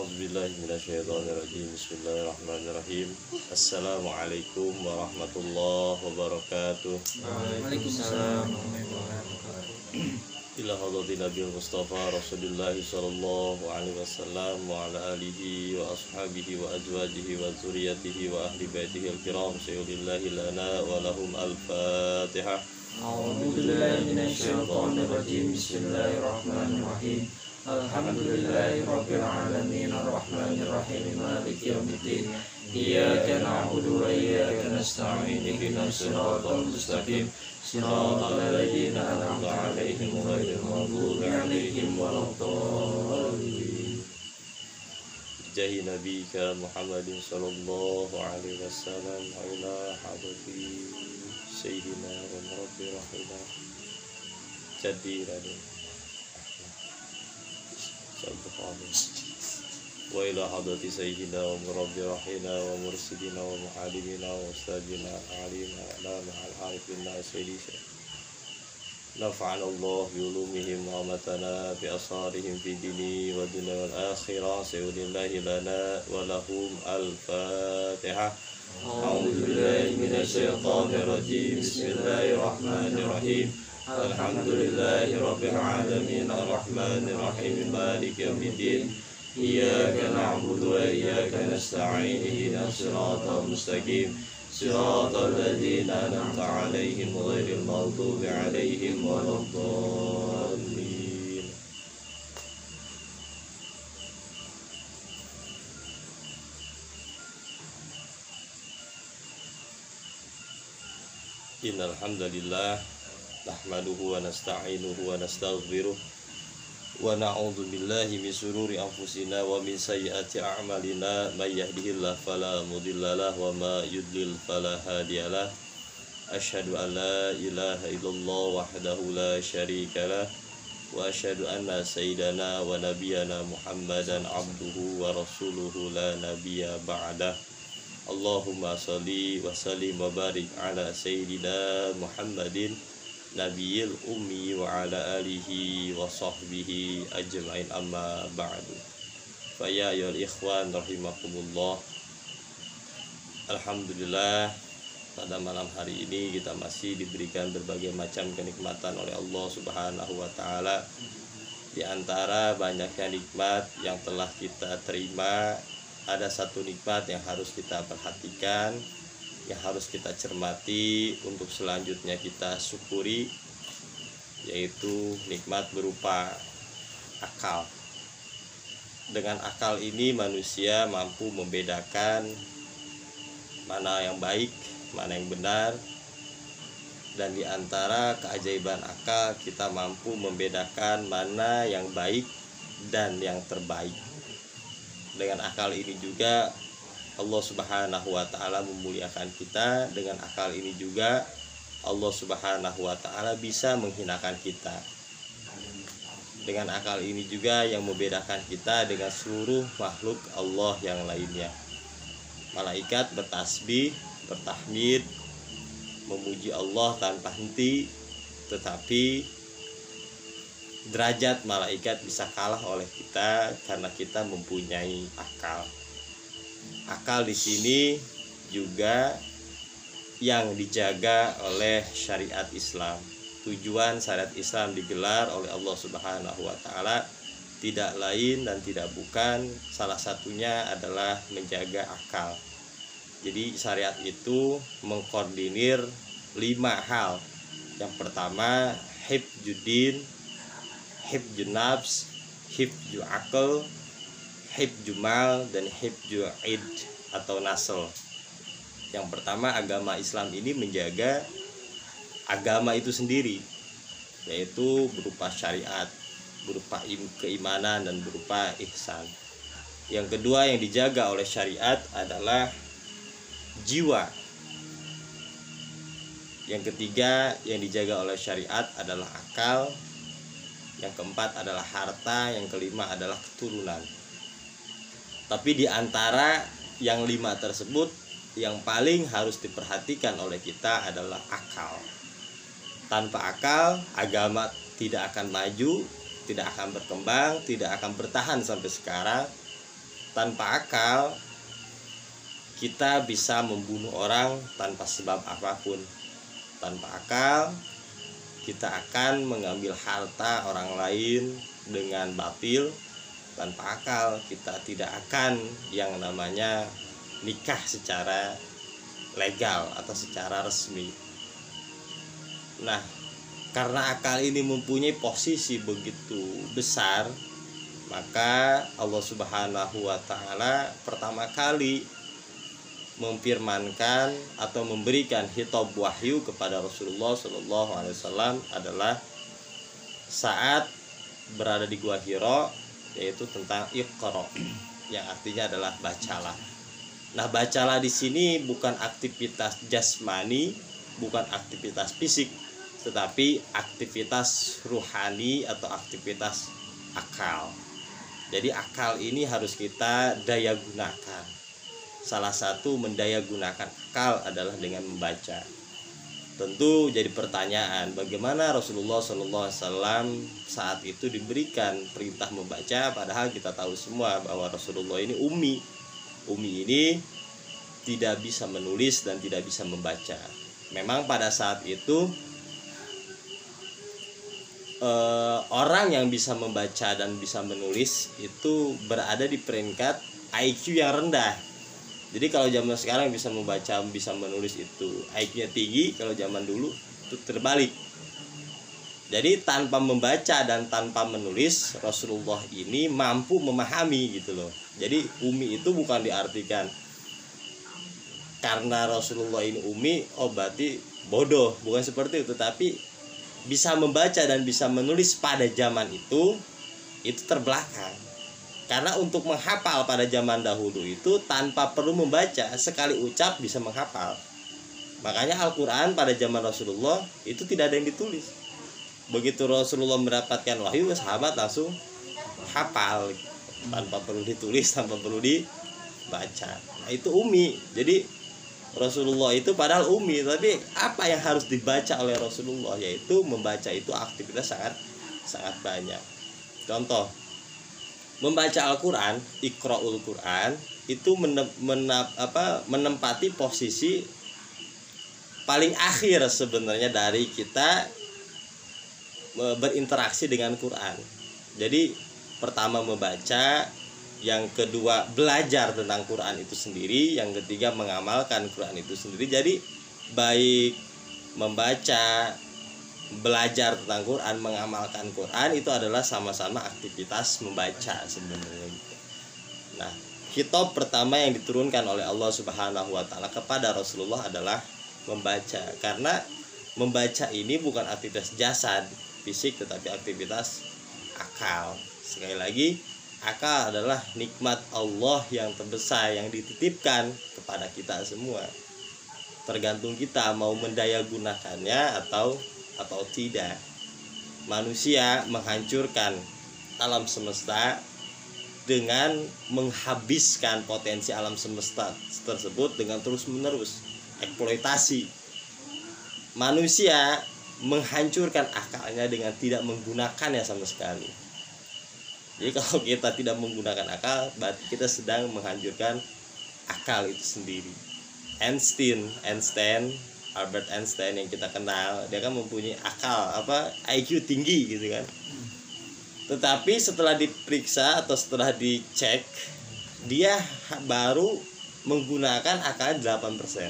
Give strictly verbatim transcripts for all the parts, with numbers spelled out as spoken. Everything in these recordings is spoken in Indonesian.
A'udzubillahi minasyaitonirrajim. Bismillahirrahmanirrahim. Assalamualaikum warahmatullahi wabarakatuh. Waalaikumsalam warahmatullahi wabarakatuh. Ila hadratin Nabiul Mustafa Rasulullah sallallahu alaihi wasallam wa ala alihi wa ashabihi wa azwajihi wa dzurriyyatihi wa ahli baitihi al-kiram. Sayyidillah lana wa lahum al-Fatihah. A'udzubillahi minasyaitonir rajim. Bismillahirrahmanirrahim. Alhamdulillahi rabbil alamin arrahmanir rahim maliki yaumiddin. Iyyaka na'budu wa iyyaka nasta'in ihdinas siratal mustaqim siratal ladzina an'amta 'alaihim ghairil maghdubi 'alaihim waladdallin. Jahi nabiyika Muhammadin sallallahu alaihi wasallam ila hadrati sayyidina wa rabbi rahimah jadirani wa ila hadrati sayyidina wa rabbi rahina wa mursidina wa mu'alimina wa ustadina alina ala ma'al arifina sayyidina nafa'ana Allah bi ulumihim wa matana bi asarihim fi dini wa dunya wal akhirah. Sayyidillahi lana wa lahum al-Fatihah. A'udzubillahi minasyaitonir rajim. Bismillahirrahmanirrahim. Alhamdulillahi rabbil alamin arrahmanir rahim maliki yaumiddin. Iyyaka na'budu wa iyyaka nasta'in ihdinas siratal mustaqim siratal ladzina an'amta 'alaihim ghairil maghdubi 'alaihim waladdallin. Innal hamdalillah nahmaduhu wa nasta'inuhu wa nastaghfiruh wa na'udzu billahi min shururi anfusina wa min sayyiati a'malina may yahdihillahu fala mudhillalah wa ma yudlil fala hadiyalah. Asyhadu an la ilaha illallah wahdahu la syarikalah wa asyhadu anna sayyidana wa nabiyyana Muhammadan abduhu wa rasuluhu la nabiyya ba'dah. Allahumma shalli wa sallim wa barik ala sayyidina Muhammadin nabiyil ummi wa ala alihi wa sahbihi ajma'in amma ba'du. Fa ya ayyuhal ikhwan rahimakumullah. Alhamdulillah, pada malam hari ini kita masih diberikan berbagai macam kenikmatan oleh Allah Subhanahu wa taala. Di antara banyaknya nikmat yang telah kita terima, ada satu nikmat yang harus kita perhatikan, yang harus kita cermati untuk selanjutnya kita syukuri, yaitu nikmat berupa akal. Dengan akal ini manusia mampu membedakan mana yang baik, mana yang benar, dan di antara keajaiban akal kita mampu membedakan mana yang baik dan yang terbaik. Dengan akal ini juga Allah Subhanahu wa ta'ala memuliakan kita. Dengan akal ini juga Allah Subhanahu wa ta'ala bisa menghinakan kita. Dengan akal ini juga yang membedakan kita dengan seluruh makhluk Allah yang lainnya. Malaikat bertasbih, bertahmid, memuji Allah tanpa henti, tetapi derajat malaikat bisa kalah oleh kita karena kita mempunyai akal. Akal di sini juga yang dijaga oleh syariat Islam. Tujuan syariat Islam digelar oleh Allah Subhanahu wa taala tidak lain dan tidak bukan, salah satunya adalah menjaga akal. Jadi syariat itu mengkoordinir lima hal. Yang pertama, hifdzuddin, hifdzun nafs, hifdzu aql, hifdzu mal, dan hifdzu id atau nasl. Yang pertama, agama Islam ini menjaga agama itu sendiri, yaitu berupa syariat, berupa keimanan, dan berupa ihsan. Yang kedua yang dijaga oleh syariat adalah jiwa. Yang ketiga yang dijaga oleh syariat adalah akal. Yang keempat adalah harta. Yang kelima adalah keturunan. Tapi di antara yang lima tersebut, yang paling harus diperhatikan oleh kita adalah akal. Tanpa akal, agama tidak akan maju, tidak akan berkembang, tidak akan bertahan sampai sekarang. tanpa akal kita bisa membunuh orang tanpa sebab apapun. Tanpa akal kita akan mengambil harta orang lain dengan batil. Tanpa akal kita tidak akan yang namanya nikah secara legal atau secara resmi. Nah, karena akal ini mempunyai posisi begitu besar, maka Allah Subhanahu wa taala pertama kali memfirmankan atau memberikan khitab wahyu kepada Rasulullah Shallallahu alaihi wasallam adalah saat berada di Gua Hira, yaitu tentang Iqra, yang artinya adalah bacalah. Nah, bacalah di sini bukan aktivitas jasmani, bukan aktivitas fisik, tetapi aktivitas ruhani atau aktivitas akal. Jadi akal ini harus kita daya gunakan. Salah satu mendaya gunakan akal adalah dengan membaca. Tentu jadi pertanyaan, bagaimana Rasulullah shallallahu alaihi wasallam saat itu diberikan perintah membaca, padahal kita tahu semua bahwa Rasulullah ini ummi. Ummi ini tidak bisa menulis dan tidak bisa membaca. Memang pada saat itu eh, orang yang bisa membaca dan bisa menulis itu berada di peringkat I Q yang rendah. Jadi kalau zaman sekarang bisa membaca, bisa menulis itu I Q-nya tinggi, kalau zaman dulu itu terbalik. Jadi tanpa membaca dan tanpa menulis, Rasulullah ini mampu memahami gitu loh. Jadi umi itu bukan diartikan karena Rasulullah ini umi, oh berarti bodoh, bukan seperti itu. Tapi bisa membaca dan bisa menulis pada zaman itu, itu terbelakang. Karena untuk menghafal pada zaman dahulu itu tanpa perlu membaca, sekali ucap bisa menghafal. Makanya Al-Quran pada zaman Rasulullah itu tidak ada yang ditulis. Begitu Rasulullah mendapatkan wahyu, sahabat langsung hafal tanpa perlu ditulis, tanpa perlu dibaca. Nah, itu umi. Jadi Rasulullah itu padahal umi, tapi apa yang harus dibaca oleh Rasulullah, yaitu membaca itu aktivitas sangat sangat banyak. Contoh, membaca Al-Quran, Iqra'ul Quran itu menep, menep, apa, menempati posisi paling akhir sebenarnya dari kita berinteraksi dengan Quran. Jadi pertama membaca, yang kedua belajar tentang Quran itu sendiri, yang ketiga mengamalkan Quran itu sendiri. Jadi baik membaca, belajar tentang Quran, mengamalkan Quran itu adalah sama-sama aktivitas membaca sebenarnya. Nah, khitab pertama yang diturunkan oleh Allah Subhanahu wa taala kepada Rasulullah adalah membaca. Karena membaca ini bukan aktivitas jasad, fisik, tetapi aktivitas akal. Sekali lagi, akal adalah nikmat Allah yang terbesar yang dititipkan kepada kita semua. Tergantung kita mau mendaya gunakannya atau atau tidak. Manusia menghancurkan alam semesta dengan menghabiskan potensi alam semesta tersebut dengan terus-menerus eksploitasi. Manusia menghancurkan akalnya dengan tidak menggunakannya sama sekali. Jadi kalau kita tidak menggunakan akal, berarti kita sedang menghancurkan akal itu sendiri. Einstein, Einstein Albert Einstein yang kita kenal, dia kan mempunyai akal apa I Q tinggi gitu kan. Tetapi setelah diperiksa atau setelah dicek, dia baru menggunakan akal delapan persen.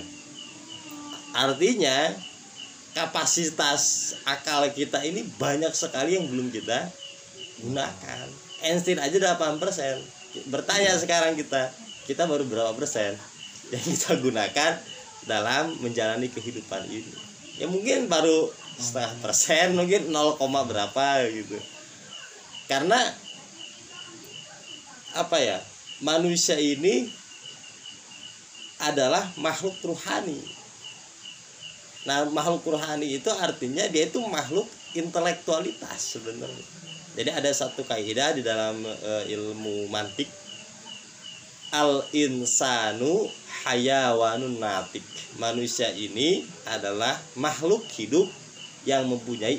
Artinya kapasitas akal kita ini banyak sekali yang belum kita gunakan. Einstein aja delapan persen. Bertanya sekarang kita, kita baru berapa persen yang kita gunakan dalam menjalani kehidupan ini? Ya mungkin baru setengah persen, mungkin nol, berapa gitu. Karena apa ya, manusia ini adalah makhluk ruhani. Nah, makhluk ruhani itu artinya dia itu makhluk intelektualitas sebenarnya. Jadi ada satu kaidah di dalam e, ilmu mantik, al insanu hayawanun natik. Manusia ini adalah makhluk hidup yang mempunyai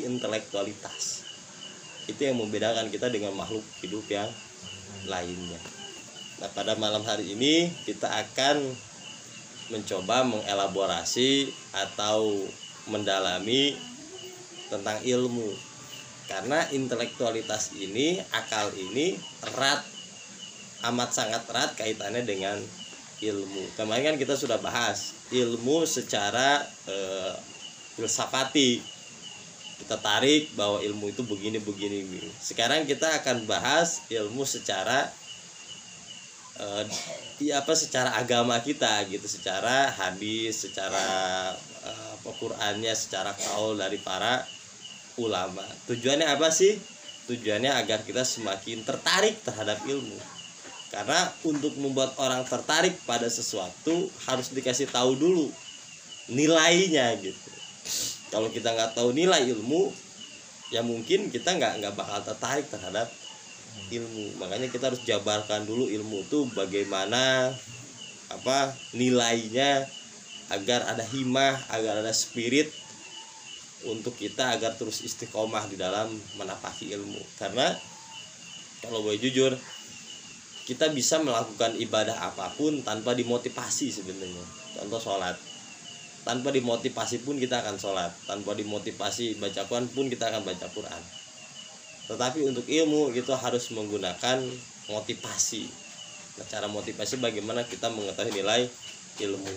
intelektualitas. Itu yang membedakan kita dengan makhluk hidup yang lainnya. Nah, pada malam hari ini kita akan mencoba mengelaborasi atau mendalami tentang ilmu. Karena intelektualitas ini, akal ini erat, amat sangat erat kaitannya dengan ilmu. Kemarin kan kita sudah bahas ilmu secara eh, filsafati. Kita tarik bahwa ilmu itu begini-begini. Sekarang kita akan bahas ilmu secara eh, ya apa secara agama kita gitu, secara hadis, secara eh, Qur'annya, secara kaul dari para ulama. Tujuannya apa sih? Tujuannya agar kita semakin tertarik terhadap ilmu. Karena untuk membuat orang tertarik pada sesuatu harus dikasih tahu dulu nilainya gitu. Kalau kita nggak tahu nilai ilmu, ya mungkin kita nggak nggak bakal tertarik terhadap ilmu. Makanya kita harus jabarkan dulu ilmu itu bagaimana, apa nilainya, agar ada himmah, agar ada spirit untuk kita agar terus istiqomah di dalam menapaki ilmu. Karena kalau boleh jujur, kita bisa melakukan ibadah apapun tanpa dimotivasi sebenarnya. Contoh sholat, tanpa dimotivasi pun kita akan sholat, tanpa dimotivasi baca Quran pun kita akan baca Quran. Tetapi untuk ilmu itu harus menggunakan motivasi. Nah, cara motivasi bagaimana kita mengetahui nilai ilmu.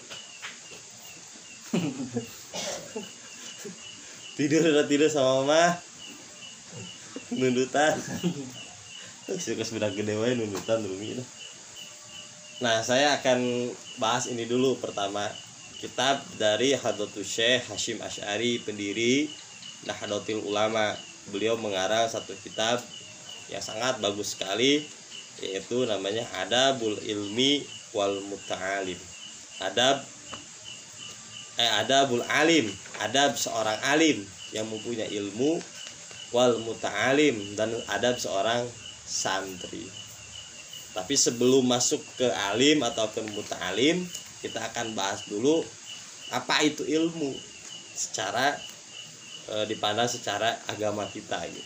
Tidur udah tidur sama mama, nundutan. Suka sudah gede wae nundutan rumi. Nah, saya akan bahas ini dulu. Pertama, kitab dari Hadratus Syekh Hasyim Asy'ari, pendiri Nahdlatul Ulama. Beliau mengarang satu kitab yang sangat bagus sekali, yaitu namanya Adabul Ilmi wal Muta'alim. Adab eh Adabul Alim, adab seorang alim yang mempunyai ilmu, wal Muta'alim, dan adab seorang santri. Tapi sebelum masuk ke alim atau ke muta'alim, kita akan bahas dulu apa itu ilmu secara e, dipandang secara agama kita gitu.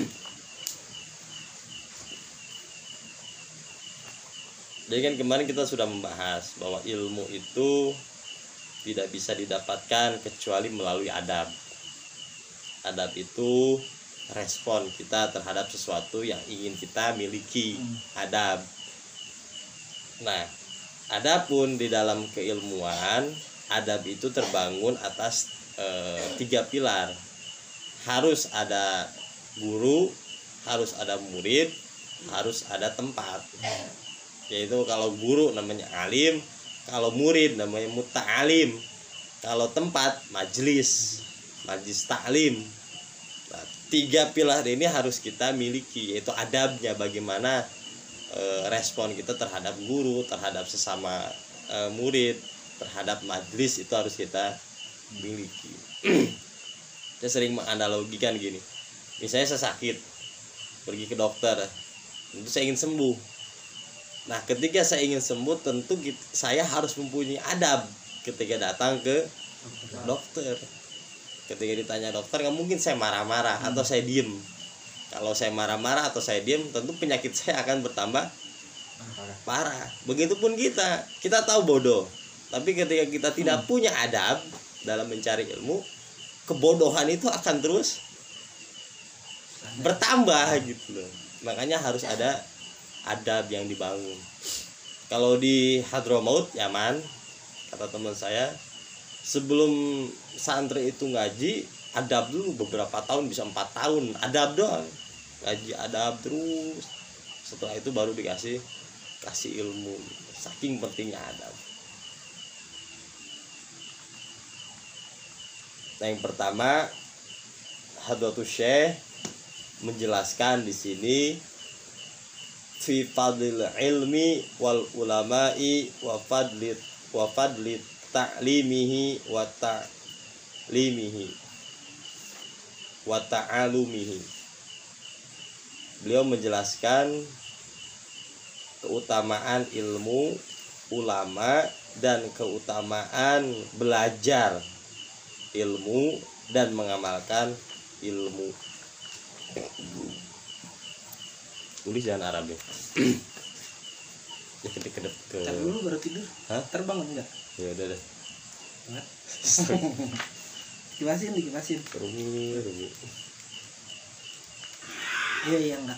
Jadi kan kemarin kita sudah membahas bahwa ilmu itu tidak bisa didapatkan kecuali melalui adab. Adab itu respon kita terhadap sesuatu yang ingin kita miliki, adab. Nah, adapun di dalam keilmuan, adab itu terbangun atas e, tiga pilar. Harus ada guru, harus ada murid, harus ada tempat. Yaitu kalau guru namanya alim, kalau murid namanya muta'alim, kalau tempat majlis, majlis ta'lim. Nah, tiga pilar ini harus kita miliki, yaitu adabnya, bagaimana e, respon kita terhadap guru, terhadap sesama e, murid, terhadap majlis, itu harus kita miliki. Saya sering menganalogikan gini, misalnya saya sakit, pergi ke dokter, tentu saya ingin sembuh. Nah, ketika saya ingin sembuh, tentu kita, saya harus mempunyai adab ketika datang ke dokter. Ketika ditanya dokter, nggak mungkin saya marah-marah hmm. atau saya diem. Kalau saya marah-marah atau saya diem, tentu penyakit saya akan bertambah parah. Begitupun kita, kita tahu bodoh, tapi ketika kita tidak hmm. punya adab dalam mencari ilmu, kebodohan itu akan terus bertambah gitu loh. Makanya harus ada adab yang dibangun. Kalau di Hadramaut, Yaman, kata teman saya, sebelum santri itu ngaji, adab dulu beberapa tahun, bisa empat tahun, adab doang, ngaji adab terus. Setelah itu baru dikasih kasih ilmu. Saking pentingnya adab. Nah, yang pertama, Hadratus Syekh menjelaskan di sini fi fadlil ilmi wal ulama'i wa fadlit wa fadlit ta'limihi wa ta'limihi wa ta'alumihi. Beliau menjelaskan keutamaan ilmu, ulama, dan keutamaan belajar ilmu dan mengamalkan ilmu. Tulis jangan Arab ya. Ya kedep-kedep ke. Tapi dulu baru tidur. Hah? Terbang enggak? Ya udah deh. Kipasin, dikipasin. Rumi, rumi. Iya iya enggak.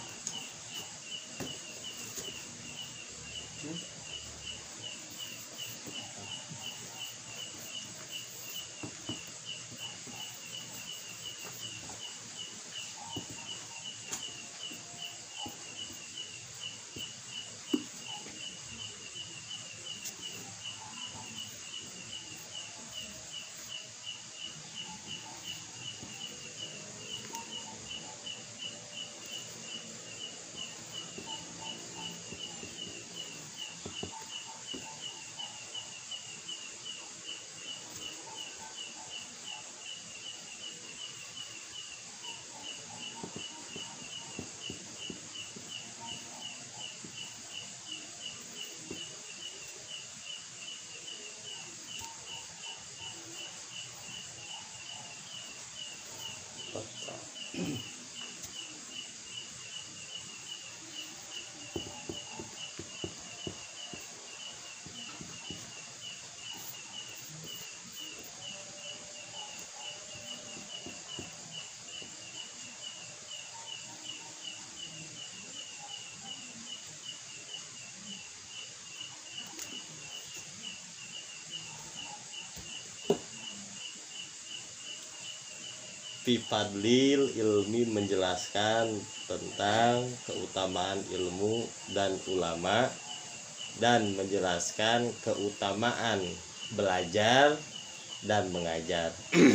Fi fadlil ilmi menjelaskan tentang keutamaan ilmu dan ulama, dan menjelaskan keutamaan belajar dan mengajar.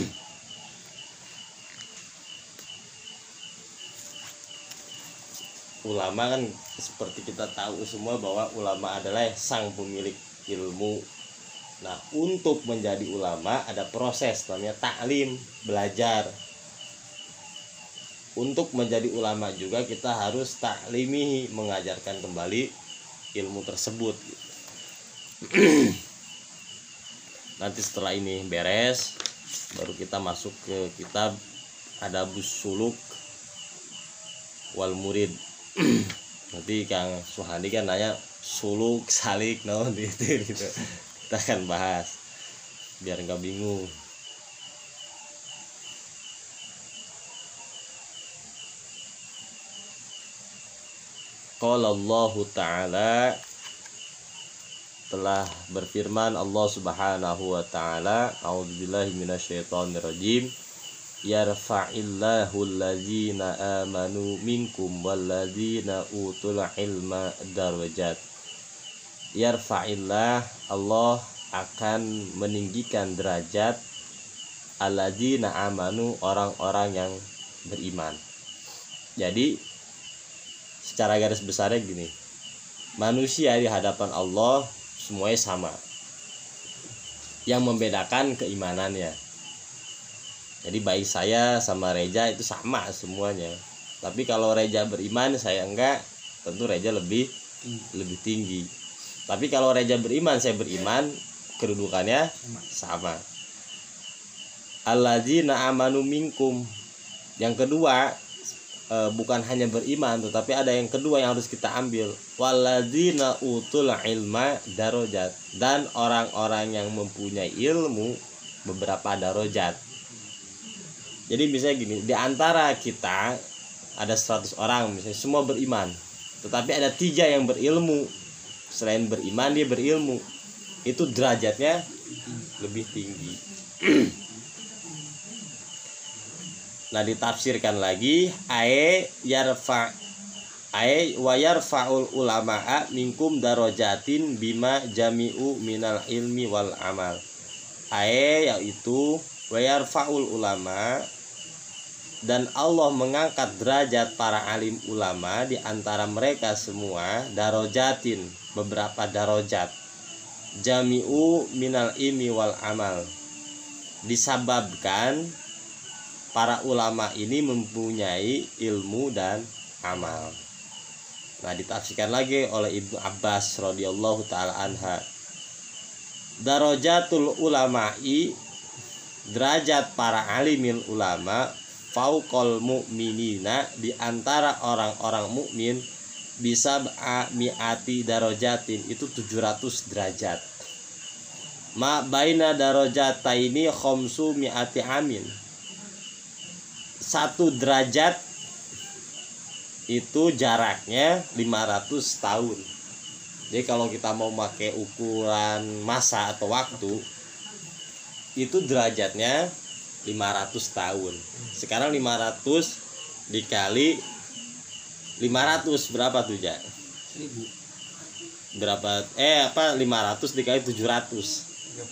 Ulama kan seperti kita tahu semua bahwa ulama adalah sang pemilik ilmu. Nah, untuk menjadi ulama ada proses namanya taklim, belajar. Untuk menjadi ulama juga kita harus taklimi, mengajarkan kembali ilmu tersebut. Nanti setelah ini beres, baru kita masuk ke kitab Adabus Suluk wal Murid. Nanti Kang Suhandi kan nanya suluk, salik, no, gitu, gitu. Kita akan bahas biar nggak bingung. Qala Allah Ta'ala, telah berfirman Allah Subhanahu wa Ta'ala, a'udzubillahi minasyaitonirrajim, yarfa'illahu allazina amanu minkum wallazina utul ilma darajat. Yarfa'illah, Allah akan meninggikan derajat allazina amanu, orang-orang yang beriman. Jadi secara garis besarnya gini, manusia di hadapan Allah semuanya sama. Yang membedakan keimanannya. Jadi baik saya sama Reja itu sama semuanya. Tapi kalau Reja beriman, saya enggak, tentu Reja lebih lebih tinggi. Tapi kalau Reja beriman, saya beriman, kedudukannya sama. Allazina amanu minkum. Yang kedua, e, bukan hanya beriman, tetapi ada yang kedua yang harus kita ambil. Wallazina utul ilma darajat. Dan orang-orang yang mempunyai ilmu beberapa darajat. Jadi misalnya gini, di antara kita ada seratus orang misalnya, semua beriman, tetapi ada tiga yang berilmu. Selain beriman, dia berilmu, itu derajatnya lebih tinggi. Nah, ditafsirkan lagi, ae yarfa ae wa yarfaul ulama'a minkum darajatin bima jami'u minal ilmi wal amal. Ae yaitu wa yarfaul ulama, dan Allah mengangkat derajat para alim ulama di antara mereka semua, darojatin, beberapa darajat, jami'u minal ilmi wal amal, disababkan para ulama ini mempunyai ilmu dan amal. Nah, ditafsirkan lagi oleh Ibnu Abbas radhiyallahu taala anha, darajatul ulama'i, derajat para alimil ulama, fauqal mu'minina, di antara orang-orang mukmin, bisa mi'ati darajatin, itu tujuh ratus derajat. Ma baina darajataini khamsu mi'ati amin. Satu derajat itu jaraknya lima ratus tahun. Jadi kalau kita mau pakai ukuran masa atau waktu, itu derajatnya lima ratus tahun. Sekarang lima ratus dikali lima ratus berapa tuh, Jak? Seribu. Berapa? Eh apa lima ratus dikali tujuh ratus?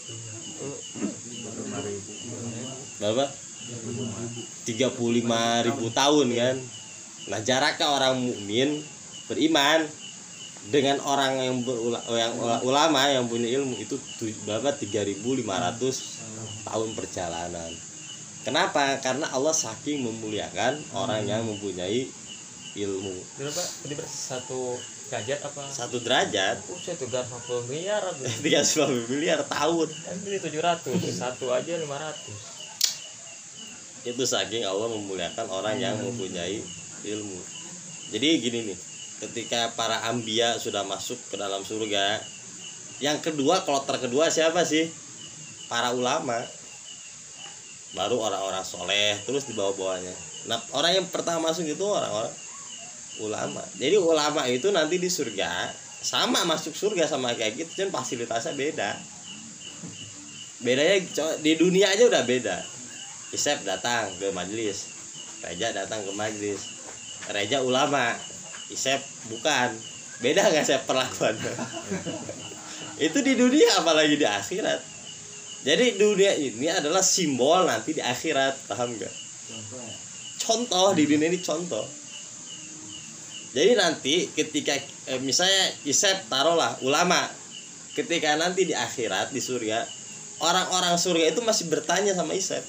Berapa? tiga puluh lima ribu tahun kan. Nah, jaraknya orang mukmin beriman dengan orang yang berula, yang ulama yang punya ilmu itu berapa? tiga ribu lima ratus tahun perjalanan. Kenapa? Karena Allah saking memuliakan orang yang mempunyai ilmu. Berapa? Berapa? Satu derajat apa? Satu derajat. Oh, satu tiga puluh miliar atau tiga puluh miliar tahun. kan ini tujuh ratus, satu aja lima ratus. Itu saking Allah memuliakan orang yang mempunyai ilmu. Jadi gini nih, ketika para anbiya sudah masuk ke dalam surga, yang kedua, kloter kedua siapa sih? Para ulama. Baru orang-orang soleh, terus di bawah-bawahnya. Nah, orang yang pertama masuk itu orang-orang ulama. Jadi ulama itu nanti di surga sama masuk surga sama kayak gitu, kan fasilitasnya beda. Bedanya di dunia aja udah beda. Isep datang ke majelis, Reja datang ke majelis. Reja ulama, Isep bukan. Beda nggak saya perlakuannya? Itu di dunia, apalagi di akhirat. Jadi dunia ini adalah simbol nanti di akhirat, paham nggak? Contoh di dunia ini contoh. Jadi nanti ketika eh, misalnya Isep taruhlah ulama, ketika nanti di akhirat di surga, orang-orang surga itu masih bertanya sama Isep,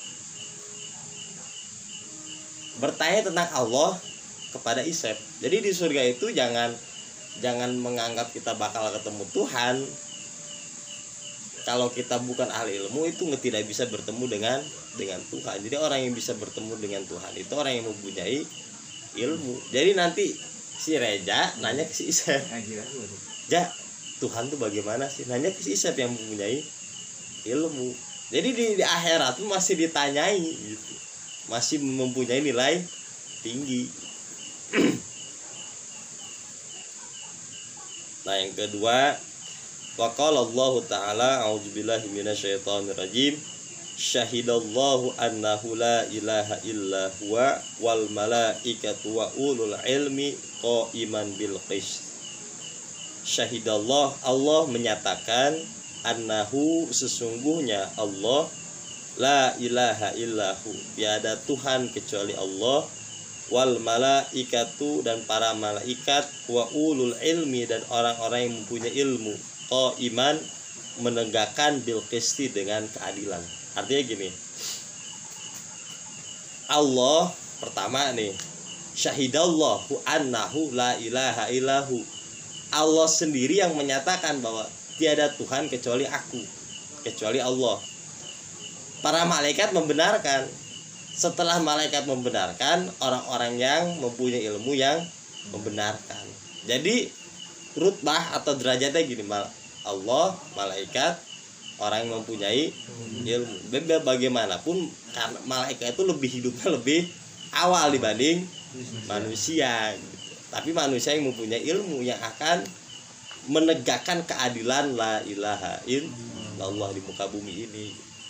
bertanya tentang Allah kepada Isep. Jadi di surga itu jangan jangan menganggap kita bakal ketemu Tuhan. Kalau kita bukan ahli ilmu itu tidak bisa bertemu dengan dengan Tuhan. Jadi orang yang bisa bertemu dengan Tuhan itu orang yang mempunyai ilmu. Jadi nanti si Reja nanya ke si Isep, Ja, Tuhan tuh bagaimana sih? Nanya ke si Isep yang mempunyai ilmu. Jadi di, di akhirat tuh masih ditanyai gitu, masih mempunyai nilai tinggi. Nah, yang kedua, waqala Allah Ta'ala, a'udzubillahi minasyaitonir rajim, syahidallahu annahu la ilaha illa huwa wal malaikatu wa ulul ilmi qa'iman bil qist. Syahidallah, Allah menyatakan, annahu, sesungguhnya Allah, la ilaha illahu, tiada Tuhan kecuali Allah, wal malaikatu, dan para malaikat, wa ulul ilmi, dan orang-orang yang mempunyai ilmu, qa'iman, menegakkan bil qisti, dengan keadilan. Artinya gini, Allah pertama nih, syahidallahu annahu la ilaha illahu, Allah sendiri yang menyatakan bahwa tiada Tuhan kecuali aku, kecuali Allah. Para malaikat membenarkan. Setelah malaikat membenarkan, orang-orang yang mempunyai ilmu yang membenarkan. Jadi rutbah atau derajatnya gini, Allah, malaikat, orang yang mempunyai ilmu. Bagaimanapun karena malaikat itu lebih hidupnya lebih awal dibanding manusia gitu. Tapi manusia yang mempunyai ilmu yang akan menegakkan keadilan la ilaha illallah di muka bumi ini.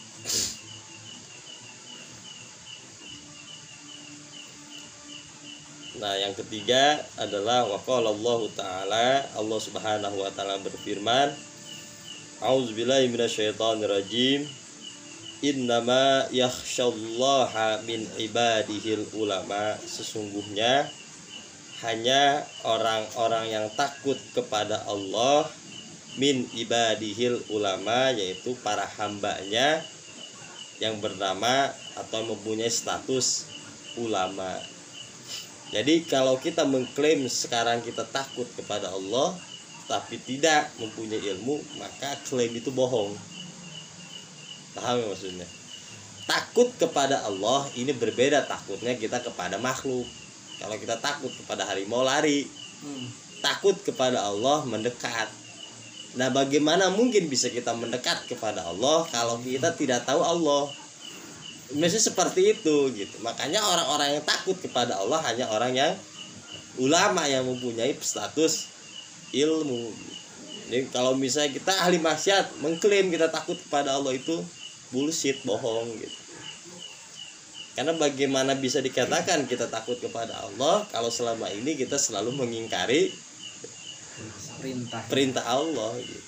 Nah, yang ketiga adalah waqala Allah Ta'ala, Allah Subhanahu wa taala berfirman, a'udzubillahi minasyaitonir rajim, innama yakhsyallaha min ibadihil ulama, sesungguhnya hanya orang-orang yang takut kepada Allah, min ibadihil ulama, yaitu para hambanya yang bernama atau mempunyai status ulama. Jadi kalau kita mengklaim sekarang kita takut kepada Allah tapi tidak mempunyai ilmu, maka klaim itu bohong. Paham ya maksudnya? Takut kepada Allah ini berbeda takutnya kita kepada makhluk. Kalau kita takut kepada harimau lari, hmm. takut kepada Allah mendekat. Nah, bagaimana mungkin bisa kita mendekat kepada Allah kalau kita tidak tahu Allah? Maksudnya seperti itu gitu. Makanya orang-orang yang takut kepada Allah hanya orang yang ulama yang mempunyai status ilmu. Jadi kalau misalnya kita ahli maksiat mengklaim kita takut kepada Allah, itu bullshit, bohong gitu. Karena bagaimana bisa dikatakan kita takut kepada Allah kalau selama ini kita selalu mengingkari perintah perintah Allah gitu.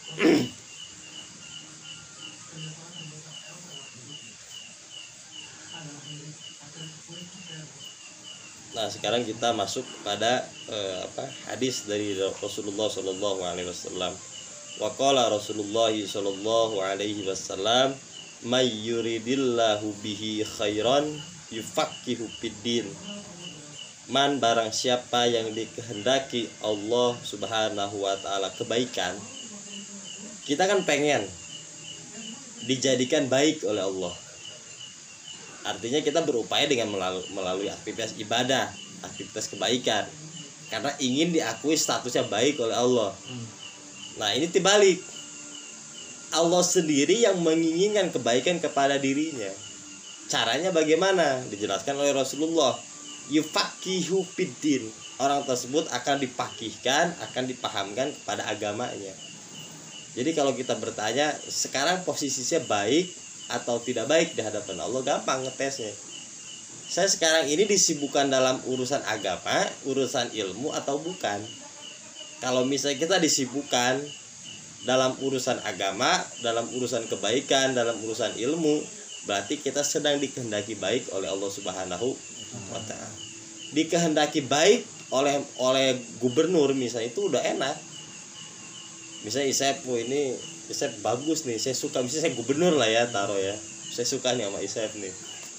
Nah, sekarang kita masuk pada eh, apa hadis dari Rasulullah Shallallahu Alaihi Wasallam. Wa qala Rasulullah Shallallahu Alaihi Wasallam, may yuridillahu bihi khairan yufaqihu fiddin. Man, barang siapa yang dikehendaki Allah Subhanahu wa taala kebaikan, kita kan pengen dijadikan baik oleh Allah. Artinya kita berupaya dengan melalui, melalui aktivitas ibadah, aktivitas kebaikan, karena ingin diakui statusnya baik oleh Allah. Nah, ini terbalik. Allah sendiri yang menginginkan kebaikan kepada dirinya. Caranya bagaimana? Dijelaskan oleh Rasulullah. Yufaqihu fiddin. Orang tersebut akan dipakihkan, akan dipahamkan kepada agamanya. Jadi kalau kita bertanya, sekarang posisinya baik atau tidak baik di hadapan Allah, gampang ngetesnya. Saya sekarang ini disibukkan dalam urusan agama, urusan ilmu atau bukan? Kalau misalnya kita disibukkan dalam urusan agama, dalam urusan kebaikan, dalam urusan ilmu, berarti kita sedang dikehendaki baik oleh Allah Subhanahu wa taala. Dikehendaki baik oleh oleh gubernur misalnya, itu udah enak. Misalnya Isep, oh ini Isep bagus nih, saya suka, misalnya saya gubernur lah ya, taruh ya, saya suka nih sama Isep nih.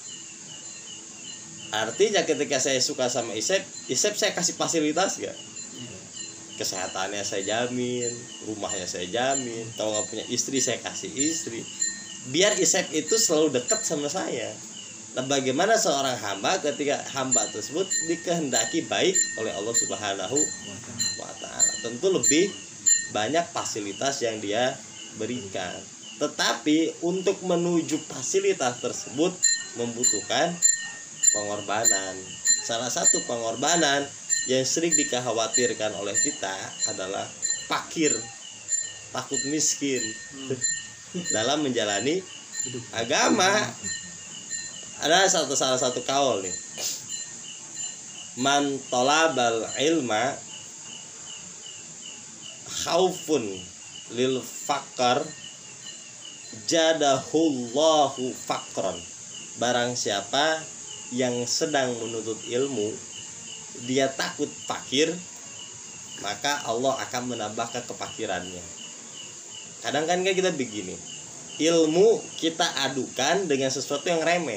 Artinya ketika saya suka sama Isep, Isep saya kasih fasilitas gak? Kesehatannya saya jamin, rumahnya saya jamin, kalau nggak punya istri saya kasih istri, biar Isep itu selalu dekat sama saya. Nah, bagaimana seorang hamba ketika hamba tersebut dikehendaki baik oleh Allah Subhanahu wa taala? Tentu lebih banyak fasilitas yang dia berikan. Tetapi untuk menuju fasilitas tersebut membutuhkan pengorbanan. Salah satu pengorbanan yang sering dikhawatirkan oleh kita adalah fakir, takut miskin dalam menjalani agama. Ada satu salah satu kaul nih. Man talabal ilma khaufun lil fakar jadahullahu fakron. Barang siapa yang sedang menuntut ilmu, dia takut fakir, maka Allah akan menambahkan kefakirannya. Kadang kan kita begini, ilmu kita adukan dengan sesuatu yang remeh.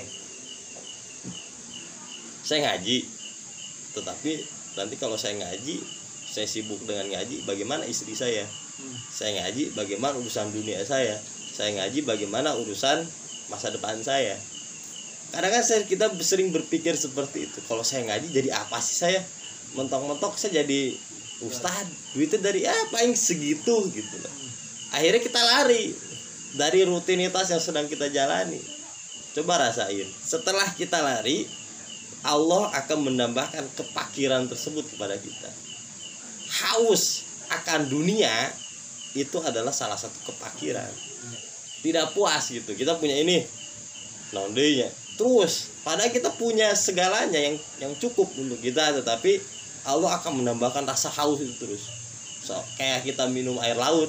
Saya ngaji, tetapi nanti kalau saya ngaji, saya sibuk dengan ngaji, bagaimana istri saya? Saya ngaji, bagaimana urusan dunia saya? Saya ngaji, bagaimana urusan masa depan saya? Kadang kan saya, kita sering berpikir seperti itu. Kalau saya ngaji, jadi apa sih saya? Mentok-mentok saya jadi ustad, duitnya dari apa yang segitu gitu loh. Akhirnya kita lari dari rutinitas yang sedang kita jalani. Coba rasain, setelah kita lari, Allah akan menambahkan kefakiran tersebut kepada kita. Haus akan dunia itu adalah salah satu kefakiran. Tidak puas gitu, kita punya ini nondenya terus, padahal kita punya segalanya yang yang cukup untuk kita, tetapi Allah akan menambahkan rasa haus itu terus. So, kayak kita minum air laut,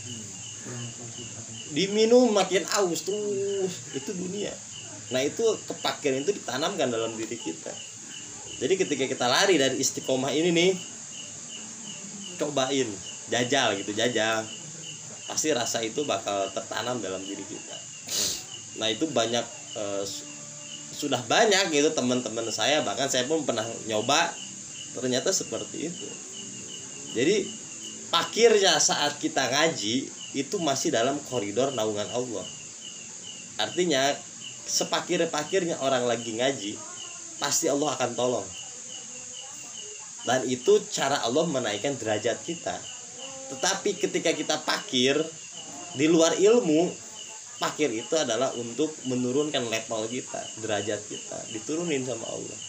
diminum makin haus terus, itu dunia. Nah, itu kefakiran itu ditanamkan dalam diri kita. Jadi ketika kita lari dari istiqomah ini nih, cobain, jajal gitu, jajal, pasti rasa itu bakal tertanam dalam diri kita. Nah, itu banyak eh, sudah banyak gitu teman-teman saya, bahkan saya pun pernah nyoba, ternyata seperti itu. Jadi fakirnya saat kita ngaji itu masih dalam koridor naungan Allah. Artinya sepakir-pakirnya orang lagi ngaji, pasti Allah akan tolong. dan itu cara Allah menaikkan derajat kita. Tetapi ketika kita fakir di luar ilmu, fakir itu adalah untuk menurunkan level kita, derajat kita diturunin sama Allah.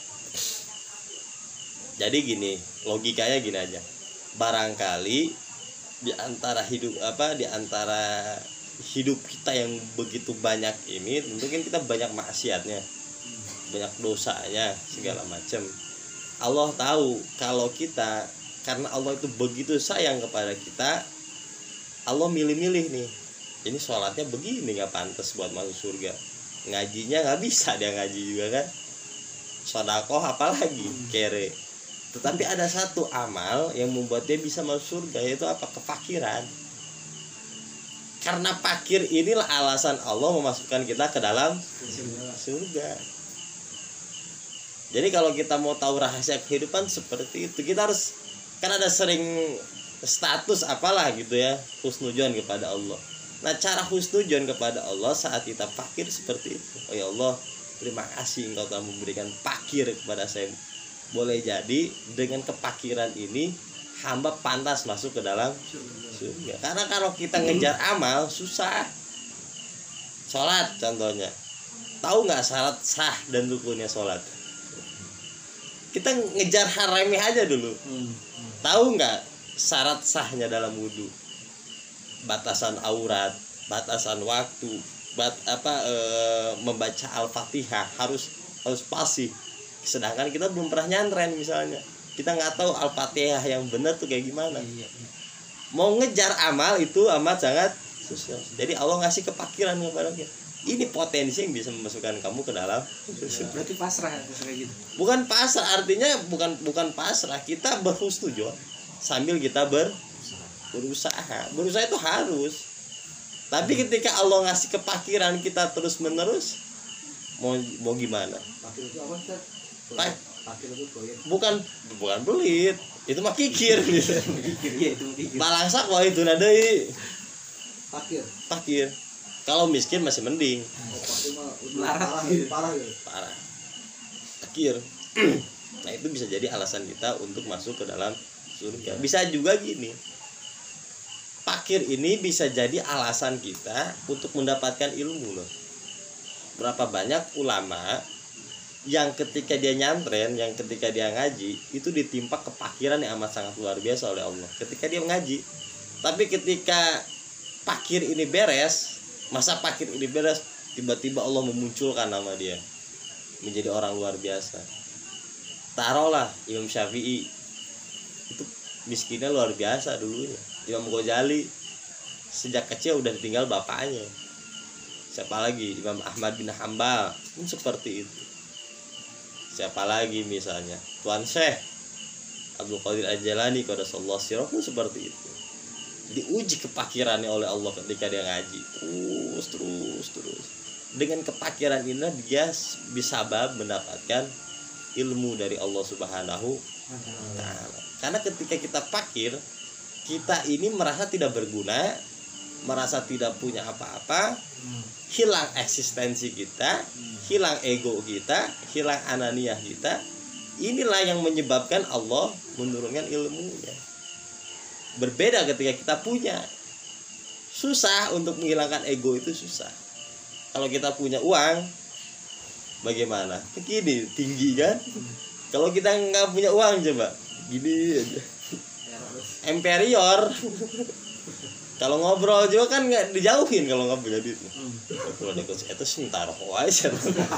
Jadi gini, logikanya gini aja. Barangkali di antara hidup apa di antara hidup kita yang begitu banyak ini, mungkin kita banyak maksiatnya, banyak dosanya segala macam. Allah tahu kalau kita, karena Allah itu begitu sayang kepada kita, Allah milih-milih nih. Ini sholatnya begini nggak pantas buat masuk surga. Ngajinya nggak bisa dia ngaji juga kan. Sodakoh apalagi kere. Tetapi ada satu amal yang membuat dia bisa masuk surga, yaitu apa? Kefakiran. Karena fakir inilah alasan Allah memasukkan kita ke dalam surga. Jadi kalau kita mau tahu rahasia kehidupan seperti itu, kita harus, kan ada sering status apalah gitu ya, husnudzon kepada Allah. Nah, cara husnudzon kepada Allah saat kita fakir seperti itu. Oh ya Allah, terima kasih Engkau telah memberikan fakir kepada saya. Boleh jadi dengan kefakiran ini hamba pantas masuk ke dalam surga. Karena kalau kita ngejar amal susah. Sholat contohnya, tahu nggak syarat sah dan rukunnya sholat? Kita ngejar haramnya aja dulu. Tahu nggak syarat sahnya dalam wudhu? Batasan aurat, batasan waktu, bat apa e, membaca Al-Fatihah harus harus pasti. Sedangkan kita belum pernah nyantren misalnya. Kita nggak tahu Al-Fatihah yang benar tuh kayak gimana. Mau ngejar amal itu amat sangat susah. Jadi Allah ngasih kefakiran kepada kita. Ini potensi yang bisa memasukkan kamu ke dalam. Berarti pasrah kayak gitu. Bukan pasrah, artinya bukan bukan pasrah, kita berhusnudzon sambil kita ber berusaha. Berusaha itu harus. Tapi ketika Allah ngasih kefakiran kita terus menerus, mau mau gimana? Fakir itu apa Ustaz? Pak, Fakir itu proyek. bukan bukan belit, itu mah kikir gitu. Mikir ya itu mikir. Balangsak kok itu nadei. Fakir. Fakir. Kalau miskin masih mending. Fakir mah parah gitu, parah gitu. Parah. Fakir. Nah, itu bisa jadi alasan kita untuk masuk ke dalam surga. Bisa juga gini. Fakir ini bisa jadi alasan kita untuk mendapatkan ilmu loh. Berapa banyak ulama yang ketika dia nyantren, yang ketika dia ngaji, itu ditimpa kefakiran yang amat sangat luar biasa oleh Allah ketika dia ngaji. Tapi ketika fakir ini beres, masa fakir ini beres, tiba-tiba Allah memunculkan nama dia menjadi orang luar biasa. Taruhlah Imam Syafi'i itu miskinnya luar biasa dulunya. Imam Ghazali sejak kecil udah ditinggal bapaknya. Siapa lagi? Imam Ahmad bin Hambal pun seperti itu. Siapa lagi misalnya? Tuan Syekh Abdul Qadir Al-Jailani qaddasallahu sirruh pun seperti itu. Diuji kefakirannya oleh Allah ketika dia ngaji. Terus terus terus. Dengan kefakiran ini dia bisa mendapatkan ilmu dari Allah Subhanahu wa taala. Karena ketika kita fakir, kita ini merasa tidak berguna, merasa tidak punya apa-apa, hilang eksistensi kita, hilang ego kita, hilang ananiah kita. Inilah yang menyebabkan Allah menurunkan ilmunya. Berbeda ketika kita punya. Susah untuk menghilangkan ego, itu susah. Kalau kita punya uang, bagaimana? Begini, tinggi kan? Kalau kita nggak punya uang, coba gini aja. Emperior. Kalau ngobrol juga kan nggak dijauhin kalau nggak punya duit. Kalau deket itu sebentar aja.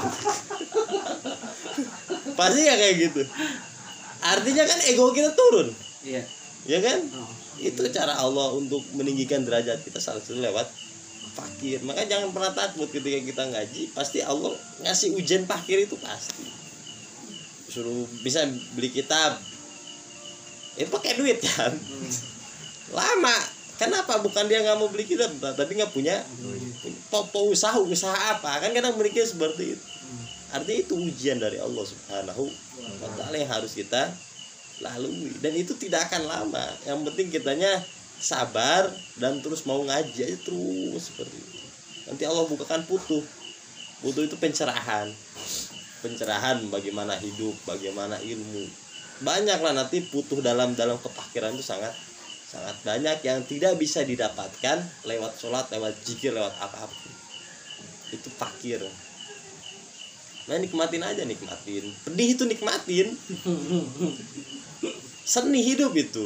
Pasti ya kayak gitu. Artinya kan ego kita turun. Iya. Ya kan? Oh. Itu cara Allah untuk meninggikan derajat kita salah satu lewat fakir. Maka jangan pernah takut ketika kita ngaji, pasti Allah ngasih ujian fakir itu pasti. Suruh bisa beli kitab. Itu pakai duit kan. Hmm. Lama. Kenapa? Bukan dia nggak mau beli kitab, tapi nggak punya popo usaha usaha apa? Kan kadang berpikir seperti itu. Artinya itu ujian dari Allah Subhanahu wa taala yang harus kita lalui, dan itu tidak akan lama. Yang penting kitanya sabar dan terus mau ngaji aja terus seperti itu. Nanti Allah bukakan putuh. Putuh itu pencerahan. Pencerahan bagaimana hidup, bagaimana ilmu. banyak lah nanti butuh dalam dalam kepakiran itu sangat sangat banyak yang tidak bisa didapatkan lewat sholat, lewat zikir, lewat apa-apa. Itu fakir. Nah nikmatin aja, nikmatin. Pedih itu nikmatin. Seni hidup itu.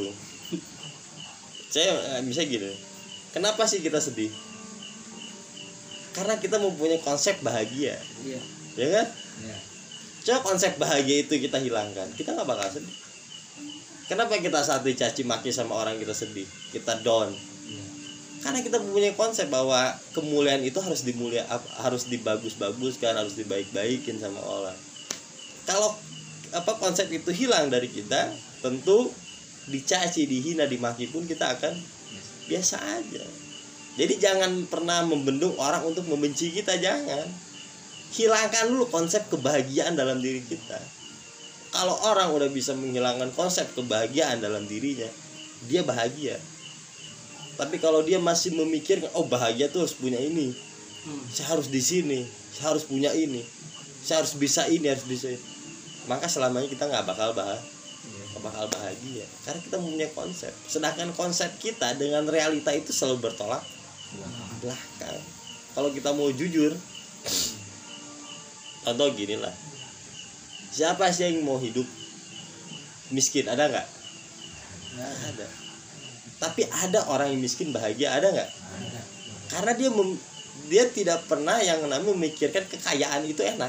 Saya bisa gini. Kenapa sih kita sedih? Karena kita mempunyai konsep bahagia. Iya. Ya kan? Iya. Coba konsep bahagia itu kita hilangkan, kita nggak bakal sedih. Kenapa kita saat dicaci maki sama orang kita sedih, kita down? Iya. Karena kita mempunyai konsep bahwa kemuliaan itu harus dimulia, harus dibagus-baguskan, harus dibaik-baikin sama orang. Kalau apa konsep itu hilang dari kita, tentu dicaci, dihina, dimaki pun kita akan biasa aja. Jadi jangan pernah membendung orang untuk membenci kita, jangan. Hilangkan dulu konsep kebahagiaan dalam diri kita. Kalau orang udah bisa menghilangkan konsep kebahagiaan dalam dirinya, dia bahagia. Tapi kalau dia masih memikirkan, oh bahagia tuh harus punya ini, saya harus di sini, saya harus punya ini, saya harus bisa ini, harus bisa ini, maka selamanya kita nggak bakal bahagia, nggak bakal bahagia. Karena kita mempunyai konsep. Sedangkan konsep kita dengan realita itu selalu bertolak belakang. Kalau kita mau jujur, contoh gini lah, siapa sih yang mau hidup miskin? Ada nggak? Nggak ada. Tapi ada orang yang miskin bahagia, ada nggak? Ada. Karena dia mem, dia tidak pernah yang namanya memikirkan kekayaan itu enak.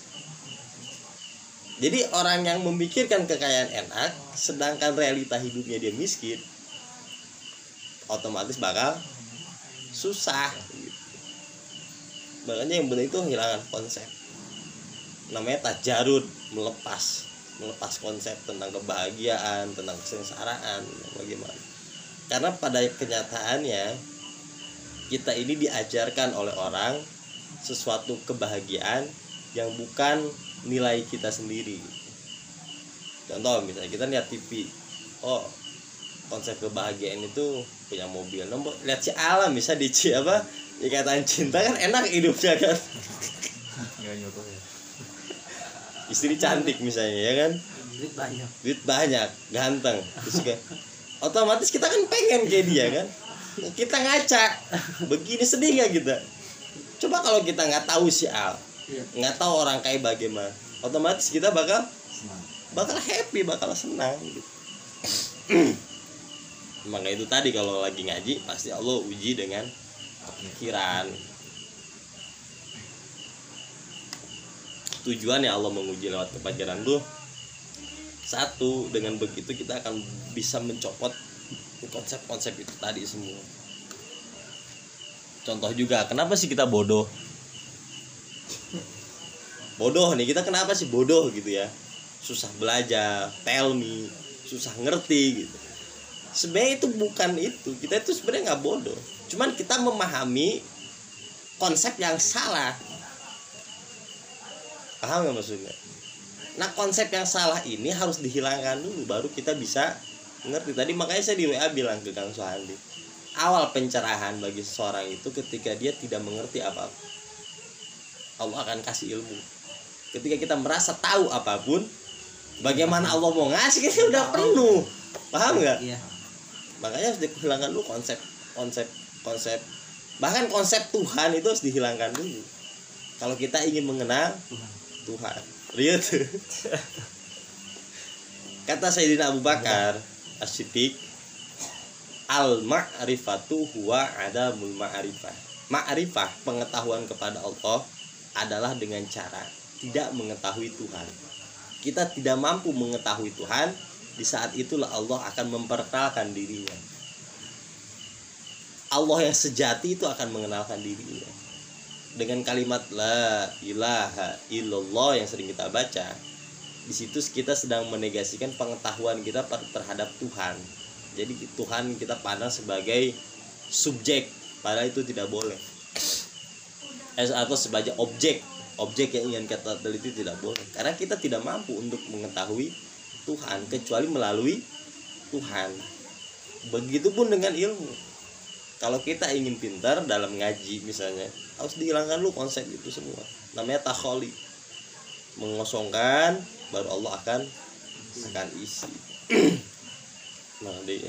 Jadi orang yang memikirkan kekayaan enak, sedangkan realita hidupnya dia miskin, otomatis bakal susah. Makanya yang benar itu kehilangan konsep. Namanya tajarud, melepas melepas konsep tentang kebahagiaan, tentang kesengsaraan, bagaimana. Karena pada kenyataannya kita ini diajarkan oleh orang sesuatu kebahagiaan yang bukan nilai kita sendiri. Contoh misalnya kita lihat T V, oh konsep kebahagiaan itu punya mobil, nombor lihat si alam bisa dici apa ikatan cinta kan enak hidupnya kan. Nggak nyuruh ya. Istri cantik misalnya ya kan, Duit banyak. duit banyak, ganteng, terus kayak otomatis kita kan pengen kayak dia kan. Kita ngaca, begini sedih nggak kita? Coba kalau kita nggak tahu si Al, nggak tahu orang kayak bagaimana, otomatis kita bakal bakal happy, bakal senang gitu. Maka itu tadi kalau lagi ngaji pasti Allah uji dengan pikiran. Tujuannya Allah menguji lewat kepikiran tuh satu, dengan begitu kita akan bisa mencopot konsep-konsep itu tadi semua. Contoh juga, kenapa sih kita bodoh? Bodoh nih, kita kenapa sih bodoh gitu ya? Susah belajar, tell me, susah ngerti gitu. Sebenarnya itu bukan itu, kita itu sebenarnya nggak bodoh. Cuman kita memahami konsep yang salah. Paham nggak maksudnya? Nah konsep yang salah ini harus dihilangkan dulu, baru kita bisa ngerti. Tadi makanya saya di W A bilang ke Kang Sohandi, awal pencerahan bagi seseorang itu ketika dia tidak mengerti apa-apa. Allah akan kasih ilmu. Ketika kita merasa tahu apapun, bagaimana Allah mau ngasih, kita udah penuh. Paham nggak? Iya. Makanya harus dihilangkan dulu konsep konsep konsep bahkan konsep Tuhan itu harus dihilangkan dulu kalau kita ingin mengenal Tuhan. Lihat kata Sayyidina Abu Bakar As-Siddiq, al-ma'rifatu huwa adamul ma'rifah. Ma'rifah, pengetahuan kepada Allah adalah dengan cara tidak mengetahui Tuhan. Kita tidak mampu mengetahui Tuhan, di saat itulah Allah akan memperkenalkan dirinya. Allah yang sejati itu akan mengenalkan dirinya. Dengan kalimat la ilaha illallah yang sering kita baca, di situ kita sedang menegasikan pengetahuan kita terhadap Tuhan. Jadi Tuhan kita pandang sebagai subjek, padahal itu tidak boleh. Atau sebagai objek, objek yang ingin kita teliti tidak boleh. Karena kita tidak mampu untuk mengetahui Tuhan kecuali melalui Tuhan. Begitupun dengan ilmu. Kalau kita ingin pintar dalam ngaji misalnya, harus dihilangkan dulu konsep itu semua. Namanya takholi. Mengosongkan, baru Allah akan akan isi. Nah, deh.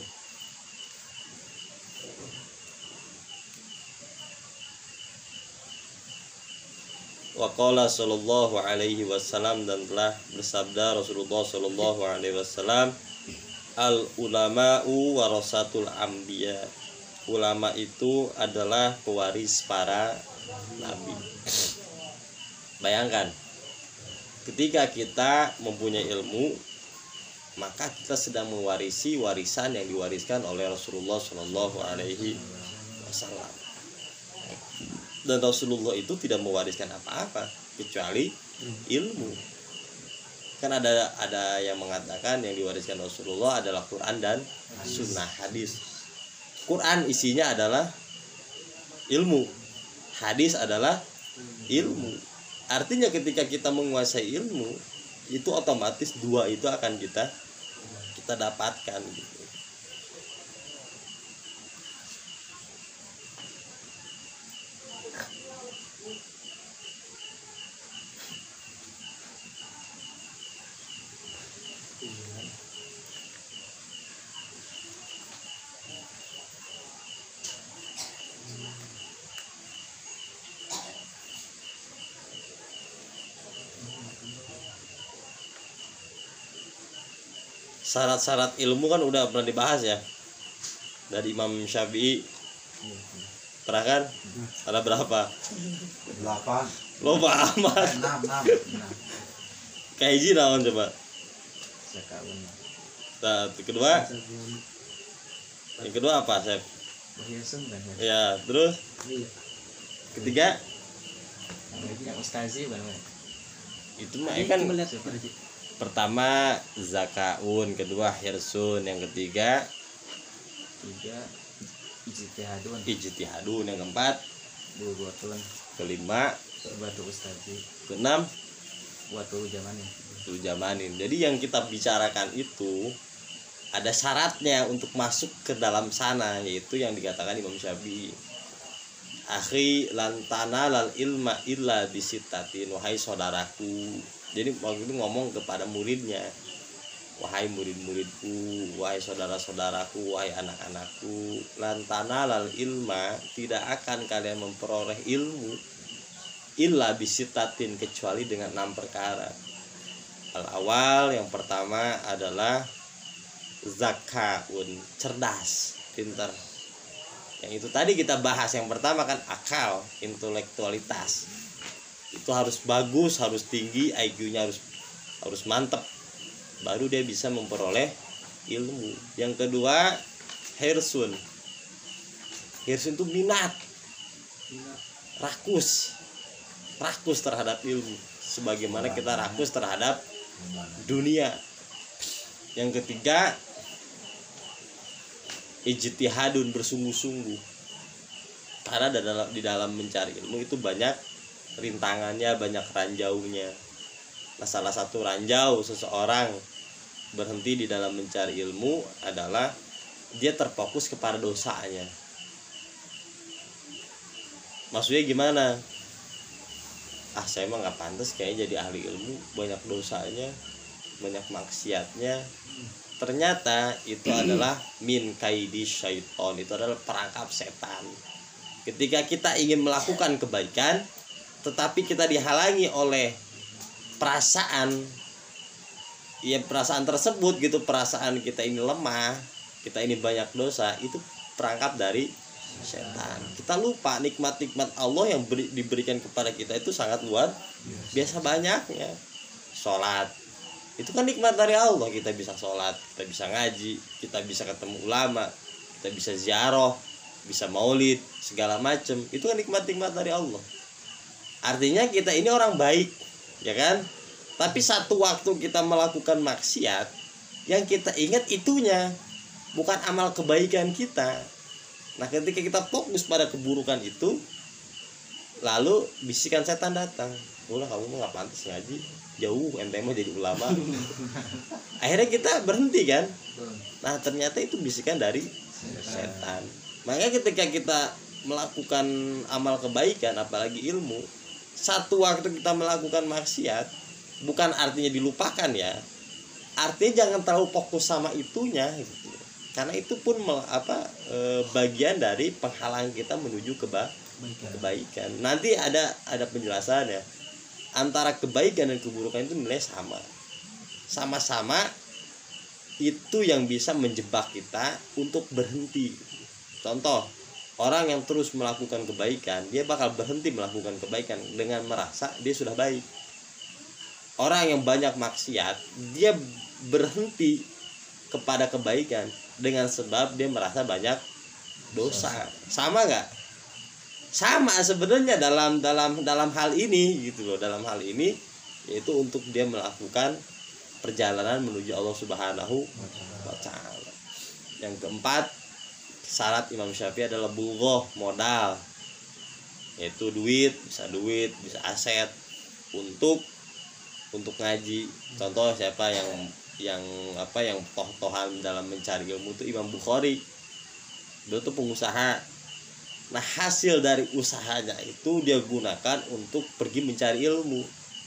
Wa qala sallallahu alaihi wasallam, dan telah bersabda Rasulullah sallallahu alaihi wasallam, al ulama'u warasatul anbiya. Ulama itu adalah pewaris para nabi. Bayangkan, ketika kita mempunyai ilmu, maka kita sedang mewarisi warisan yang diwariskan oleh Rasulullah sallallahu alaihi wasallam. Dan Rasulullah itu tidak mewariskan apa-apa kecuali ilmu. Kan ada ada yang mengatakan yang diwariskan Rasulullah adalah Quran dan sunnah, hadis. Quran isinya adalah ilmu, hadis adalah ilmu. Artinya ketika kita menguasai ilmu, itu otomatis dua itu akan kita kita dapatkan gitu. Syarat-syarat ilmu kan udah pernah dibahas ya dari Imam Syafi'i. Pernah kan? Ada berapa? Delapan. Loba amat. Enam, enam. Kayak hiji naon coba? Zakaun. Nah, yang kedua? Yang kedua apa, Chef? Berhiasan kan ya? Ya, terus? Ketiga? Lagi yang ustazi bang. Itu mah kan pertama zakaun, kedua hirsun, yang ketiga tiga ijtihadun, ijtihadun, yang keempat buatun, kelima batu ustazi, keenam buatu jamanin. tu jamanin. Jadi yang kita bicarakan itu ada syaratnya untuk masuk ke dalam sana, yaitu yang dikatakan Imam Syafi'i, akhi lantana lal ilma illa bisitatin, wahai saudaraku. Jadi waktu itu ngomong kepada muridnya, wahai murid-muridku, wahai saudara-saudaraku, wahai anak-anakku, lantana lal ilma, tidak akan kalian memperoleh ilmu illa bisitatin, kecuali dengan enam perkara. Al awal, yang pertama adalah zakaun, cerdas, pintar. Yang itu tadi kita bahas, yang pertama kan akal, intelektualitas. Itu harus bagus, harus tinggi, I Q-nya harus harus mantep, baru dia bisa memperoleh ilmu. Yang kedua, hirsun. Hirsun itu minat, rakus, rakus terhadap ilmu, sebagaimana kita rakus terhadap dunia. Yang ketiga, ijtihadun, bersungguh-sungguh. Karena di dalam mencari ilmu itu banyak rintangannya, banyak ranjaunya. Nah, salah satu ranjau seseorang berhenti di dalam mencari ilmu adalah dia terfokus kepada dosanya. Maksudnya gimana? Ah, saya mah nggak pantas kayaknya jadi ahli ilmu, banyak dosanya, banyak maksiatnya. Ternyata itu adalah min kaidi syaiton, itu adalah perangkap setan. Ketika kita ingin melakukan kebaikan tetapi kita dihalangi oleh perasaan, ya perasaan tersebut gitu, perasaan kita ini lemah, kita ini banyak dosa, itu perangkap dari setan. Kita lupa nikmat-nikmat Allah yang beri, diberikan kepada kita itu sangat luar biasa banyaknya. Sholat itu kan nikmat dari Allah, kita bisa sholat, kita bisa ngaji, kita bisa ketemu ulama, kita bisa ziarah, bisa maulid, segala macam, itu kan nikmat-nikmat dari Allah. Artinya kita ini orang baik, ya kan? Tapi satu waktu kita melakukan maksiat, yang kita ingat itunya, bukan amal kebaikan kita. Nah, ketika kita fokus pada keburukan itu, lalu bisikan setan datang, ulah kamu mah nggak pantas ngaji, jauh ente mah jadi ulama. Akhirnya kita berhenti kan? Nah, ternyata itu bisikan dari setan. Makanya ketika kita melakukan amal kebaikan, apalagi ilmu, satu waktu kita melakukan maksiat, bukan artinya dilupakan ya, artinya jangan terlalu fokus sama itunya gitu. Karena itu pun mel- apa e, bagian dari penghalang kita menuju keba kebaikan. Nanti ada ada penjelasannya. Antara kebaikan dan keburukan itu nilai sama. Sama-sama itu yang bisa menjebak kita untuk berhenti. Contoh, orang yang terus melakukan kebaikan, dia bakal berhenti melakukan kebaikan dengan merasa dia sudah baik. Orang yang banyak maksiat, dia berhenti kepada kebaikan dengan sebab dia merasa banyak dosa. Sama nggak? Sama sebenarnya dalam dalam dalam hal ini gitu loh. Dalam hal ini yaitu untuk dia melakukan perjalanan menuju Allah Subhanahu wa taala. Yang keempat, syarat Imam Syafi'i adalah bulghah, modal. Yaitu duit, bisa duit, bisa aset untuk untuk ngaji. Contoh siapa yang yang apa yang toh-tohan dalam mencari ilmu itu Imam Bukhari. Dia tuh pengusaha. Nah, hasil dari usahanya itu dia gunakan untuk pergi mencari ilmu.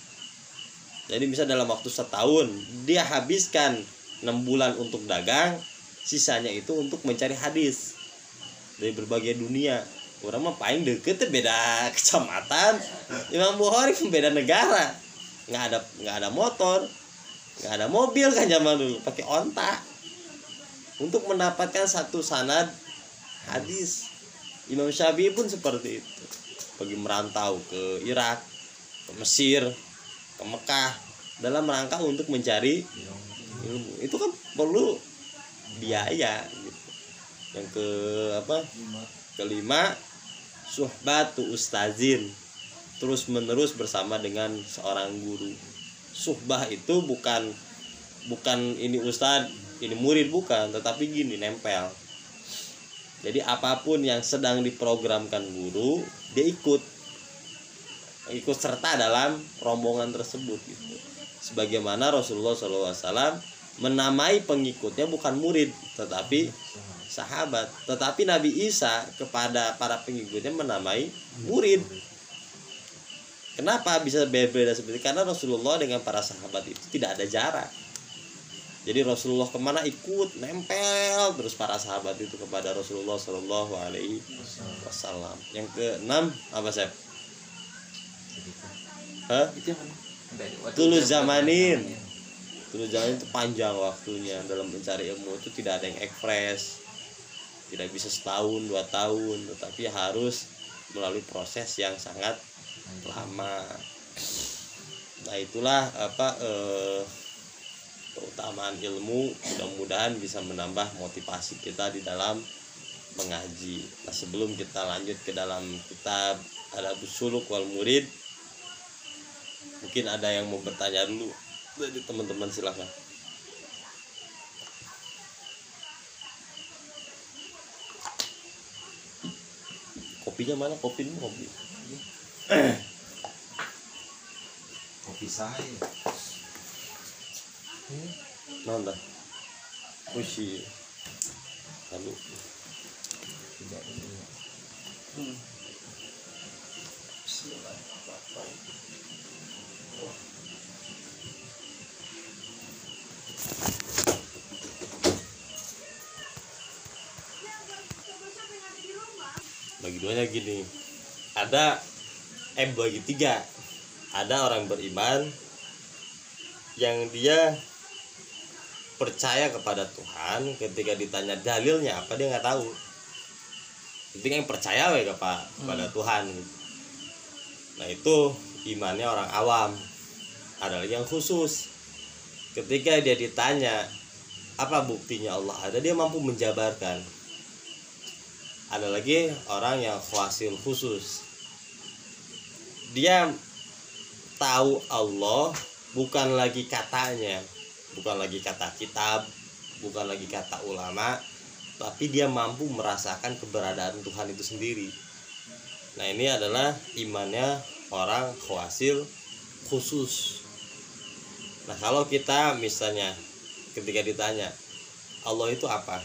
Jadi bisa dalam waktu setahun dia habiskan enam bulan untuk dagang, sisanya itu untuk mencari hadis dari berbagai dunia. Orang mah paling deket beda kecamatan, Imam Bukhari beda negara. Nggak ada nggak ada motor, nggak ada mobil kan zaman dulu, pakai onta untuk mendapatkan satu sanad hadis. Imam Syafi'i pun seperti itu, pergi merantau ke Irak, ke Mesir, ke Mekah dalam rangka untuk mencari ilmu. Itu kan perlu biaya gitu. Yang ke apa? Kelima, suhbatu ustazin, terus menerus bersama dengan seorang guru. Suhbah itu bukan bukan ini ustad, ini murid, bukan, tetapi gini, nempel. Jadi apapun yang sedang diprogramkan guru, dia ikut ikut serta dalam rombongan tersebut gitu. Sebagaimana Rasulullah shallallahu alaihi wasallam menamai pengikutnya bukan murid tetapi sahabat. Tetapi Nabi Isa kepada para pengikutnya menamai murid. Kenapa bisa berbeda seperti itu? Karena Rasulullah dengan para sahabat itu tidak ada jarak. Jadi Rasulullah kemana ikut, nempel terus para sahabat itu kepada Rasulullah Shallallahu Alaihi Wasallam. Yang keenam apa Sep? Hah? Tulus zamanin. Tulus zamanin itu panjang waktunya dalam mencari ilmu, itu tidak ada yang ekspres, tidak bisa setahun dua tahun, tetapi harus melalui proses yang sangat lama. Nah itulah apa eh, keutamaan ilmu. Mudah-mudahan bisa menambah motivasi kita di dalam mengaji. Nah sebelum kita lanjut ke dalam kitab Adabus Suluk wal Murid, mungkin ada yang mau bertanya dulu. Jadi teman-teman silakan. Kopinya mana? Kopinya kopi. Kopi saya. Nanda. Ushi. Lalu. Tidak ini. Hmm. Bagi duanya gini, ada eh bagi tiga, ada orang beriman yang dia percaya kepada Tuhan, ketika ditanya dalilnya apa dia nggak tahu. Itu yang percaya we kepada hmm. Tuhan. Nah itu imannya orang awam. Ada lagi yang khusus. Ketika dia ditanya apa buktinya Allah ada, dia mampu menjabarkan. Ada lagi orang yang khawasil khusus. Dia tahu Allah bukan lagi katanya, bukan lagi kata kitab, bukan lagi kata ulama, tapi dia mampu merasakan keberadaan Tuhan itu sendiri. Nah ini adalah imannya orang khawasil khusus. Nah kalau kita misalnya ketika ditanya Allah itu apa,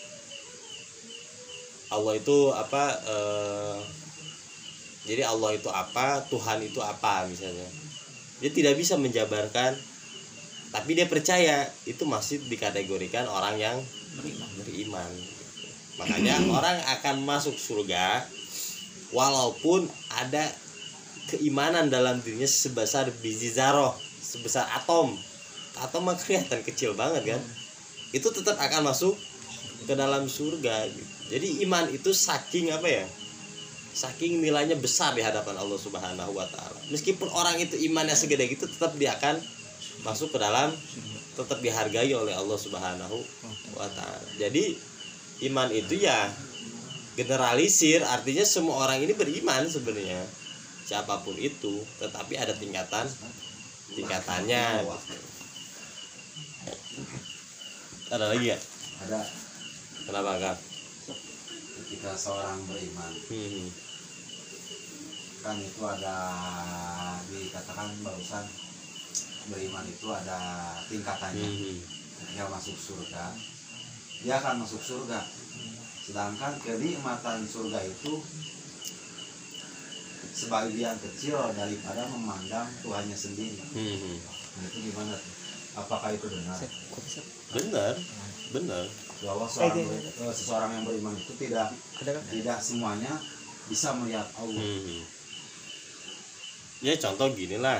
Allah itu apa eh, jadi Allah itu apa, Tuhan itu apa misalnya, dia tidak bisa menjabarkan tapi dia percaya, itu masih dikategorikan orang yang Beriman. beriman. Makanya orang akan masuk surga walaupun ada keimanan dalam dirinya sebesar biji zarah, sebesar atom. Atom mah kelihatan kecil banget kan, itu tetap akan masuk ke dalam surga gitu. Jadi iman itu saking apa ya, saking nilainya besar di hadapan Allah Subhanahu wa taala. Meskipun orang itu imannya segede gitu, tetap dia akan masuk ke dalam, tetap dihargai oleh Allah Subhanahu wa taala. Jadi iman itu ya generalisir, artinya semua orang ini beriman sebenarnya, siapapun itu, tetapi ada tingkatan tingkatannya. Ada lagi ya? Ada. Kenapa Kak? Ketika seorang beriman, Hmm. kan itu ada dikatakan barusan, beriman itu ada tingkatannya. Hmm. Ketika masuk surga, dia akan masuk surga. Sedangkan kenikmatan surga itu sebagian kecil daripada memandang Tuhannya sendiri. Hmm. Nah, itu gimana? Apakah itu benar? Benar, benar. Bahwa seorang, eh, seseorang yang beriman itu tidak Ada kan? tidak semuanya bisa melihat Allah. Hmm. Ya contoh gini lah,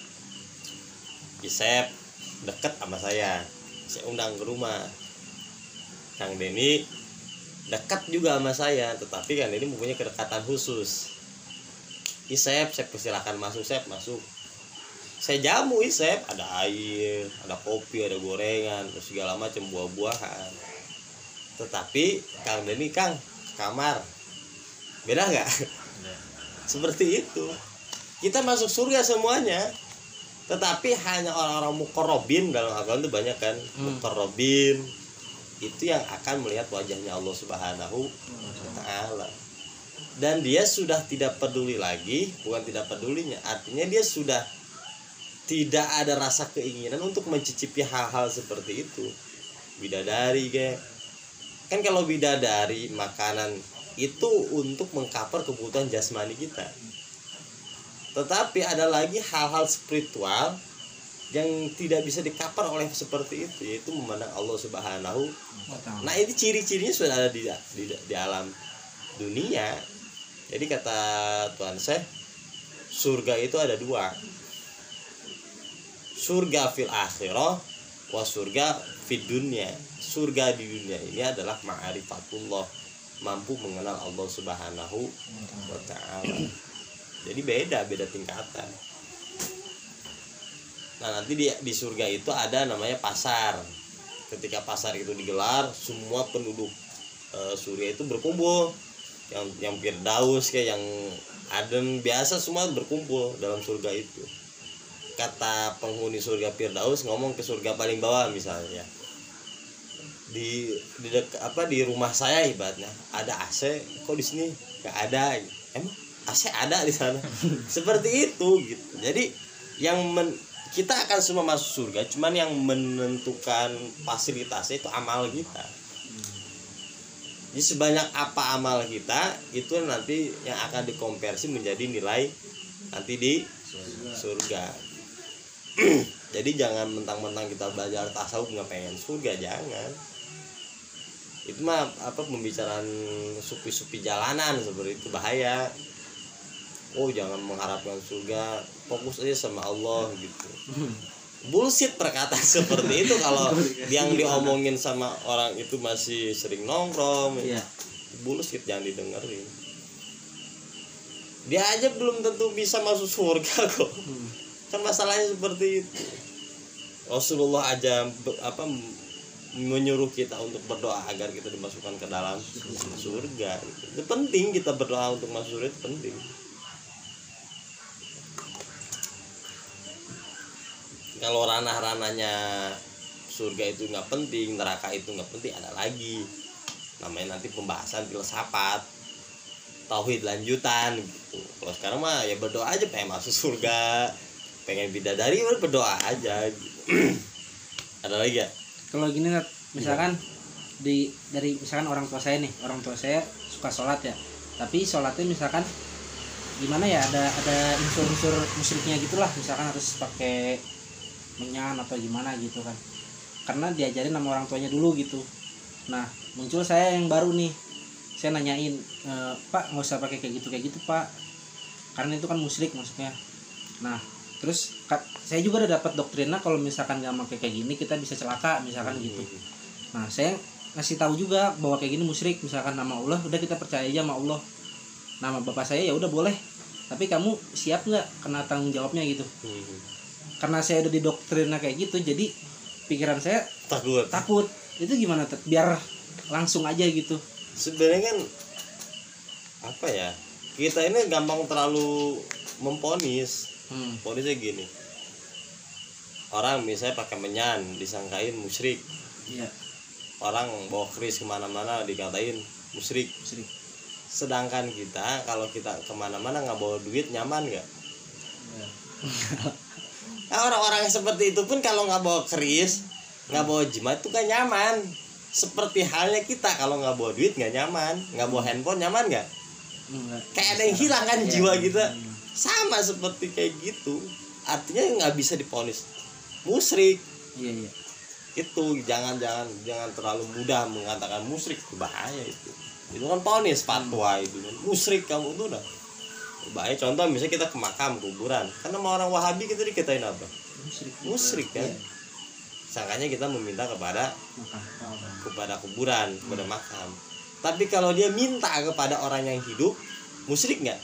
Isep deket sama saya, saya undang ke rumah. Kang Denny dekat juga sama saya, tetapi Kang Denny mempunyai kedekatan khusus. Isep, saya persilakan masuk, Isep masuk. Saya jamu Isep, ada air, ada kopi, ada gorengan, terus segala macam buah-buahan. Tetapi Kang Denny, Kang, kamar, beda nggak? Seperti itu. Kita masuk surga semuanya, tetapi hanya orang-orang muqarrabin, dalam agama itu banyak kan, Hmm. muqarrabin itu yang akan melihat wajahnya Allah Subhanahu wa taala. Dan dia sudah tidak peduli lagi, bukan tidak pedulinya, artinya dia sudah tidak ada rasa keinginan untuk mencicipi hal-hal seperti itu. Bidadari kayak, kan kalau bidadari makanan itu untuk mengcover kebutuhan jasmani kita. Tetapi ada lagi hal-hal spiritual yang tidak bisa di-cover oleh seperti itu, yaitu memandang Allah Subhanahu. Nah, ini ciri-cirinya sudah ada di, di, di alam dunia. Jadi kata Tuhan Syekh, surga itu ada dua. Surga fil akhirah wa surga fid dunya. Surga di dunia ini adalah ma'rifatullah, mampu mengenal Allah Subhanahu wa taala. Jadi beda, beda tingkatan. Nah, nanti di, di surga itu ada namanya pasar. Ketika pasar itu digelar, semua penduduk e, surga itu berkumpul. Yang yang Firdaus kayak yang adem biasa semua berkumpul dalam surga itu. Kata penghuni surga Firdaus ngomong ke surga paling bawah misalnya. Di di dek, apa di rumah saya ibaratnya ada A C, kok di sini nggak ada? Emang A C ada di sana. Seperti itu gitu. Jadi yang men, kita akan semua masuk surga, cuman yang menentukan fasilitasnya itu amal kita. Jadi sebanyak apa amal kita, itu nanti yang akan dikonversi menjadi nilai nanti di surga. Jadi jangan mentang-mentang kita belajar tasawuf nggak pengen surga, jangan. Itu mah apa pembicaraan supi-supi jalanan, seperti itu bahaya. Oh, jangan mengharapkan surga, fokus aja sama Allah gitu. Bullshit perkataan seperti itu kalau yang diomongin sama orang itu masih sering nongkrong. Iya. Bullshit, jangan didengerin. Dia aja belum tentu bisa masuk surga kok. Kan masalahnya seperti itu. Rasulullah aja apa menyuruh kita untuk berdoa agar kita dimasukkan ke dalam surga. Itu penting, kita berdoa untuk masuk surga itu penting. Kalau ranah-ranahnya surga itu nggak penting, neraka itu nggak penting, ada lagi namanya nanti pembahasan filsafat, tauhid lanjutan gitu. Kalau sekarang mah ya berdoa aja pengen masuk surga, pengen bidadari berdoa aja gitu. Ada lagi ya? Kalau gini Nat, misalkan di dari misalkan orang tua saya nih, orang tua saya suka sholat ya, tapi sholatnya misalkan gimana ya, ada ada unsur-unsur musyriknya gitulah, misalkan harus pakai menyan atau gimana gitu kan, karena diajarin sama orang tuanya dulu gitu. Nah muncul saya yang baru nih, saya nanyain, e, Pak nggak usah pakai kayak gitu kayak gitu Pak, karena itu kan musyrik maksudnya. Nah terus saya juga udah dapat doktrinnya kalau misalkan nggak pakai kayak gini kita bisa celaka misalkan gitu. Nah saya ngasih tahu juga bahwa kayak gini musyrik, misalkan nama Allah udah kita percaya aja sama Allah, nama bapak saya ya udah boleh, tapi kamu siap nggak kena tanggung jawabnya gitu. Hmm. Karena saya udah didoktrinnya kayak gitu, jadi pikiran saya takut takut itu gimana tuh biar langsung aja gitu. Sebenarnya kan apa ya, kita ini gampang terlalu memponis. Hmm. Ponisnya gini, orang misalnya pakai menyan disangkain musyrik, iya. Orang bawa keris kemana-mana dikatain musyrik. musyrik Sedangkan kita kalau kita kemana-mana nggak bawa duit nyaman nggak? Ya. Nah, orang-orang yang seperti itu pun kalau nggak bawa keris, nggak bawa jimat itu kan nyaman. Seperti halnya kita kalau nggak bawa duit nggak nyaman, nggak bawa handphone nyaman nggak? Kayak ada yang hilang kan, ya, jiwa kita. Sama seperti kayak gitu. Artinya nggak bisa diponis musyrik. Iya iya. Itu jangan jangan jangan terlalu mudah mengatakan musyrik, itu bahaya itu. Itu kan ponis fatwa itu kan. Musyrik kamu tuh udah bahaya. Contoh misalnya kita ke makam kuburan, karena sama orang Wahabi kita dikatain apa? Musyrik. Musyrik kan. Iya. Sangkanya kita meminta kepada kepada kuburan, kepada makam. Tapi kalau dia minta kepada orang yang hidup, musyrik nggak?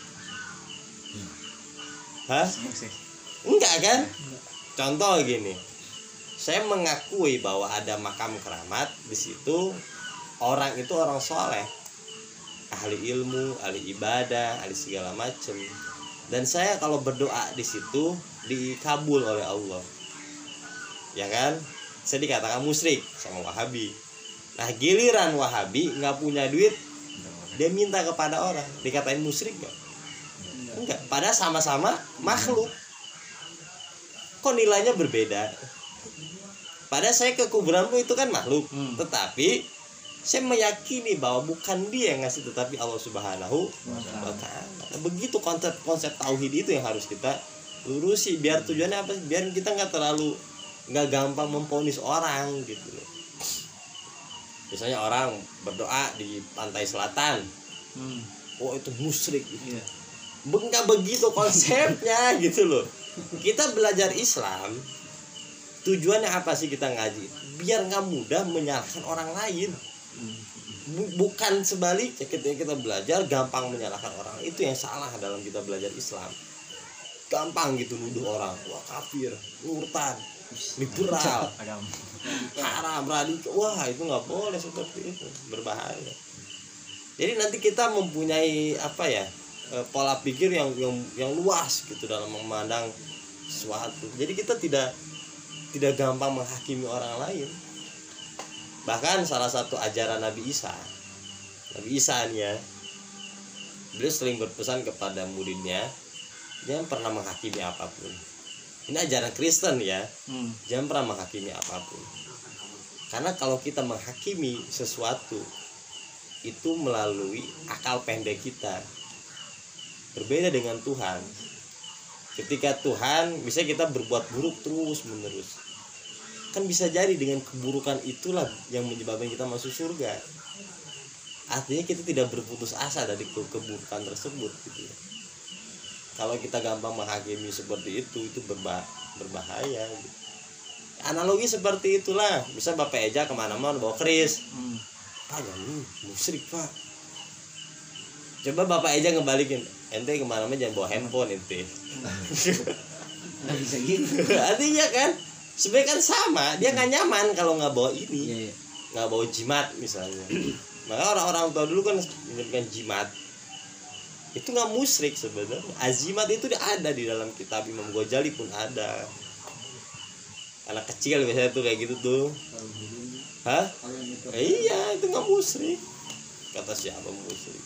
Hah? Enggak kan? Contoh gini, saya mengakui bahwa ada makam keramat di situ, orang itu orang soleh, ahli ilmu, ahli ibadah, ahli segala macam. Dan saya kalau berdoa di situ dikabul oleh Allah, ya kan? Saya dikatakan musyrik sama Wahabi. Nah giliran Wahabi nggak punya duit, dia minta kepada orang, dikatain musyrik nggak? Enggak, padahal sama-sama makhluk. Kok nilainya berbeda? Padahal saya ke kuburan pun itu kan makhluk, hmm. tetapi saya meyakini bahwa bukan dia yang ngasih, tetapi Allah Subhanahu wa Ta'ala. Begitu konsep-konsep tauhid itu yang harus kita lurusi. Biar tujuannya apa? Biar kita nggak terlalu nggak gampang memponis orang gitu. Misalnya orang berdoa di pantai selatan, hmm. oh itu musyrik gitu. Yeah. Enggak begitu konsepnya gitu loh. Kita belajar Islam tujuannya apa sih kita ngaji? Biar nggak mudah menyalahkan orang lain. Bukan sebaliknya, ketika kita belajar gampang menyalahkan orang. Itu yang salah dalam kita belajar Islam. Gampang gitu nuduh orang, wah kafir, murtad, liberal, haram, radikal. Wah itu nggak boleh seperti itu, berbahaya. Jadi nanti kita mempunyai apa ya, pola pikir yang yang yang luas gitu dalam memandang sesuatu. Jadi kita tidak tidak gampang menghakimi orang lain. Bahkan salah satu ajaran Nabi Isa, Nabi Isa nih ya, beliau sering berpesan kepada muridnya, jangan pernah menghakimi apapun. Ini ajaran Kristen ya, hmm. jangan pernah menghakimi apapun. Karena kalau kita menghakimi sesuatu itu melalui akal pendek kita. Berbeda dengan Tuhan. Ketika Tuhan bisa kita berbuat buruk terus menerus, kan bisa jadi dengan keburukan itulah yang menyebabkan kita masuk surga. Artinya kita tidak berputus asa dari ke- keburukan tersebut gitu ya. Kalau kita gampang menghakimi seperti itu, itu berba- berbahaya gitu. Analogi seperti itulah. Bisa Bapak Eja kemana-mana bawa keris, hmm. Pak jangan musyrik Pak. Coba Bapak Eja ngebalikin, ente kemana-mana jangan bawa handphone ente. Nggak bisa gitu. Artinya kan sebenarnya kan sama, dia nggak nyaman kalau nggak bawa ini, yeah, yeah. nggak bawa jimat misalnya. Maka orang-orang tua dulu kan menyebutkan jimat itu nggak musyrik sebenarnya. Azimat itu ada di dalam kitab Imam Ghazali pun ada. Anak kecil biasanya tuh kayak gitu tuh. Hah? Eh, iya itu nggak musyrik. Kata siapa musyrik?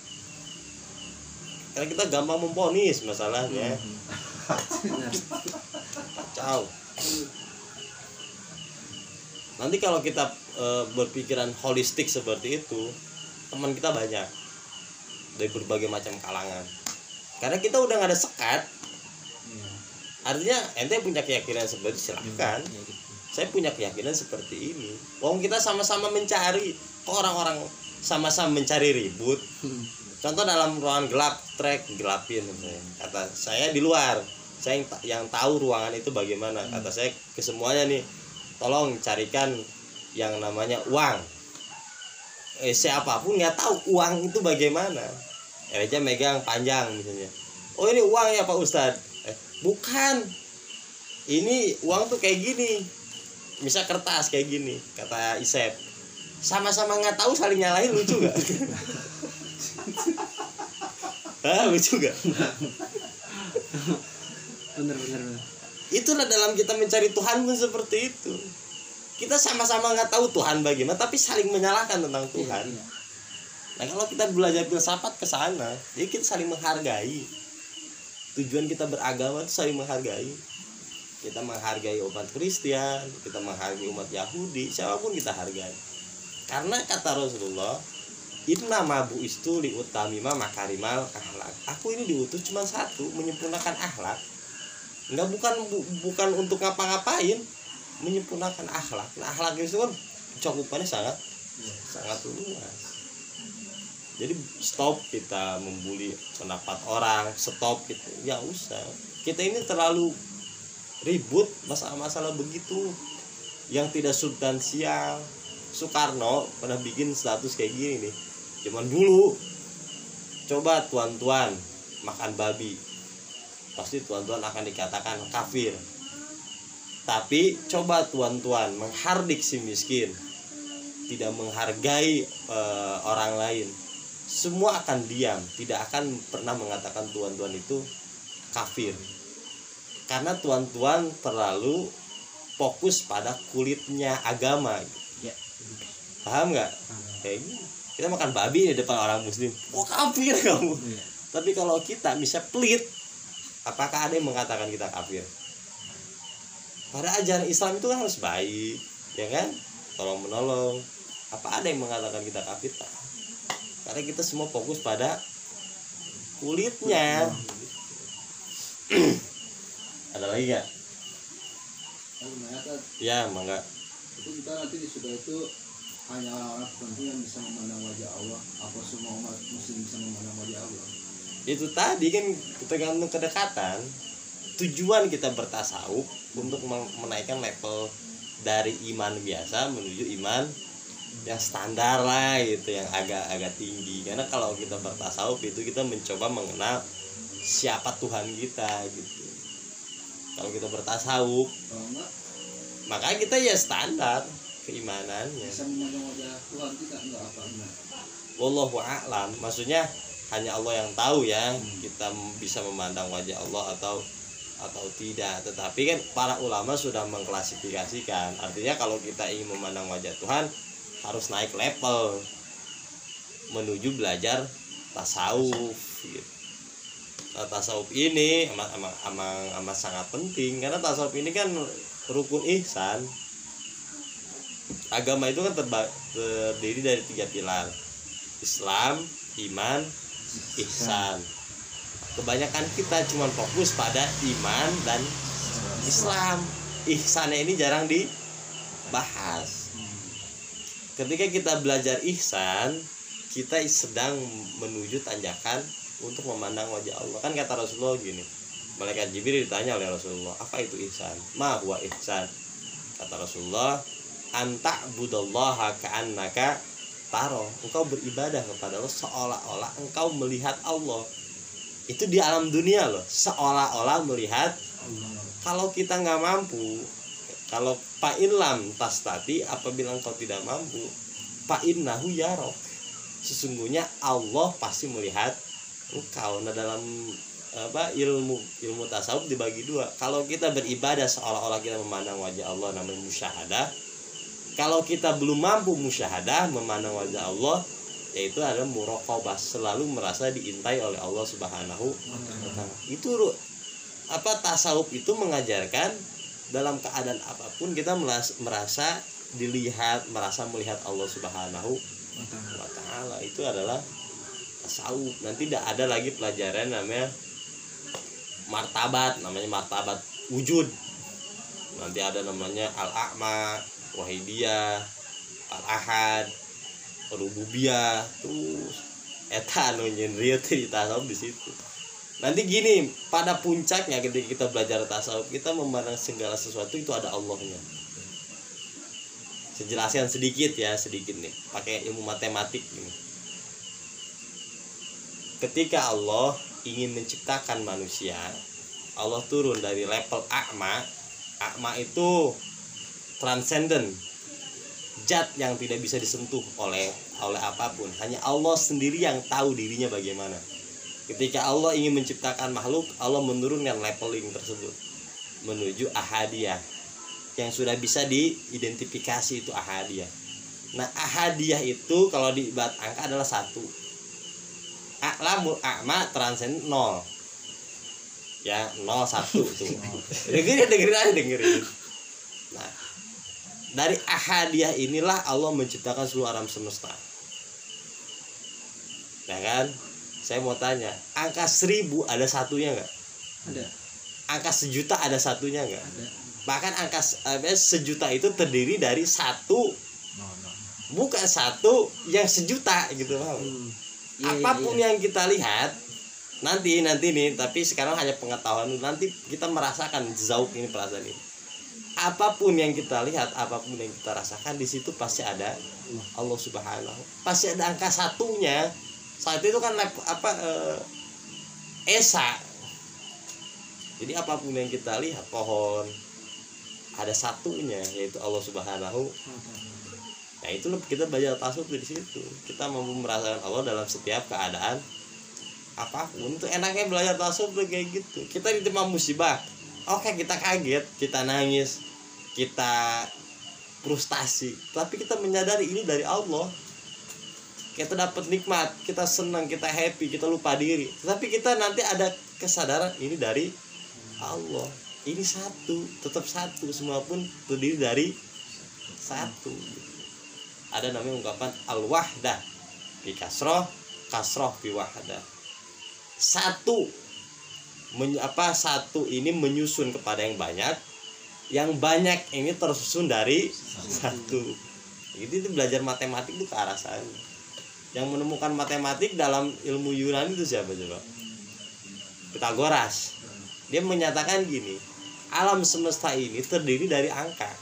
Karena kita gampang memponis masalahnya. Kacau. Nanti kalau kita e, berpikiran holistik seperti itu, teman kita banyak dari berbagai macam kalangan. Karena kita udah nggak ada sekat, Artinya ente punya keyakinan seperti silakan. Ya, gitu. Saya punya keyakinan seperti ini. Wong kita sama-sama mencari, kok orang-orang sama-sama mencari ribut. Contoh dalam ruangan gelap, trek gelapin misalnya. Kata saya di luar, saya yang, yang tahu ruangan itu bagaimana. Kata saya ke semuanya nih, tolong carikan yang namanya uang. Eh, siapapun nggak tahu uang itu bagaimana. Aja megang panjang misalnya. Oh ini uang ya Pak Ustadz. Eh, bukan. Ini uang tuh kayak gini. Misal kertas kayak gini, kata Isep. Sama-sama nggak tahu saling nyalahin, lucu gak? Hah, lucu gak? Bener bener bener. Itulah dalam kita mencari Tuhan pun seperti itu. Kita sama-sama nggak tahu Tuhan bagaimana, tapi saling menyalahkan tentang Tuhan. Iya, iya. Nah kalau kita belajar filsafat ke sana, jadi kita saling menghargai. Tujuan kita beragama itu saling menghargai. Kita menghargai umat Kristen, kita menghargai umat Yahudi, siapapun kita hargai. Karena kata Rasulullah, inna ma bu'istu li utamima makarimal akhlak. Aku ini diutus cuma satu, menyempurnakan akhlak. Enggak, bukan bu, bukan untuk ngapa-ngapain, menyempurnakan akhlak. Nah, akhlak itu kan cakupannya sangat sangat luas. Jadi stop kita membuli pendapat orang, stop gitu. Ya usah. Kita ini terlalu ribut masalah-masalah begitu yang tidak substansial. Soekarno pernah bikin status kayak gini nih, zaman dulu, coba tuan-tuan makan babi, pasti tuan-tuan akan dikatakan kafir. Tapi coba tuan-tuan menghardik si miskin, tidak menghargai e, orang lain, semua akan diam, tidak akan pernah mengatakan tuan-tuan itu kafir. Karena tuan-tuan terlalu fokus pada kulitnya agama. Ya. Paham nggak? Kayak gini. Kita makan babi di depan orang muslim, oh kafir kamu. Ya. Tapi kalau kita bisa pelit, apakah ada yang mengatakan kita kafir? Pada ajaran Islam itu kan harus baik, ya kan? Tolong menolong. Apa ada yang mengatakan kita kafir? Karena kita semua fokus pada kulitnya. Ada lagi nggak? Ya, mangga. Itu kita nanti di surga itu hanya orang-orang tertentu yang bisa memandang wajah Allah. Apa semua umat muslim bisa memandang wajah Allah? Itu tadi kan tergantung kedekatan. Tujuan kita bertasawuf untuk menaikkan level dari iman biasa menuju iman yang standar lah, gitu, yang agak-agak tinggi. Karena kalau kita bertasawuf itu kita mencoba mengenal siapa Tuhan kita gitu. Kalau kita bertasawuf, Kalau enggak, maka kita ya standar keimanannya. bisa memandang wajah Tuhan kita enggak apa enggak. Wallahu a'lam. Maksudnya hanya Allah yang tahu ya, kita bisa memandang wajah Allah atau atau tidak. Tetapi kan para ulama sudah mengklasifikasikan. Artinya kalau kita ingin memandang wajah Tuhan, harus naik level menuju belajar tasawuf gitu. Nah, tasawuf ini amat, amat, amat, amat sangat penting karena tasawuf ini kan rukun ihsan. Agama itu kan terba- terdiri dari tiga pilar: Islam, iman, ihsan. Kebanyakan kita cuma fokus pada iman dan Islam. Ihsannya ini jarang dibahas. Ketika kita belajar ihsan, kita sedang menuju tanjakan untuk memandang wajah Allah. Kan kata Rasulullah gini, malaikat Jibril ditanya oleh Rasulullah, apa itu ihsan? Ma huwa ihsan? Kata Rasulullah, anta budallaha ka'annaka taro. Engkau beribadah kepada Allah seolah-olah engkau melihat Allah. Itu di alam dunia loh, seolah-olah melihat Allah. Kalau kita nggak mampu, kalau fa'inlam tastati, apabila engkau tidak mampu, fa'innahu yarok, sesungguhnya Allah pasti melihat engkau. Nah, dalam apa ilmu ilmu tasawuf dibagi dua. Kalau kita beribadah seolah-olah kita memandang wajah Allah, namanya musyahadah. Kalau kita belum mampu musyahadah memandang wajah Allah, yaitu adalah muraqabah, selalu merasa diintai oleh Allah Subhanahu wa taala. Itu apa tasawuf itu mengajarkan dalam keadaan apapun kita merasa dilihat, merasa melihat Allah Subhanahu wa taala. Itu adalah tasawuf. Nanti tidak ada lagi pelajaran namanya martabat, namanya martabat wujud. Nanti ada namanya al-a'ma, wahidiyah, al-ahad, rububiyah, terus eta anu nyendrieu teh di tasawuf di situ. Nanti gini, pada puncaknya ketika kita belajar tasawuf, kita memandang segala sesuatu itu ada Allahnya. Sejelaskan sedikit ya, sedikit nih, pakai ilmu matematik ini. Ketika Allah ingin menciptakan manusia, Allah turun dari level a'ma. A'ma itu transcendent, zat yang tidak bisa disentuh oleh oleh apapun. Hanya Allah sendiri yang tahu dirinya bagaimana. Ketika Allah ingin menciptakan makhluk, Allah menurunkan leveling tersebut menuju ahadiyah, yang sudah bisa diidentifikasi itu ahadiyah. Nah, ahadiyah itu kalau diibarat angka adalah satu. A'lamul a'ma transcendent nol. Ya, nol satu tuh. Dengerin, dengerin aja, dengerin. Nah, dari ahadiyah inilah Allah menciptakan seluruh alam semesta. Nah kan, saya mau tanya, angka seribu ada satunya nggak? Ada. Angka sejuta ada satunya nggak? Ada. Bahkan angka eh, sejuta itu terdiri dari satu, no, no. bukan satu yang sejuta gitu. Hmm. Iya, Apapun iya, iya. yang kita lihat nanti nanti nih, tapi sekarang hanya pengetahuan. Nanti kita merasakan zauk ini, perasaan ini. Apapun yang kita lihat, apapun yang kita rasakan, di situ pasti ada Allah Subhanahu. Pasti ada angka satunya. Saat itu kan apa eh, esa. Jadi apapun yang kita lihat, pohon ada satunya, yaitu Allah Subhanahu. Nah, itu kita belajar tasawuf di situ. Kita mampu merasakan Allah dalam setiap keadaan apapun. Itu enaknya belajar tasawuf tuh kayak gitu. Kita ditimpa musibah, oke, kita kaget, kita nangis, kita frustasi, tapi kita menyadari ini dari Allah. Kita dapat nikmat, kita senang, kita happy, kita lupa diri. Tapi kita nanti ada kesadaran ini dari Allah. Ini satu, tetap satu, semua pun terdiri dari satu. Ada namanya ungkapan al-wahdah bi kasroh, kasroh bi wahdah. Satu men, apa satu ini menyusun kepada yang banyak, yang banyak ini tersusun dari satu. Itu, itu belajar matematik itu ke arah sana. Yang menemukan matematik dalam ilmu Yunani itu siapa coba? Pythagoras. Dia menyatakan gini, alam semesta ini terdiri dari angka.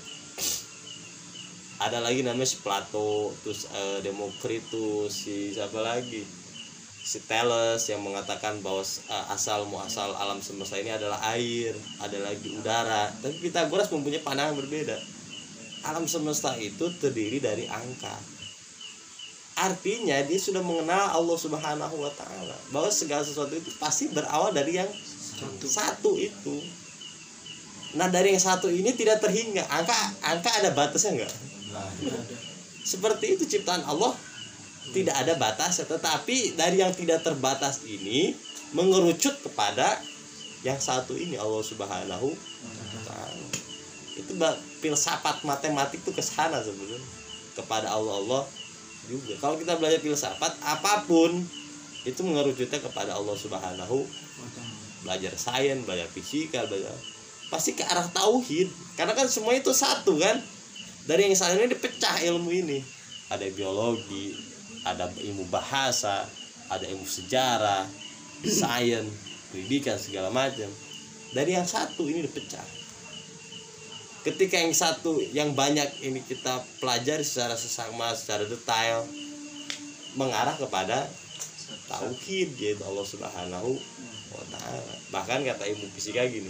Ada lagi namanya si Plato, terus uh, Demokritus, si siapa lagi, si Thales yang mengatakan bahwa uh, asal muasal alam semesta ini adalah air, ada lagi udara. Tapi Pythagoras mempunyai pandangan berbeda. Alam semesta itu terdiri dari angka. Artinya dia sudah mengenal Allah Subhanahu wa taala, bahwa segala sesuatu itu pasti berawal dari yang satu, satu itu. Nah, dari yang satu ini tidak terhingga. Angka angka ada batasnya enggak? Seperti itu ciptaan Allah, tidak ada batas, tetapi dari yang tidak terbatas ini mengerucut kepada yang satu ini, Allah Subhanahu wa taala. Itu filsafat matematik itu ke sana sebenarnya, kepada Allah Allah juga. Kalau kita belajar filsafat apapun itu mengerucutnya kepada Allah Subhanahu. Belajar sains, belajar fisika, belajar pasti ke arah tauhid, karena kan semua itu satu kan. Dari yang satu ini dipecah ilmu ini. Ada biologi, ada ilmu bahasa, ada ilmu sejarah, sains, pendidikan, segala macam. Dari yang satu ini dipecah. Ketika yang satu, yang banyak ini kita pelajari secara sesama, secara detail, mengarah kepada tauhid, yaitu Allah Subhanahu wa taala. Bahkan kata ilmu fisika gini,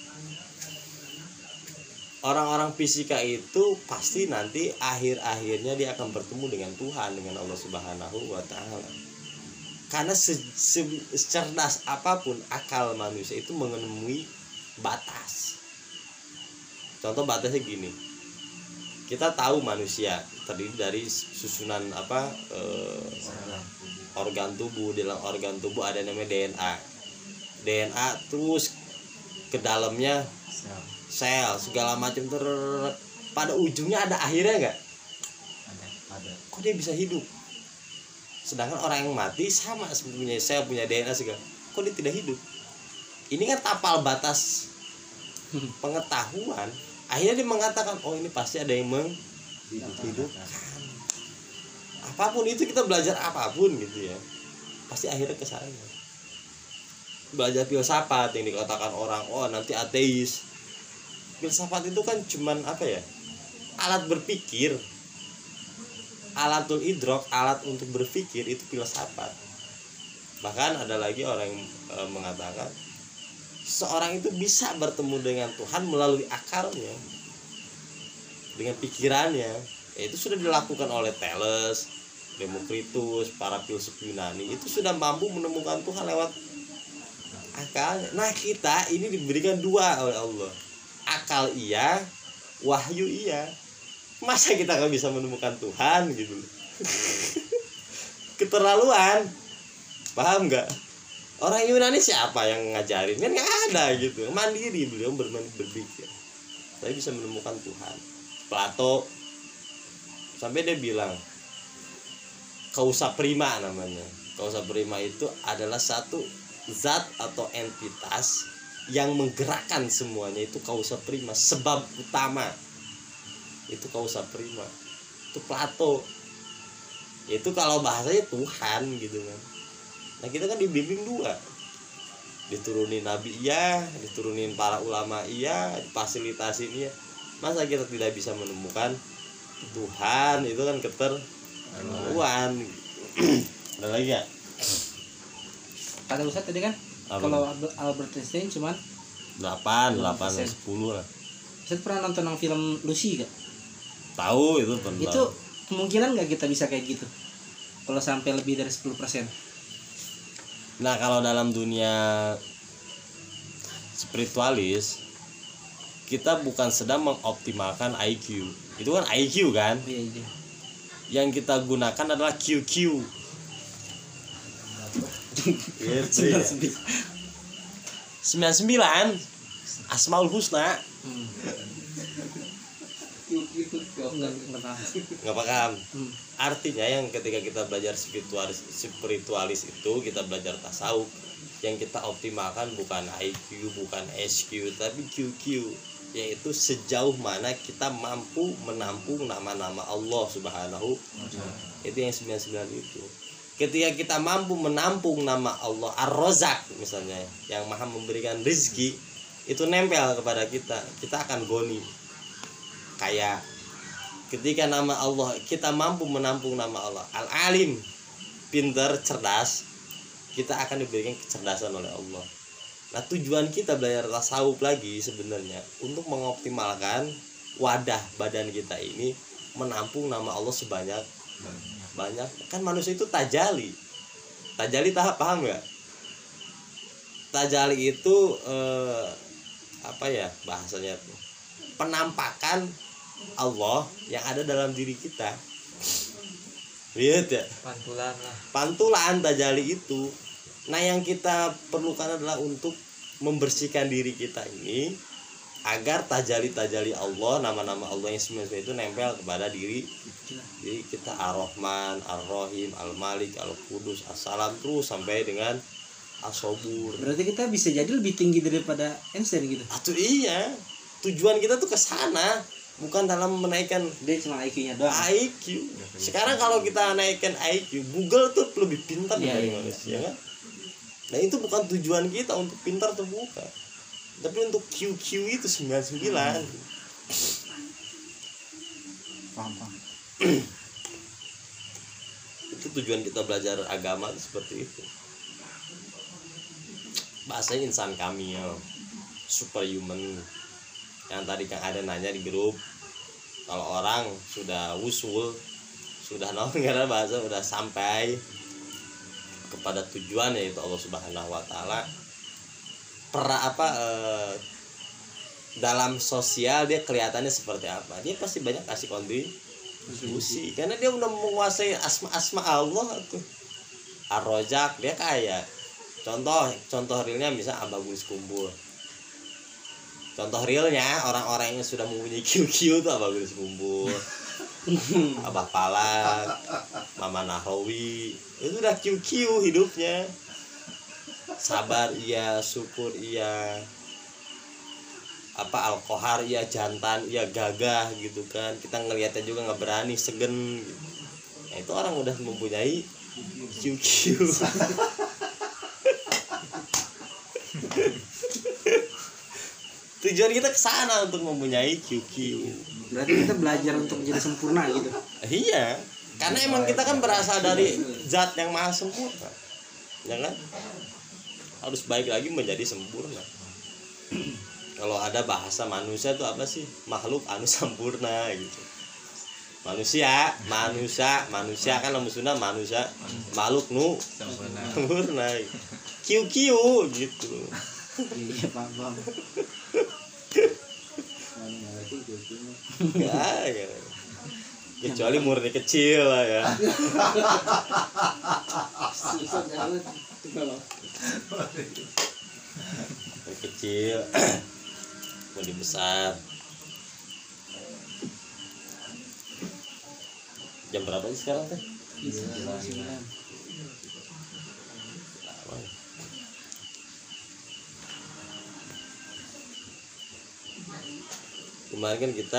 orang-orang fisika itu pasti nanti akhir-akhirnya dia akan bertemu dengan Tuhan, dengan Allah Subhanahu wa taala. Karena se- se- secerdas apapun akal manusia itu menemui batas. Contoh batasnya gini. Kita tahu manusia terdiri dari susunan apa eh, organ tubuh. Dalam organ tubuh ada namanya D N A. D N A terus ke dalamnya sel, segala macam ter pada ujungnya ada akhirnya enggak? Ada, ada. Kok dia bisa hidup? Sedangkan orang yang mati sama punya sel, punya D N A segala. Kok dia tidak hidup? Ini kan tapal batas pengetahuan, akhirnya dia mengatakan oh ini pasti ada yang menghidupkan. Apapun itu, kita belajar apapun gitu ya, pasti akhirnya ke sana. Belajar filsafat yang dikatakan orang oh nanti ateis. Filsafat itu kan cuman apa ya, alat berpikir, alatul idrok, alat untuk berpikir, itu filsafat. Bahkan ada lagi orang yang e, mengatakan seorang itu bisa bertemu dengan Tuhan melalui akalnya, dengan pikirannya. Ya, itu sudah dilakukan oleh Thales, Demokritus, para filsuf Yunani. Itu sudah mampu menemukan Tuhan lewat akalnya. Nah kita ini diberikan dua oleh Allah, akal iya, wahyu iya. Masa kita gak bisa menemukan Tuhan gitu? Keterlaluan. Paham nggak? Orang Yunani siapa yang ngajarin? Kan nggak ada gitu. Mandiri beliau berpikir. Saya bisa menemukan Tuhan. Plato sampai dia bilang causa prima namanya. Causa prima itu adalah satu zat atau entitas yang menggerakkan semuanya, itu causa prima, sebab utama. Itu causa prima. Itu Plato. Itu kalau bahasanya Tuhan gitu kan. Nah kita kan dibimbing dua, diturunin nabi iya, diturunin para ulama iya, difasilitasi iya. Masa kita tidak bisa menemukan Tuhan? Itu kan keterlaluan. Ada lagi ya? Kata Ustaz tadi kan Apa? Kalau Albert Einstein cuman delapan, delapan, sepuluh lah. Ustaz pernah nonton yang film Lucy gak? Tahu itu pernah. Itu kemungkinan gak kita bisa kayak gitu kalau sampai lebih dari sepuluh persen? Nah kalau dalam dunia spiritualis, kita bukan sedang mengoptimalkan I Q. Itu kan I Q kan? Iya, iya. Yang kita gunakan adalah Q Q. sembilan puluh sembilan Asmaul Husna. Hmm. Nggak paham. Hmm. Artinya yang ketika kita belajar spiritualis, spiritualis itu kita belajar tasawuf, yang kita optimalkan bukan I Q, bukan S Q, tapi Q Q, yaitu sejauh mana kita mampu menampung nama-nama Allah Subhanahu. Itu yang sembilan puluh sembilan itu. Ketika kita mampu menampung nama Allah Ar-Razzaq misalnya, yang maha memberikan rezeki, itu nempel kepada kita, kita akan goni. Kayak ketika nama Allah, kita mampu menampung nama Allah Al-Alim, pintar, cerdas, kita akan diberikan kecerdasan oleh Allah. Nah tujuan kita belajar tasawuf lagi sebenarnya untuk mengoptimalkan wadah badan kita ini menampung nama Allah sebanyak banyak. Kan manusia itu tajali. Tajali tahap paham nggak? Tajali itu eh, apa ya bahasanya tuh? Penampakan Allah yang ada dalam diri kita. Lihat ya. Pantulan lah. Pantulan tajali itu. Nah yang kita perlukan adalah untuk membersihkan diri kita ini agar tajali-tajali Allah, nama-nama Allah yang semestinya itu nempel kepada diri diri kita. Ar-Rahman, Ar-Rahim, Al-Malik, Al-Qudus, As-Salam, terus sampai dengan As-Sobur. Berarti kita bisa jadi lebih tinggi daripada Einstein gitu. Atuh iya. Tujuan kita tuh ke sana, bukan dalam menaikkan dia cuma I Q-nya doang. I Q. Sekarang kalau kita naikkan I Q, Google tuh lebih pintar ya, dari ya, manusia ya. kan? Nah itu bukan tujuan kita untuk pintar terbuka, tapi untuk Q Q itu sembilan puluh sembilan. Paham, paham. Itu tujuan kita belajar agama seperti itu. Bahasanya insan kamil, superhuman. Yang tadi Kang ada nanya di grup, kalau orang sudah wusul, sudah naon karena bahasa udah sampai kepada tujuan, yaitu Allah Subhanahu wa taala. Per apa eh, dalam sosial dia kelihatannya seperti apa? Dia pasti banyak kasih kontribusi karena dia udah menguasai asma-asma Allah tuh. Ar-Razzaq dia kaya. Contoh contoh realnya misal Abagus Kumpul. Contoh realnya orang-orang yang sudah mempunyai Q Q tuh Abagus Kumpul. Abah Palak, Mama Nahrawi, itu udah Q Q hidupnya. Sabar iya, syukur iya. apa alkohar ya jantan ya gagah gitu kan, kita ngelihatnya juga nggak berani segen gitu. Nah, itu orang udah mempunyai Q Q. Tujuan kita ke sana untuk mempunyai Q Q. Berarti kita belajar untuk menjadi sempurna gitu. Iya, karena emang kita kan berasal dari zat yang maha sempurna, ya kan? Harus baik lagi menjadi sempurna. Kalau ada bahasa manusia itu apa sih? Makhluk anu sempurna gitu. Manusia, manusia, manusia kan nama Sunda manusia, makhluk nu sempurna. Q Q gitu. Iya, paham. Ya, ya. Kecuali murni kecil lah ya. Murni kecil, murni besar. Jam berapa sih sekarang teh? Kemarin kan kita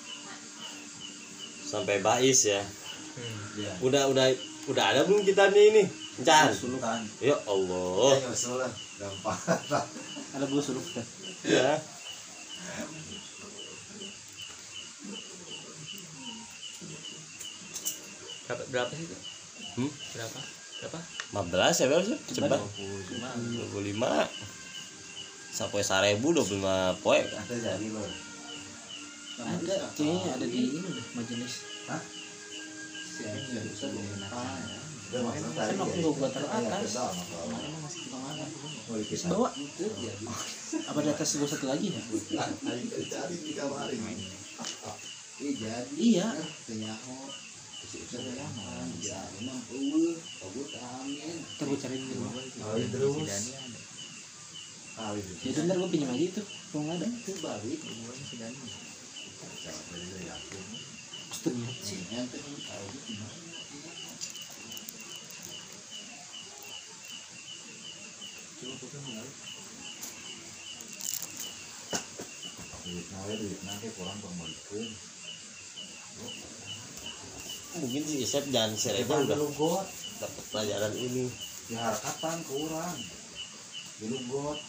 sampai bais ya. Hmm, ya. Udah udah udah ada belum kita nih ini? Can. Sulukan. Ya Allah. Ya usul lah, gampang. Ada bulu suluk kan? Ya. Berapa, berapa sih itu? Hmm? Berapa? Berapa? lima belas ya berapa sih? Cepat. dua puluh lima. dua puluh lima. Sampai seribu dua puluh lima poin. Ada jadi loh. Ada, kayaknya ada di ini deh majelis. Hah? Udah maksudnya tadi Kan waktu ya. gua taruh atas. Emang masih di mana? Mau dikit Bawa. Apa di atas gua satu lagi ya? Jadi di kamar ini. Iya. Ntar gua cariin di rumah. Kali terus. Kali terus. Jadi ntar gua pinjam aja itu. Kalau nggak ada. Setengah sih. Duit nawe duit nanti kurang pembalikan. Mungkin si Isep dan Sereba udah got. dapat pelajaran ini. Ya harakatan kurang. Di got.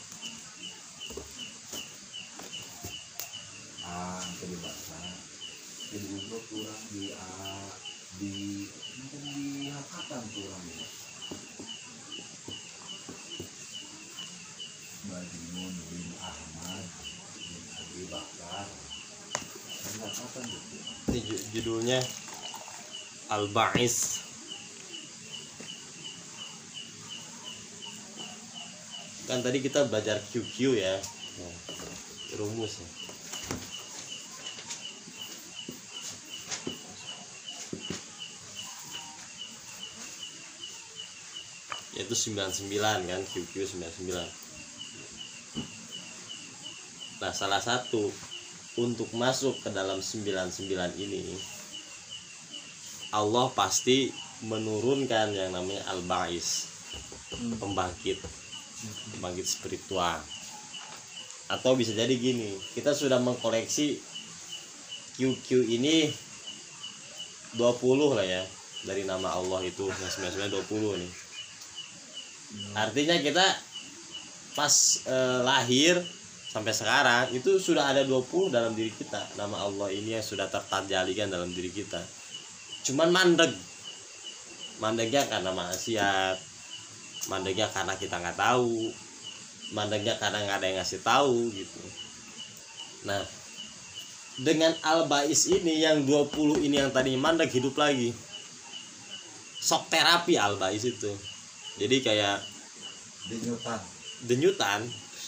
Ah, jadi bahasa. Di got kurang di ah, di mungkin di harakatan kurang ya. Badimun bin Ahmad bin Abi Bakar. Harakatan gitu. Ini ju- judulnya Al-Ba'is. Kan tadi kita belajar Q Q ya. Nah, rumus ya. Yaitu sembilan puluh sembilan kan, Q Q sembilan puluh sembilan. Nah, salah satu untuk masuk ke dalam sembilan puluh sembilan ini Allah pasti menurunkan yang namanya Al-Ba'is, pembangkit, pembangkit spiritual. Atau bisa jadi gini, kita sudah mengkoleksi Q Q ini dua puluh lah ya, dari nama Allah itu yang sembilan puluh sembilan dua puluh nih. Artinya kita pas eh, lahir sampai sekarang itu sudah ada dua puluh dalam diri kita. Nama Allah ini yang sudah tertajalikan dalam diri kita. Cuman mandeg. Mandegnya karena maksiat. Mandegnya karena kita nggak tahu. Mandegnya karena nggak ada yang ngasih tahu gitu. Nah, dengan Al-Ba'is ini yang dua puluh ini yang tadi mandeg hidup lagi. Sok terapi Al-Ba'is itu. Jadi kayak Denyutan. denyutan.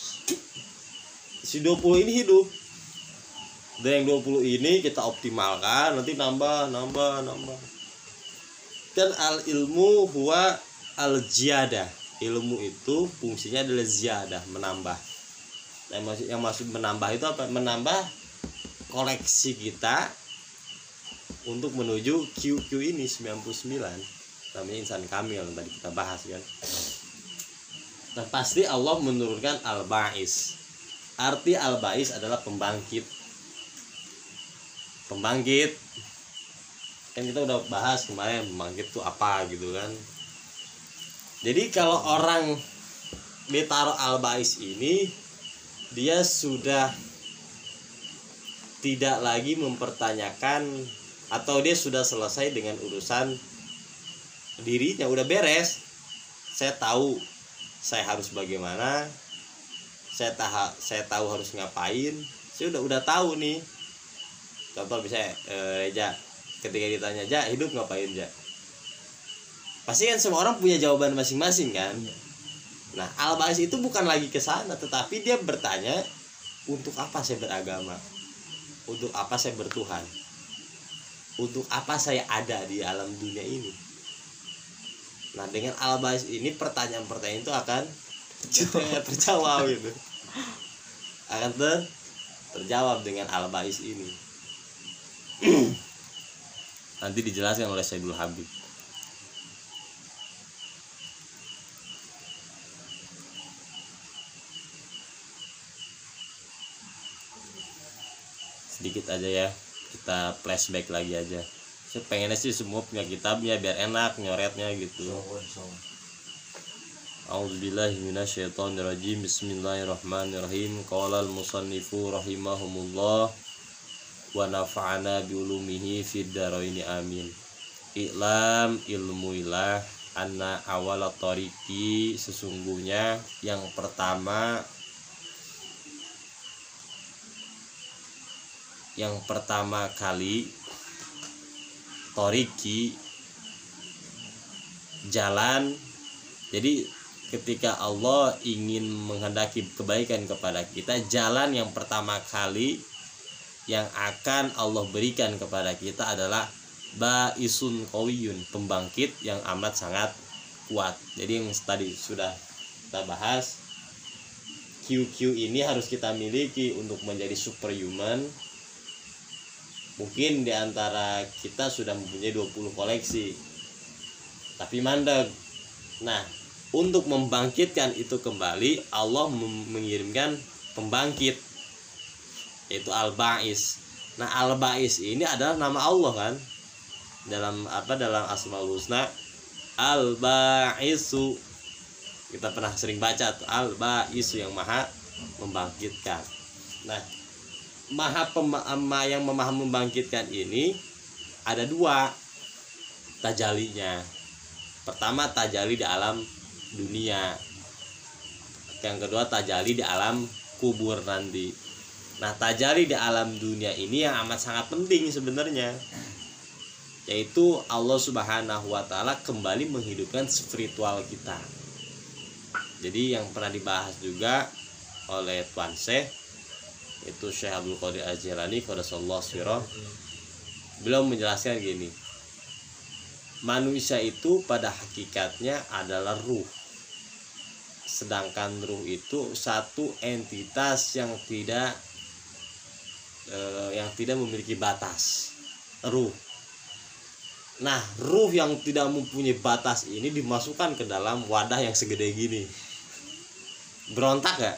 Si dua puluh ini hidup. Dan yang dua puluh ini kita optimalkan, nanti nambah, nambah, nambah. Dan al ilmu huwa al ziyadah. Ilmu itu fungsinya adalah ziyadah, menambah. Yang maksud yang maksud menambah itu apa? Menambah koleksi kita untuk menuju Q Q ini sembilan puluh sembilan. Namanya insan kamil yang tadi kita bahas kan. Nah, pasti Allah menurunkan al-ba'is. arti al-ba'is adalah pembangkit. Pembangkit kan kita udah bahas kemarin pembangkit itu apa gitu kan. Jadi kalau orang ditaruh al-ba'is ini, dia sudah tidak lagi mempertanyakan, atau dia sudah selesai dengan urusan dirinya, udah beres. Saya tahu saya harus bagaimana, saya tahu saya tahu harus ngapain, saya udah udah tahu nih. Contoh misalnya e, Reja, ketika ditanya, Ja, hidup ngapain, Ja? Pasti kan semua orang punya jawaban masing-masing kan. Nah, al-ba'is itu bukan lagi ke sana, tetapi dia bertanya, untuk apa saya beragama? Untuk apa saya bertuhan? Untuk apa saya ada di alam dunia ini? Nah, dengan al-ba'is ini pertanyaan-pertanyaan itu akan terjawab gitu. Akan ter terjawab dengan al-ba'is ini. Nanti dijelaskan oleh Sayyidul Habib. Sedikit aja ya, kita flashback lagi aja. Saya pengennya sih semua punya kitabnya biar enak nyoretnya gitu. A'udzubillahi minasyaitonirrajim. Bismillahirrahmanirrahim. Qala al-musannifu rahimahumullah wa nafa'ana bi ulumihi fid dharaini amin. I'lam ilmuilah anna awala tariqi, sesungguhnya yang pertama yang pertama kali tariqi jalan. Jadi ketika Allah ingin menghendaki kebaikan kepada kita, jalan yang pertama kali yang akan Allah berikan kepada kita adalah ba'isun qawiyun, pembangkit yang amat sangat kuat. Jadi yang tadi sudah kita bahas, Q Q ini harus kita miliki untuk menjadi superhuman. Mungkin diantara kita sudah mempunyai dua puluh koleksi, tapi mandek. Nah, untuk membangkitkan itu kembali, Allah mengirimkan pembangkit, yaitu al-ba'is. Nah, al-ba'is ini adalah nama Allah kan, dalam apa dalam Asmaul Husna, al-ba'isu. Kita pernah sering baca tuh, al-ba'isu, yang maha membangkitkan. Nah, maha pema- yang maha membangkitkan ini ada dua tajalinya. Pertama, tajali di alam dunia. Yang kedua, tajali di alam kubur nanti. Nah, tajali di alam dunia ini yang amat sangat penting sebenarnya, yaitu Allah Subhanahu wa Ta'ala kembali menghidupkan spiritual kita. Jadi yang pernah dibahas juga oleh Tuan Syekh, itu Syekh Abdul Qadir Az-Jilani qaddasallahu sirah, beliau menjelaskan gini, manusia itu pada hakikatnya adalah ruh, sedangkan ruh itu satu entitas yang tidak eh, yang tidak memiliki batas. Ruh. Nah, ruh yang tidak mempunyai batas ini dimasukkan ke dalam wadah yang segede gini. Berontak gak?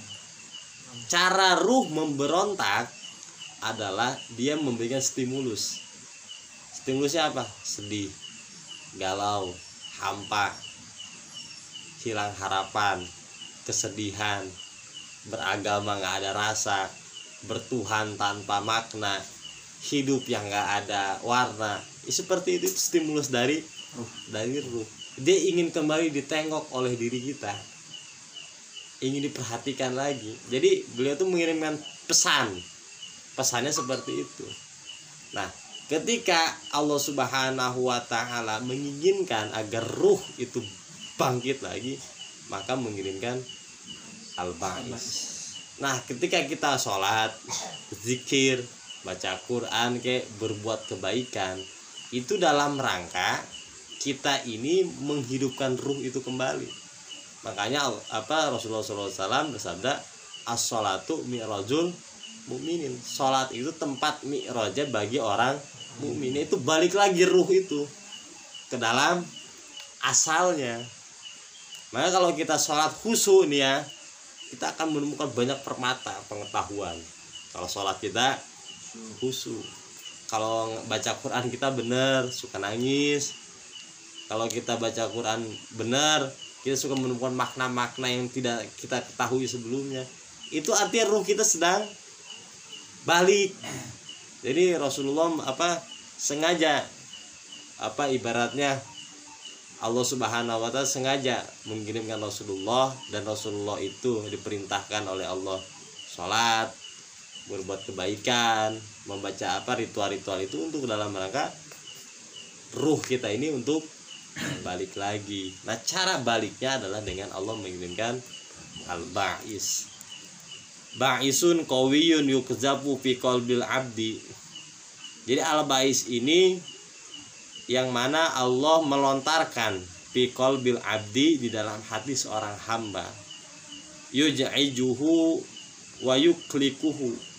Cara ruh memberontak adalah dia memberikan stimulus. Stimulusnya apa? Sedih, galau, hampa, hilang harapan, kesedihan, beragama gak ada rasa, bertuhan tanpa makna, hidup yang gak ada warna. Seperti itu, stimulus dari ruh, dari ruh. Dia ingin kembali ditengok oleh diri kita, ingin diperhatikan lagi. Jadi beliau tuh mengirimkan pesan, pesannya seperti itu. Nah, ketika Allah Subhanahu wa Ta'ala menginginkan agar ruh itu bangkit lagi, maka mengirimkan al-ba'is. Nah, ketika kita sholat, zikir, baca Quran, kayak berbuat kebaikan, itu dalam rangka kita ini menghidupkan ruh itu kembali. Makanya apa Rasulullah shallallahu alaihi wasallam bersabda, as-sholatu mi'rajul mukminin. Sholat itu tempat mi'rajnya bagi orang mukmin. Itu balik lagi ruh itu ke dalam asalnya. Maka kalau kita sholat khusyuk nih ya, kita akan menemukan banyak permata pengetahuan. Kalau sholat kita khusyuk, kalau baca Quran kita benar, suka nangis. Kalau kita baca Quran benar, kita suka menemukan makna-makna yang tidak kita ketahui sebelumnya. Itu artinya ruh kita sedang balik. Jadi Rasulullah apa sengaja apa ibaratnya Allah Subhanahu wa taala sengaja mengirimkan Rasulullah, dan Rasulullah itu diperintahkan oleh Allah sholat, berbuat kebaikan, membaca apa ritual-ritual itu untuk dalam rangka ruh kita ini untuk balik lagi. Nah, cara baliknya adalah dengan Allah mengirimkan al-ba'is. Ba'isun qawiyun yukzabu fi qalbil abdi. Jadi al-ba'is ini yang mana Allah melontarkan fi qalbil abdi di dalam hati seorang hamba. Yuj'ijuhu wa yuklikuhu.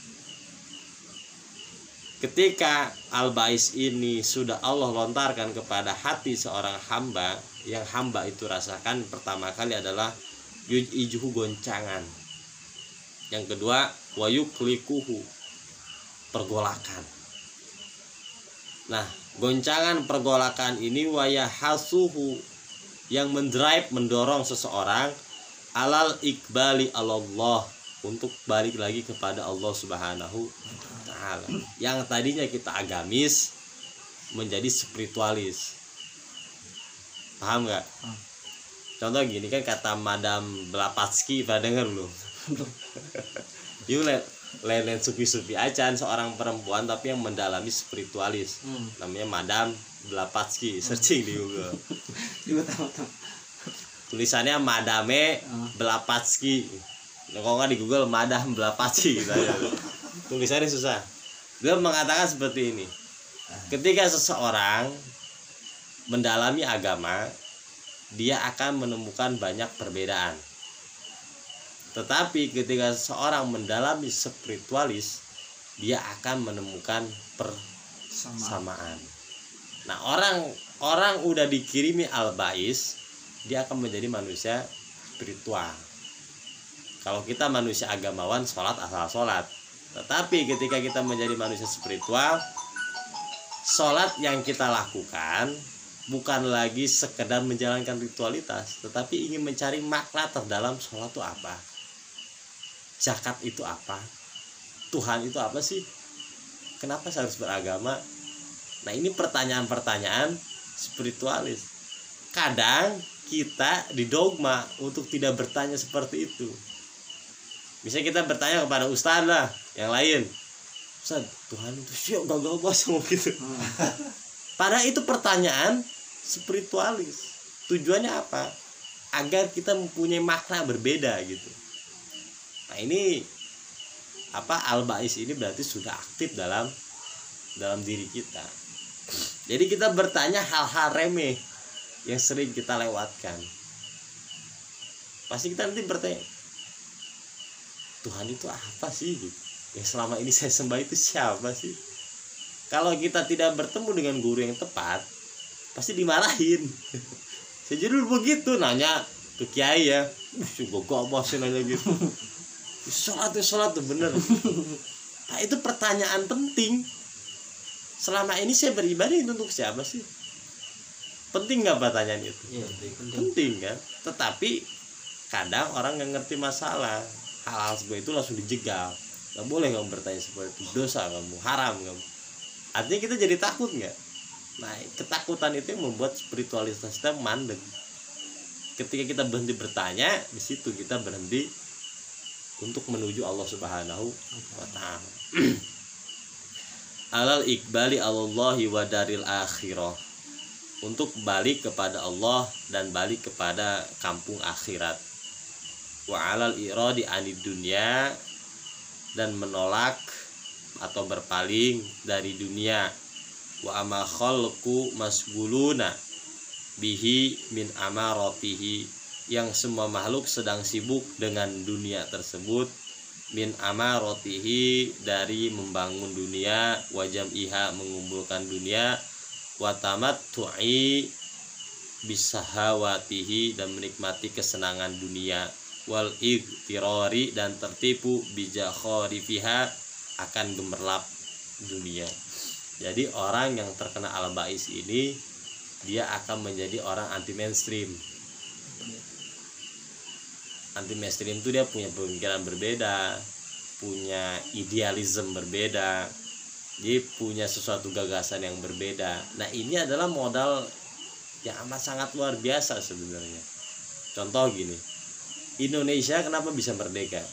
Ketika al-ba'is ini sudah Allah lontarkan kepada hati seorang hamba, yang hamba itu rasakan pertama kali adalah yuj'ijuhu, goncangan. Yang kedua wa yuklikuhu, pergolakan. Nah, goncangan pergolakan ini wayahasuhu, yang mendrive, mendorong seseorang alal ikbali Allah, untuk balik lagi kepada Allah Subhanahu wa taala. Yang tadinya kita agamis menjadi spiritualis. Paham nggak? Hmm. Contoh gini kan kata Madam Blavatsky, pada denger lu. Yuk lain-lain supi-supi acan, seorang perempuan tapi yang mendalami spiritualis. Hmm. Namanya Madam Blavatsky, searching di Google. Tulisannya Madame hmm. Blavatsky. Nah, kalau nggak di Google Madam Blavatsky gitu aja. Tulisannya susah. Dia mengatakan seperti ini. Ketika seseorang mendalami agama, dia akan menemukan banyak perbedaan. Tetapi ketika seseorang mendalami spiritualis, dia akan menemukan persamaan. Nah, orang orang udah dikirimi al-ba'is, dia akan menjadi manusia spiritual. Kalau kita manusia agamawan, sholat asal sholat. Tetapi ketika kita menjadi manusia spiritual, sholat yang kita lakukan bukan lagi sekedar menjalankan ritualitas, tetapi ingin mencari makna terdalam sholat itu apa, zakat itu apa, Tuhan itu apa sih, kenapa saya harus beragama. Nah, ini pertanyaan-pertanyaan spiritualis. Kadang kita didogma untuk tidak bertanya seperti itu. Misalnya kita bertanya kepada ustaz lah, yang lain, Ustaz, Tuhan itu siap gagal bahasa gitu. Hmm. Padahal itu pertanyaan spiritualis. Tujuannya apa? Agar kita mempunyai makna berbeda gitu. Nah, ini apa al-ba'is ini berarti sudah aktif dalam dalam diri kita. Jadi kita bertanya hal-hal remeh yang sering kita lewatkan. Pasti kita nanti bertanya, Tuhan itu apa sih gitu? Yang selama ini saya sembah itu siapa sih? Kalau kita tidak bertemu dengan guru yang tepat, pasti dimarahin. Saya dulu begitu nanya ke kiai ya, gue gak mau sih nanya gitu. Sholat tuh sholat tuh bener. Nah, itu pertanyaan penting. Selama ini saya beribadah untuk siapa sih? Penting nggak pertanyaan itu? Iya, penting. Penting kan. Tetapi kadang orang nggak ngerti masalah. Hal-hal seperti itu langsung dijegal. Gak boleh kamu bertanya seperti itu, dosa kamu, haram kamu. Artinya kita jadi takut nggak? Nah, ketakutan itu yang membuat spiritualitas kita mandek. Ketika kita berhenti bertanya, di situ kita berhenti untuk menuju Allah Subhanahu wa taala. Alal ikbali Allahi wa daril akhirah, untuk balik kepada Allah dan balik kepada kampung akhirat. Wa alal iradi anid dunya, dan menolak atau berpaling dari dunia. Wa ama khalqu masguluna bihi min amaratihi, yang semua makhluk sedang sibuk dengan dunia tersebut, min amaratihi, dari membangun dunia, wa jam'iha, mengumpulkan dunia, wa tamattu'i bisahawatihi, dan menikmati kesenangan dunia, wal igtirari dan tertipu bijakharifiha akan gemerlap dunia. Jadi orang yang terkena al-bais ini dia akan menjadi orang anti mainstream. Anti mainstream itu dia punya pemikiran berbeda, punya idealisme berbeda, dia punya sesuatu gagasan yang berbeda. Nah, ini adalah modal yang amat sangat luar biasa sebenarnya. Contoh gini, Indonesia kenapa bisa merdeka?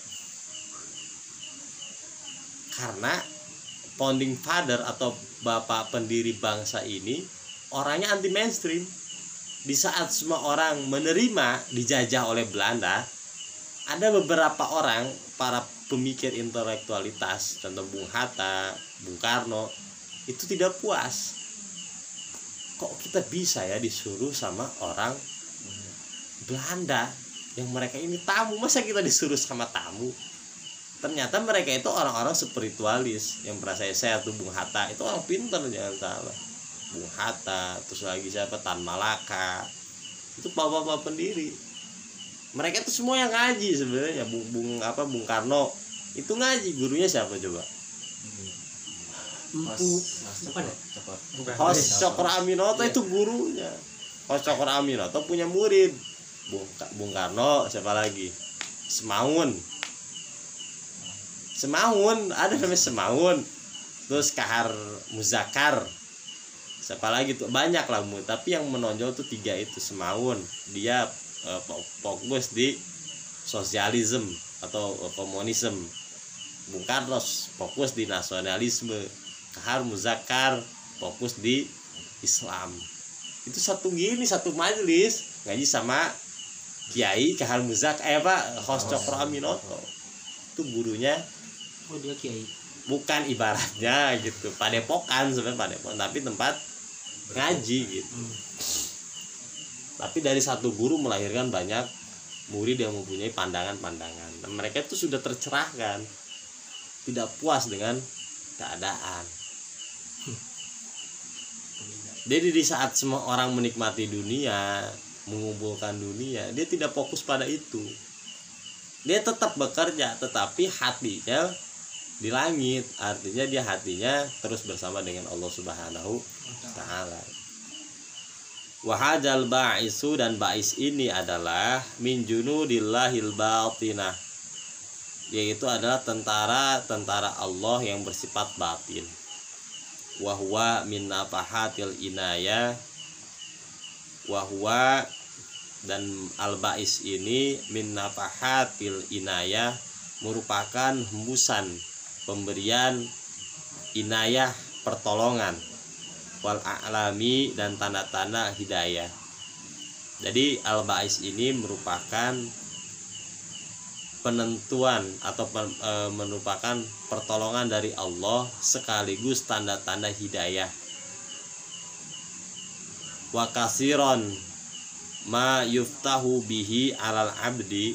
Karena founding father atau bapak pendiri bangsa ini orangnya anti mainstream. Di saat semua orang menerima dijajah oleh Belanda, ada beberapa orang, para pemikir intelektualitas, contoh Bung Hatta, Bung Karno, itu tidak puas. Kok kita bisa ya disuruh sama orang Belanda yang mereka ini tamu, masa kita disuruh sama tamu? Ternyata mereka itu orang-orang spiritualis yang merasa saya tuh Bung Hatta itu orang pintar, jangan salah. Bung Hatta, terus lagi siapa, Tan Malaka, itu bapak-bapak pendiri. Mereka itu semua yang ngaji sebenarnya. Bung, Bung apa Bung Karno itu ngaji, gurunya siapa coba? Bukan ya? Hos Cokro Aminoto itu gurunya. Hos Cokro Aminoto punya murid. Bung, Bung Karno, siapa lagi? Semaun. Semaun, ada namanya Semaun. Terus Kahar Muzakar. Siapa lagi tuh? Banyak lah, tapi yang menonjol tuh tiga itu. Semaun, dia uh, fokus di sosialisme atau uh, komunisme. Bung Karno fokus di nasionalisme. Kahar Muzakar fokus di Islam. Itu satu gini, satu majelis ngaji sama Kiai Kahar Muzakar, eh apa, Hos Cokro Aminoto. Itu gurunya. Oh, dia kiai. Bukan ibaratnya gitu, padepokan sebenarnya, padepokan tapi tempat ngaji gitu. Hmm. Tapi dari satu guru melahirkan banyak murid yang mempunyai pandangan-pandangan. Dan mereka itu sudah tercerahkan, tidak puas dengan keadaan. Jadi di saat semua orang menikmati dunia, mengumpulkan dunia, dia tidak fokus pada itu. Dia tetap bekerja, tetapi hatinya di langit, artinya dia hatinya terus bersama dengan Allah Subhanahu wa taala. Wahajal ba'isu, dan ba'is ini adalah min junudillahil batinah, yaitu adalah tentara-tentara Allah yang bersifat batin. Wahwa min nafahatil inayah, wahwa, dan al-ba'is ini min nafahatil inayah, merupakan hembusan pemberian inayah, pertolongan, wal a'lami, dan tanda-tanda hidayah. Jadi al-ba'is ini merupakan penentuan atau e, merupakan pertolongan dari Allah sekaligus tanda-tanda hidayah. Wa kasiron ma yuftahu bihi alal abdi,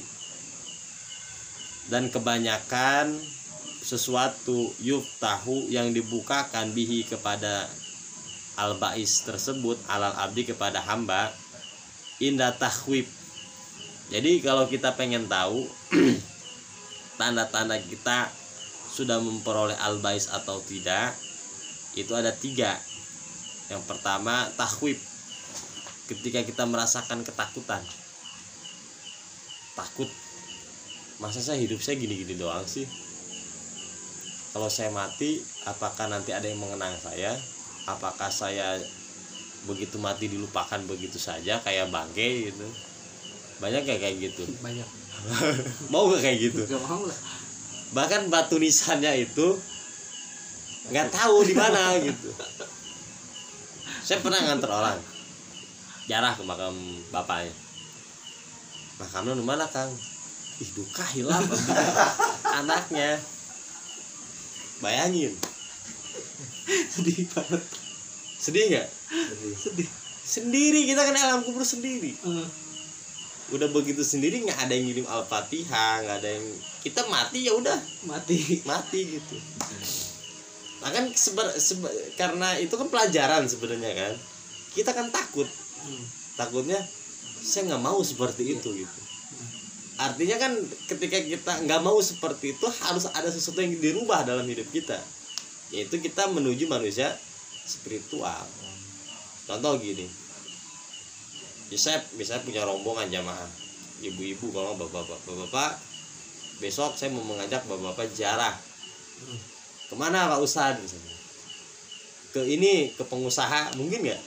dan kebanyakan sesuatu yuftahu yang dibukakan bihi kepada al-ba'is tersebut, alal abdi kepada hamba, inda tahwib. Jadi kalau kita pengen tahu tanda-tanda kita sudah memperoleh al-ba'is atau tidak, itu ada tiga. Yang pertama tahwib, ketika kita merasakan ketakutan, takut, masa saya hidup saya gini-gini doang sih, kalau saya mati apakah nanti ada yang mengenang saya, apakah saya begitu mati dilupakan begitu saja kayak bangke gitu. Banyak gak kayak gitu? Banyak. Mau gak kayak gitu? Gak mau lah. Bahkan batu nisannya itu nggak tahu di mana gitu. Saya pernah nganter orang jarah ke makam bapaknya. Makamnya di mana, Kang? Ih, duka hilang anaknya. Bayangin. Sedih banget. Sedih nggak? Sedih. Sendiri, kita kan alam kubur sendiri. Uh. Udah begitu sendiri, nggak ada yang ngirim al-fatihah, nggak ada yang, kita mati ya udah mati mati gitu. Nah kan seber, sebe, karena itu kan pelajaran sebenarnya kan, kita kan takut, hmm. takutnya saya nggak mau seperti itu gitu. Artinya kan ketika kita nggak mau seperti itu, harus ada sesuatu yang dirubah dalam hidup kita, yaitu kita menuju manusia spiritual. Contoh gini, saya bisa punya rombongan jamaah ibu-ibu, kalau bapak-bapak, bapak-bapak besok saya mau mengajak bapak-bapak ziarah. Kemana Pak Ustadz misalnya? Ke ini, ke pengusaha, mungkin nggak?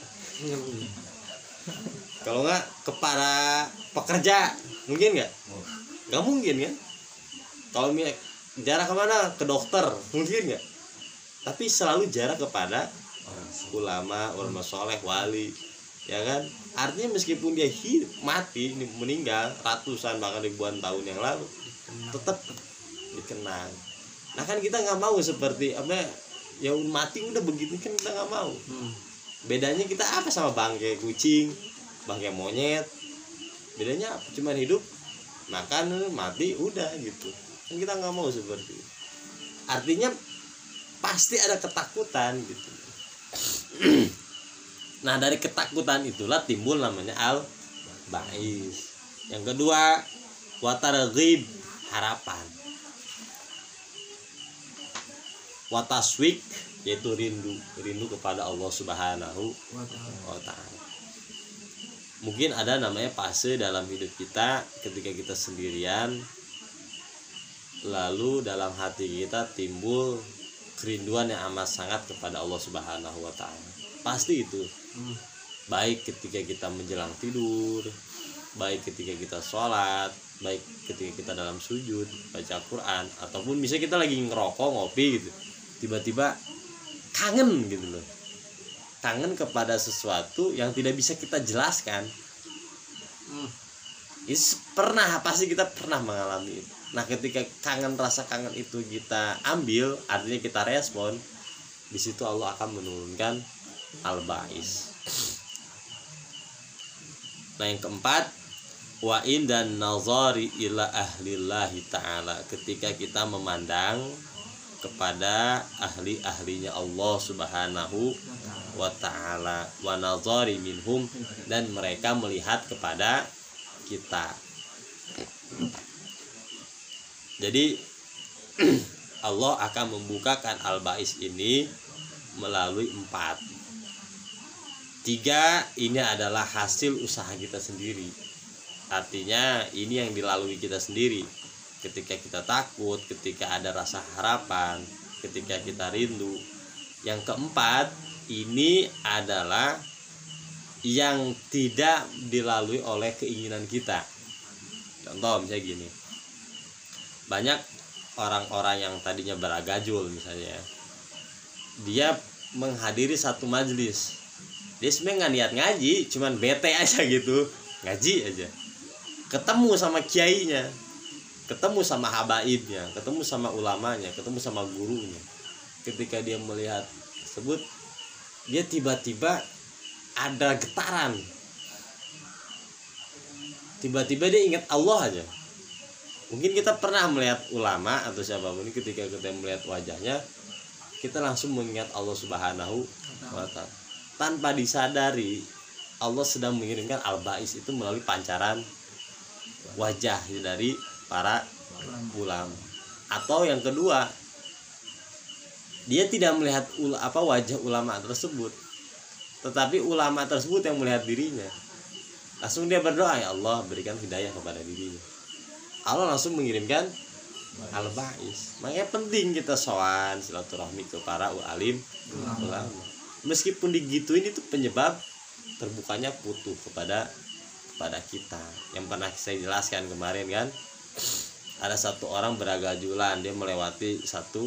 Kalau nggak ke para pekerja, mungkin nggak? Nggak mungkin kan? Kalau jarak kemana? Ke dokter, mungkin nggak? Tapi selalu jarak kepada ulama, ulama soleh, wali, ya kan? Artinya meskipun dia hidup, mati, meninggal ratusan bahkan ribuan tahun yang lalu, tetap dikenang. Nah kan kita nggak mau seperti apa? Ya mati udah begitu kan, kita nggak mau. Bedanya kita apa sama bangkai kucing, bangkai monyet? Bedanya apa? Cuman hidup, makan, mati, udah gitu. Kan kita nggak mau seperti itu. Artinya pasti ada ketakutan gitu. Nah dari ketakutan itulah timbul namanya al-ba'is. Yang kedua, watarghib, harapan. Wataswik, yaitu rindu, rindu kepada Allah Subhanahu wa ta'ala. Mungkin ada namanya fase dalam hidup kita ketika kita sendirian, lalu dalam hati kita timbul kerinduan yang amat sangat kepada Allah Subhanahu wa ta'ala. Pasti itu. Baik ketika kita menjelang tidur, baik ketika kita sholat, baik ketika kita dalam sujud baca Quran, ataupun misalnya kita lagi ngerokok, ngopi gitu, tiba-tiba kangen gitu loh, kangen kepada sesuatu yang tidak bisa kita jelaskan. hmm. Itu pernah, pasti kita pernah mengalami itu. Nah ketika kangen, rasa kangen itu kita ambil, artinya kita respon, di situ Allah akan menurunkan al-ba'is. Nah yang keempat, wa'in dan nazari ila ahlillahi ta'ala, ketika kita memandang kepada ahli-ahlinya Allah Subhanahu wa ta'ala, wa nazari minhum, dan mereka melihat kepada kita. Jadi Allah akan membukakan al-ba'is ini melalui empat. Tiga, ini adalah hasil usaha kita sendiri. Artinya ini yang dilalui kita sendiri. Ketika kita takut, ketika ada rasa harapan, ketika kita rindu. Yang keempat, ini adalah yang tidak dilalui oleh keinginan kita. Contoh misalnya gini, banyak orang-orang yang tadinya beragajul misalnya, dia menghadiri satu majelis, dia sebenarnya nggak niat ngaji, cuman bete aja gitu, ngaji aja, ketemu sama kiainya, ketemu sama habaibnya, ketemu sama ulamanya, ketemu sama gurunya. Ketika dia melihat tersebut, dia tiba-tiba ada getaran, tiba-tiba dia ingat Allah aja. Mungkin kita pernah melihat ulama atau siapapun, ketika kita melihat wajahnya, kita langsung mengingat Allah Subhanahu wa ta'ala. Tanpa disadari, Allah sedang mengirimkan al-ba'is itu melalui pancaran wajah dari para ulama. Atau yang kedua, dia tidak melihat ul- apa wajah ulama tersebut, tetapi ulama tersebut yang melihat dirinya. Langsung dia berdoa, ya Allah berikan hidayah kepada dirinya. Allah langsung mengirimkan al-ba'is. Makanya penting kita sowan, silaturahmi ke para alim ulama. Meskipun digituin, itu penyebab terbukanya putuh kepada kepada kita. Yang pernah saya jelaskan kemarin kan, ada satu orang beragajulan, dia melewati satu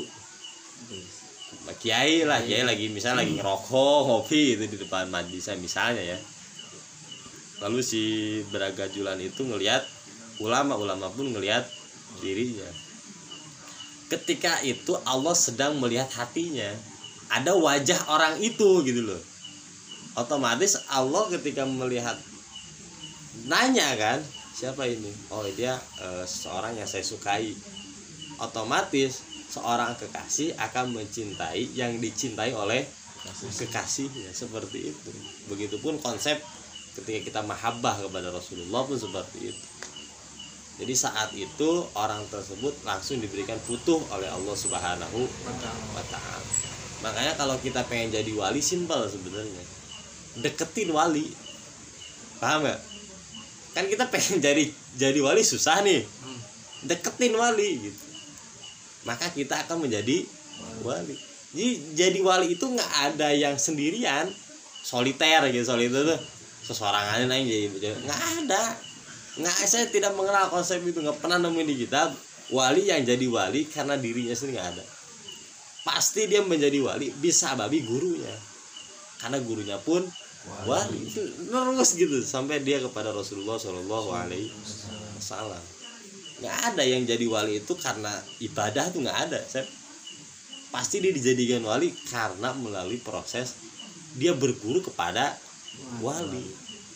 kiai lah, kiai lagi misalnya lagi ngerokok, ngopi itu di depan majelis misalnya ya. Lalu si beragajulan itu ngelihat ulama, ulama pun ngelihat dirinya. Ketika itu Allah sedang melihat hatinya, ada wajah orang itu gitu loh. Otomatis Allah ketika melihat, nanya kan, siapa ini? Oh dia e, seorang yang saya sukai. Otomatis seorang kekasih akan mencintai yang dicintai oleh kekasihnya, seperti itu. Begitupun konsep ketika kita mahabbah kepada Rasulullah pun seperti itu. Jadi saat itu orang tersebut langsung diberikan futuh oleh Allah Subhanahu wa taala. Makanya kalau kita pengen jadi wali simpel sebenarnya. Deketin wali. Paham gak? Kan kita pengen jadi jadi wali susah nih. Deketin wali gitu. Maka kita akan menjadi wali. Jadi jadi wali itu nggak ada yang sendirian, soliter gitu, soliter tuh seseorangan aja jadi nggak ada. Nggak, saya tidak mengenal konsep itu, nggak pernah nemuin di kitab wali yang jadi wali karena dirinya sendiri, nggak ada. Pasti dia menjadi wali bisa babi gurunya, karena gurunya pun wali. Itu terus gitu sampai dia kepada Rasulullah Shallallahu Alaihi Wasallam. Nggak ada yang jadi wali itu karena ibadah tuh nggak ada. Saya pasti dia dijadikan wali karena melalui proses dia berguru kepada wali.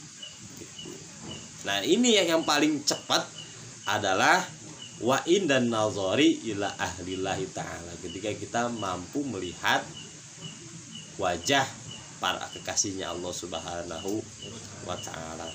Nah ini yang, yang paling cepat adalah wa'in dan nazari ila ahlillahi ta'ala, ketika kita mampu melihat wajah para kekasihnya Allah Subhanahu wa ta'ala.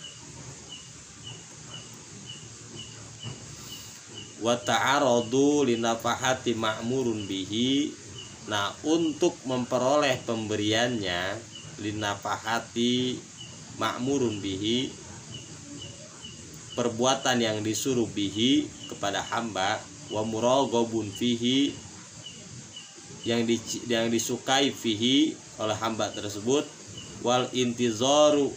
Wa ta'aradu linafahati ma'murun bihi. Nah untuk memperoleh pemberiannya, linafahati ma'murun bihi, perbuatan yang disuruh bihi kepada hamba, wa muraghabun fihi, yang di, yang disukai fihi oleh hamba tersebut, wal intizaru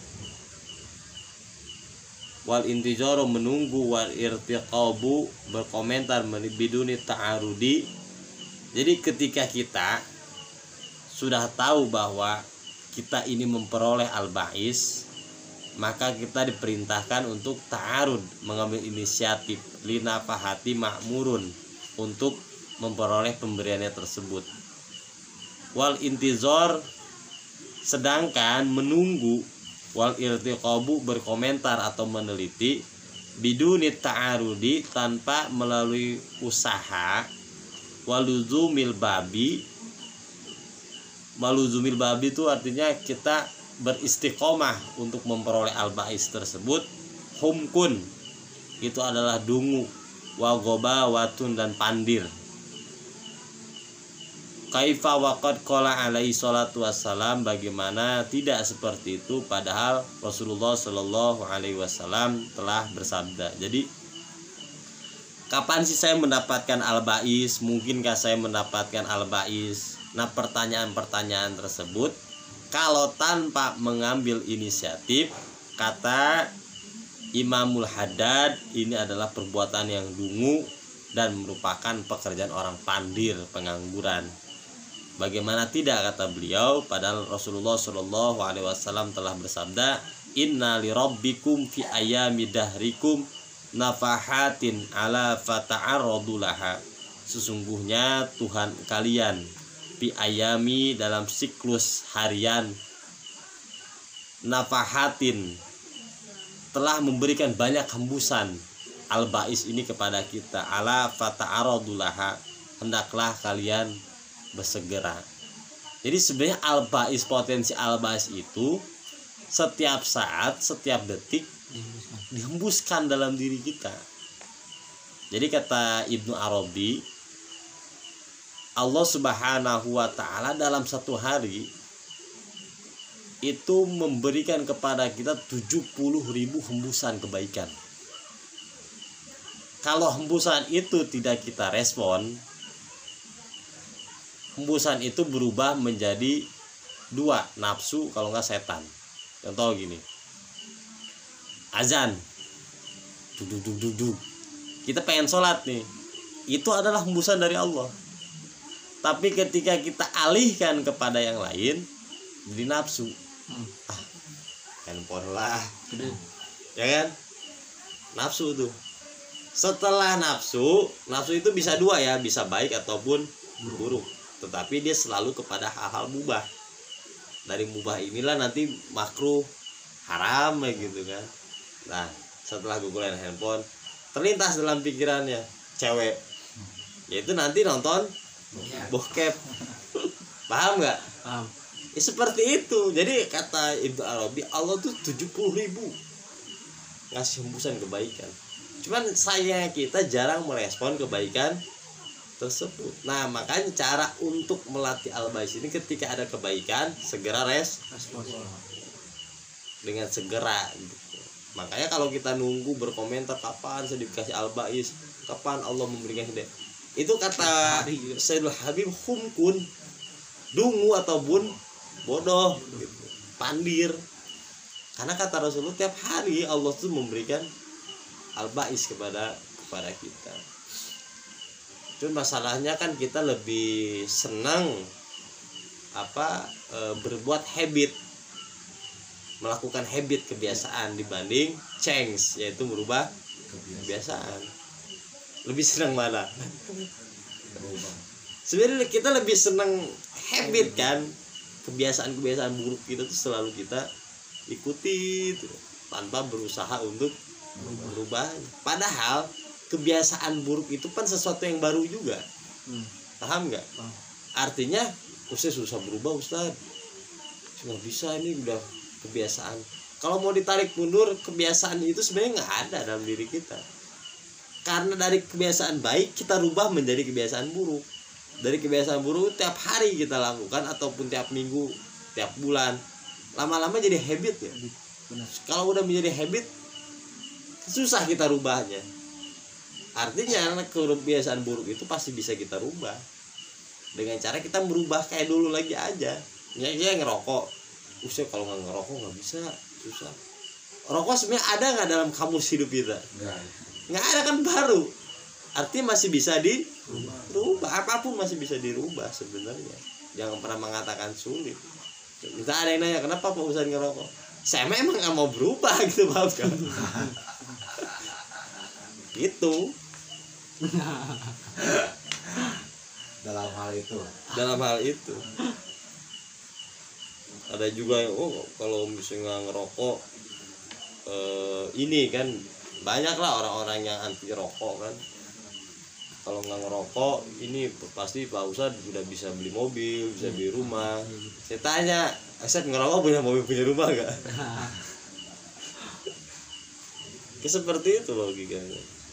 wal intizaru menunggu, wal irtiqabu berkomentar biduni ta'arudi. Jadi ketika kita sudah tahu bahwa kita ini memperoleh al-ba'is, maka kita diperintahkan untuk ta'arud, mengambil inisiatif, linafahati ma'murun, untuk memperoleh pemberiannya tersebut. Wal intizor, sedangkan menunggu, wal irtiqabu berkomentar atau meneliti, biduni ta'arudi, tanpa melalui usaha, waluzumil babi. Waluzumil babi itu artinya kita beristiqomah untuk memperoleh al-ba'is tersebut. Humkun itu adalah dungu, wa ghobawatun dan pandir. Kaifa waqad qala alaihi salatu wassalam, bagaimana tidak seperti itu padahal Rasulullah Shallallahu alaihi wasallam telah bersabda. Jadi kapan sih saya mendapatkan al-ba'is? Mungkinkah saya mendapatkan al-ba'is? Nah pertanyaan-pertanyaan tersebut kalau tanpa mengambil inisiatif, kata Imamul Haddad, ini adalah perbuatan yang dungu dan merupakan pekerjaan orang pandir, pengangguran. Bagaimana tidak, kata beliau, padahal Rasulullah Shallallahu Alaihi Wasallam telah bersabda, Inna li rabbikum fi ayami dahrikum nafahatin ala fata'arradu laha. Sesungguhnya Tuhan kalian fi ayami dalam siklus harian, nafahatin telah memberikan banyak hembusan al-ba'is ini kepada kita, ala fata'aradulaha, hendaklah kalian bersegera. Jadi sebenarnya al-ba'is, potensi al-ba'is itu setiap saat, setiap detik dihembuskan dalam diri kita. Jadi kata Ibnu Arabi, Allah Subhanahu wa ta'ala dalam satu hari itu memberikan kepada kita tujuh puluh ribu hembusan kebaikan. Kalau hembusan itu tidak kita respon, hembusan itu berubah menjadi dua, nafsu kalau nggak setan. Contoh gini, azan, duduk duduk duduk, kita pengen sholat nih, itu adalah hembusan dari Allah. Tapi ketika kita alihkan kepada yang lain, jadi nafsu. Ah, handphone lah, ya kan? Nafsu tuh. Setelah nafsu, nafsu itu bisa dua ya, bisa baik ataupun buruk. Tetapi dia selalu kepada hal-hal mubah. Dari mubah inilah nanti makruh, haram ya gitu kan. Nah, setelah googlein handphone, terlintas dalam pikirannya cewek, yaitu nanti nonton bokep. Paham nggak? Paham. Ya, seperti itu. Jadi kata Ibnu Arabi, Allah tuh tujuh puluh ribu ngasih hembusan kebaikan. Cuman saya kita jarang merespon kebaikan tersebut. Nah, makanya cara untuk melatih al-bais ini ketika ada kebaikan segera res Respon. dengan segera gitu. Makanya kalau kita nunggu berkomentar kapan saya dikasih al-bais, kapan Allah memberikan hidayah. Itu kata Sayyidul Habib humkun, dungu atau bun bodoh gitu. Pandir. Karena kata Rasulullah tiap hari Allah tuh memberikan al-bais kepada kepada kita. Cuma masalahnya kan kita lebih senang apa e, berbuat habit, melakukan habit kebiasaan dibanding change, yaitu merubah kebiasaan. Lebih senang mana? Sebenarnya kita lebih senang habit kan, kebiasaan-kebiasaan buruk kita tuh selalu kita ikuti tuh, tanpa berusaha untuk berubah. Padahal kebiasaan buruk itu kan sesuatu yang baru juga. Hmm. Paham nggak? Paham. Artinya Ustaz susah berubah Ustaz, nggak bisa, ini udah kebiasaan. Kalau mau ditarik mundur kebiasaan itu sebenarnya nggak ada dalam diri kita. Karena dari kebiasaan baik kita rubah menjadi kebiasaan buruk. Dari kebiasaan buruk tiap hari kita lakukan ataupun tiap minggu, tiap bulan, lama-lama jadi habit ya. Benar. Kalau udah menjadi habit susah kita rubahnya. Artinya kebiasaan buruk itu pasti bisa kita rubah dengan cara kita merubah kayak dulu lagi aja. Ya, ya ngerokok, usah kalau nggak ngerokok nggak bisa, susah. Rokok sebenarnya ada nggak dalam kamus hidup kita? Enggak. Nggak ada kan, baru. Artinya masih bisa dirubah, apapun masih bisa dirubah sebenarnya. Jangan pernah mengatakan sulit. Kita ada yang nanya kenapa Pak Ustadz ngerokok? Saya memang nggak mau berubah gitu, maaf kan? Gitu. Dalam hal itu Dalam hal itu ada juga yang oh kalau misalnya ngerokok eh, ini kan banyak lah orang-orang yang anti rokok kan. Kalau nggak ngerokok ini pasti Pak Ustadz udah bisa beli mobil, bisa beli rumah. Saya tanya, Ustadz ngerokok punya mobil, punya rumah nggak? Ya, seperti itu logikanya.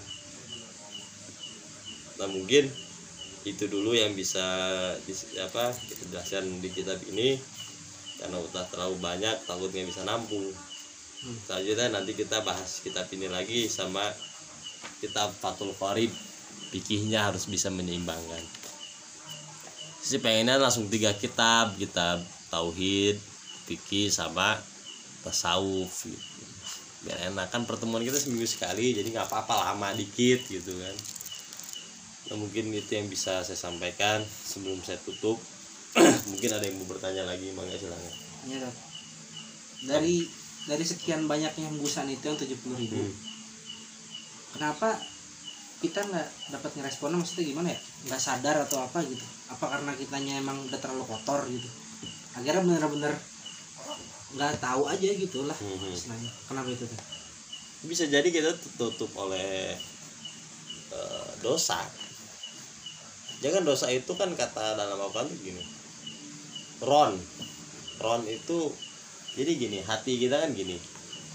Nah, mungkin itu dulu yang bisa di, apa kita jelaskan di kitab ini, karena udah terlalu banyak takutnya bisa nampung. Selanjutnya nanti kita bahas kitab ini lagi sama kitab Fathul Qorib, fikihnya harus bisa menyeimbangkan. Sisi pengennya langsung tiga kitab, kitab tauhid, fikih sama tasawuf gitu. Biar enak kan, pertemuan kita seminggu sekali, jadi nggak apa-apa lama dikit gitu kan. Nah, mungkin itu yang bisa saya sampaikan sebelum saya tutup. Mungkin ada yang mau bertanya lagi, mangga silakan. Iya, Dok. Dari dari sekian banyaknya hembusan itu yang tujuh puluh ribu, Hmm. kenapa kita nggak dapat ngeresponnya, maksudnya gimana ya, nggak sadar atau apa gitu? Apa karena kitanya emang udah terlalu kotor gitu, akhirnya bener-bener nggak tahu aja gitu lah. Hmm. Istilahnya kenapa itu tuh? Bisa jadi kita tertutup oleh uh, dosa. Jangan dosa itu kan kata dalam Al-Quran tuh gini, ron ron itu jadi gini, hati kita kan gini,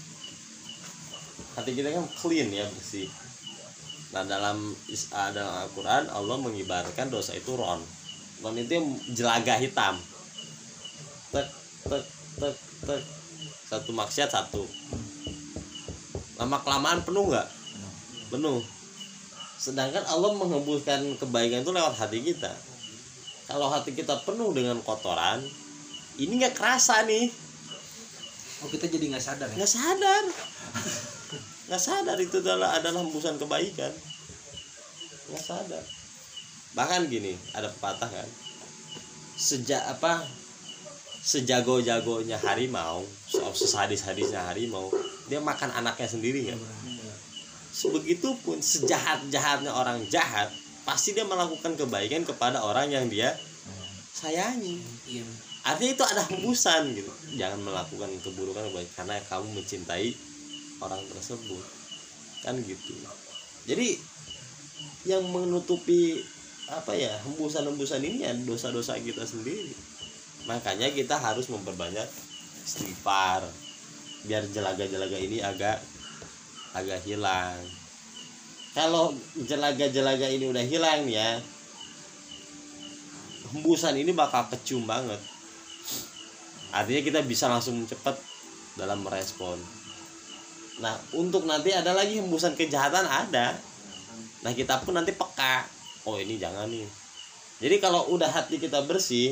hati kita kan clean ya, bersih. Nah, dalam dalam Al-Quran Allah mengibarkan dosa itu ron ron itu yang jelaga hitam, tek tek tek tek, satu maksiat satu, lama kelamaan penuh nggak? Penuh. Sedangkan Allah menghembuskan kebaikan itu lewat hati kita. Kalau hati kita penuh dengan kotoran, ini nggak kerasa nih. Oh, kita jadi nggak sadar ya? Nggak sadar, nggak sadar itu adalah adalah hembusan kebaikan. Nggak sadar. Bahkan gini, ada pepatah kan, sejak apa sejago-jagonya harimau, sesadis-sadisnya harimau, dia makan anaknya sendiri kan. Sebegitupun sejahat-jahatnya orang jahat, pasti dia melakukan kebaikan kepada orang yang dia sayangi. Iya. Artinya itu ada hembusan gitu. Jangan melakukan keburukan baik karena kamu mencintai orang tersebut. Kan gitu. Jadi yang menutupi apa ya, hembusan-hembusan ini ya dosa-dosa kita sendiri. Makanya kita harus memperbanyak istighfar biar jelaga-jelaga ini agak agak hilang. kalau jelaga-jelaga ini udah hilang nih ya, hembusan ini bakal kecium banget. Artinya kita bisa langsung cepat dalam merespon. Nah, untuk nanti ada lagi hembusan kejahatan ada. Nah, kita pun nanti peka. Oh, ini jangan nih. Jadi kalau udah hati kita bersih,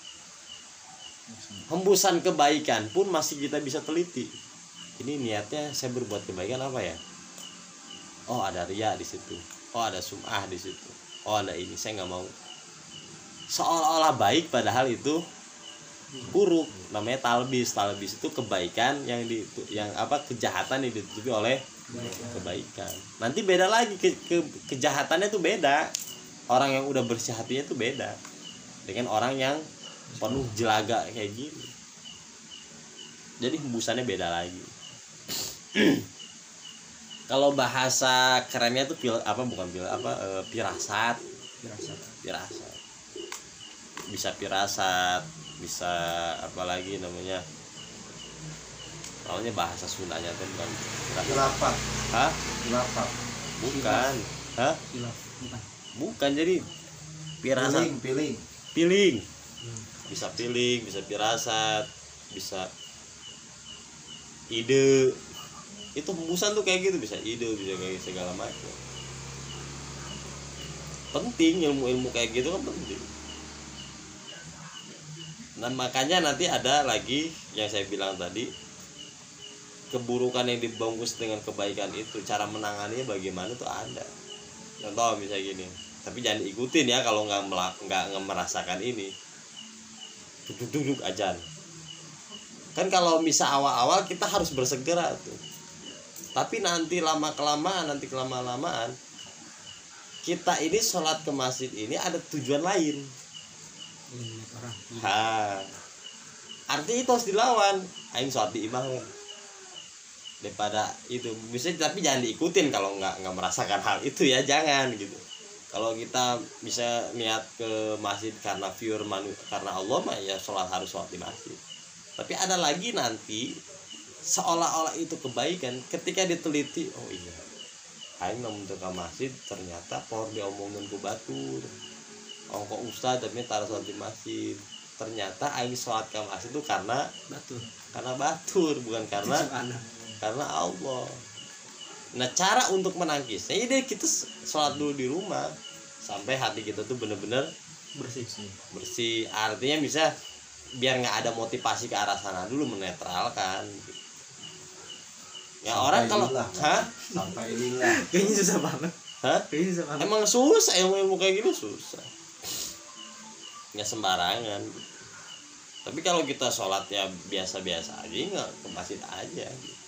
hembusan kebaikan pun masih kita bisa teliti. Ini niatnya saya berbuat kebaikan apa ya? Oh, ada riya di situ. Oh, ada sum'ah di situ. Oh, ada ini, saya nggak mau. Seolah-olah baik padahal itu buruk. Namanya talbis. Talbis itu kebaikan yang di yang apa kejahatan yang ditutupi oleh kebaikan. Nanti beda lagi ke, ke kejahatannya tuh beda. Orang yang udah bersih hatinya tuh beda dengan orang yang penuh jelaga kayak gini. Jadi hembusannya beda lagi. Kalau bahasa kerennya tuh pil apa bukan pil apa e, pirasat. Pirasat. Pirasat. Bisa pirasat, bisa apa lagi namanya? Namanya bahasa Sundanya tuh bukan pirasat. Khilafat. Hah? Khilafat. Bukan. Hah? Hilaf, bukan. Bukan, jadi pirasat. Piling, piling. Piling. Hmm. Bisa piling, bisa pirasat, bisa ide. Itu hembusan tuh kayak gitu, bisa ide, bisa kayak segala macam. Penting ilmu-ilmu kayak gitu kan penting. Nah, makanya nanti ada lagi yang saya bilang tadi, keburukan yang dibungkus dengan kebaikan itu, cara menanganinya bagaimana tuh ada. Contoh misalnya gini, tapi jangan ikutin ya kalau nggak nggak merasakan ini. Duduk-duduk aja. Kan kalau misal awal-awal kita harus bersegera tuh. Tapi nanti lama kelamaan, nanti kelama-lamaan kita ini sholat ke masjid ini ada tujuan lain. Ha. Artinya itu harus dilawan. Aing sholat di imam daripada itu bisa, tapi jangan diikutin kalau nggak nggak merasakan hal itu ya, jangan gitu. Kalau kita bisa niat ke masjid karena pure manu, karena Allah mah ya sholat harus sholat di masjid. Tapi ada lagi nanti seolah-olah itu kebaikan ketika diteliti, oh iya aing namun ke masjid ternyata por diomongin ku batur. Oh kok ustaz tapi taruh sholat di masjid. Ternyata aing sholat ke masjid itu karena Batur. karena batur, bukan karena karena Allah. Nah, cara untuk menangkisnya ini kita sholat dulu di rumah sampai hati kita tuh bener-bener Bersih. bersih. Artinya bisa biar nggak ada motivasi ke arah sana dulu, menetralkan. Ya Sampai orang kalau lillah. hah? Sampai lillah. Kayaknya susah banget. Hah? Kayaknya susah banget. Emang susah ilmu-ilmu kayak gini susah. Nggak sembarangan. Tapi kalau kita sholatnya biasa-biasa aja, nggak ke masjid aja.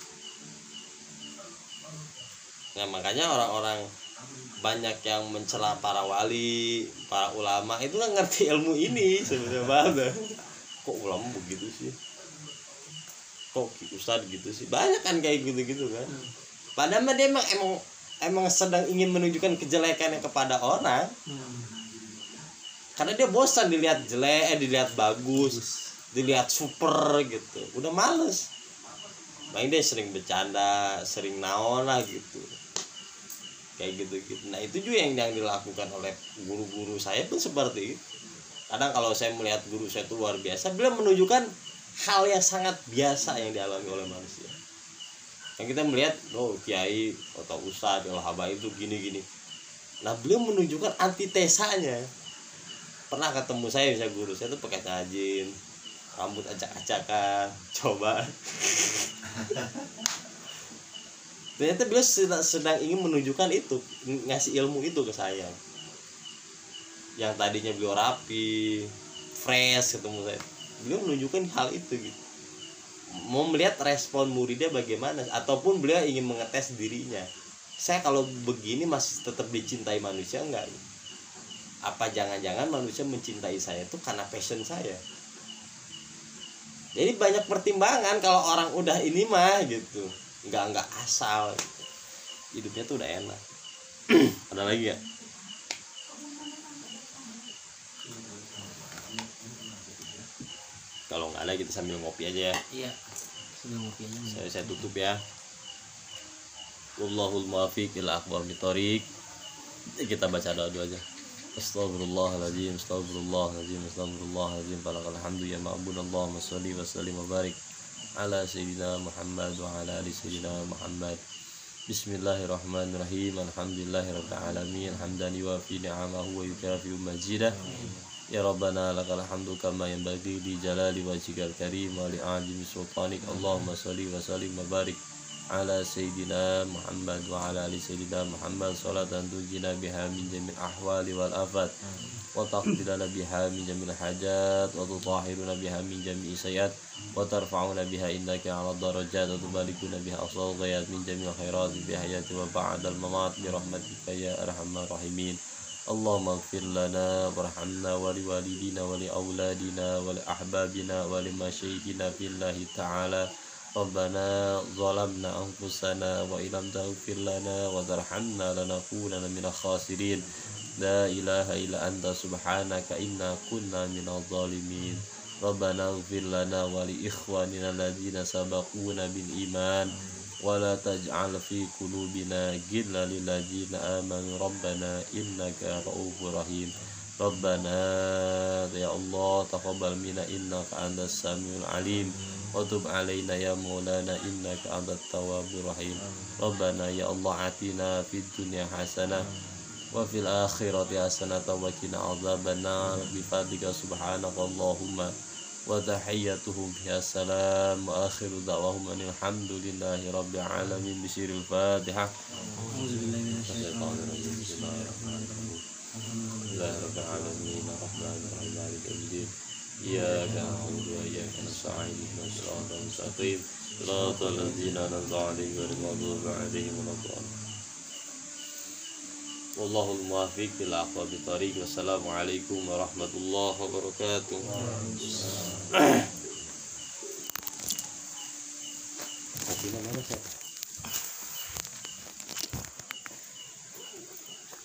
Nah makanya orang-orang banyak yang mencela para wali, para ulama itu kan ngerti ilmu ini sebenarnya banget. Kok ulama begitu sih? Kok ustad gitu sih? Banyak kan kayak gitu-gitu kan. Padahal dia emang emang emang sedang ingin menunjukkan kejelekannya kepada orang. Hmm. Karena dia bosan dilihat jelek, eh, dilihat bagus, dilihat super gitu. Udah males. Bang dia sering bercanda, sering naon lah gitu. Kayak gitu-gitu. Nah, itu juga yang yang dilakukan oleh guru-guru saya pun seperti itu. Kadang kalau saya melihat guru saya itu luar biasa, beliau menunjukkan hal yang sangat biasa yang dialami oleh manusia. Yang kita melihat, oh kiai atau ustadz atau habaib itu gini-gini. Nah, beliau menunjukkan antitesanya. Pernah ketemu saya, bisa guru saya tuh pakai tajin, rambut acak-acakan, coba. Ternyata beliau sedang, sedang ingin menunjukkan itu, ngasih ilmu itu ke saya. Yang tadinya beliau rapi, fresh ketemu saya, beliau menunjukkan hal itu gitu. Mau melihat respon muridnya bagaimana, ataupun beliau ingin mengetes dirinya. Saya kalau begini masih tetap dicintai manusia enggak? Apa jangan-jangan manusia mencintai saya itu karena passion saya? Jadi banyak pertimbangan kalau orang udah ini mah gitu. Enggak enggak asal gitu. Hidupnya tuh udah enak. Ada lagi ya? Kalau nggak ada kita sambil ngopi aja ya. Iya. Sambil ngopi aja. Saya, saya tutup ya. Wallahul muwaffiq ila aqwamit thoriq. Kita baca doa dulu aja. Astagfirullahaladzim, astagfirullahaladzim, astagfirullahaladzim. Falakal hamdu ya ma'bud. Allahumma sholli wa sallim wa barik ala sayyidina Muhammad wa ala ali sayyidina Muhammad. Bismillahirrahmanirrahim. Alhamdulillahirabbil alamin. Hamdan yuwafi ni'amahu wa yukafi majidah. Ya Rabbana lakal hamdu kama yanbaghi li jalali wajhikal karim wa li azimi sultanik. Allahumma sholli wa sallim wa barik ala sayyidina Muhammad wa ala ali sayyidina Muhammad. Salatan tujina biha min jamil ahwali wal afat wa taqdilana biha min jamil hajat wa tutahhiruna biha min jami'i sayiat wa tarfa'una biha innaka 'ala darajat wa tubalikuna biha asal ghayat min jamil khairat bi hayati wa ba'dal mamat bi rahmatika ya arhamar rahimin. Allahumma ighfir lana warhamna wa liwalidina wa liauladina wa liahbabina wa limasyayikhina fillahi ta'ala. Rabbana zalamna anfusana wa illam taghfir lana wa tarhamna lanakunanna minal khasirin. La ilaha illa anta subhanaka inna kunna minadh dhalimin. Rabbana ighfir lana wa li ikhwanina alladhina sabaquna bil iman wa la taj'al fi qulubina ghillan lil ladzina amanu rabbana innaka ra'ufur rahim. Rabbana ya Allah taqabbal minna innaka antas samiul alim wa tub alaina ya maulana innaka antat tawwabur rahim. Rabbana ya Allah atina fid dunya hasanah wa fil akhirati hasanah wa qina adzabannar bi fadlika subhanaka Allahumma wa tahiyyatuhum fiha salam wa akhiru da'wahum alhamdulillahi rabbil alamin. Bisiril Fatihah. Auzubillahi minasyaitonir rajim. Bismillahirrahmanirrahim. Alhamdulillahirabbil alamin arrahmanir rahim maliki yaumiddin. Iyyaka na'budu wa iyyaka nasta'in ihdinas siratal mustaqim siratal ladzina an'amta 'alaihim ghairil maghdubi 'alaihim waladdallin. Wallahul muwaffiq ila aqwamit thoriq. Wassalamualaikum warahmatullahi wabarakatuh. Tapi mana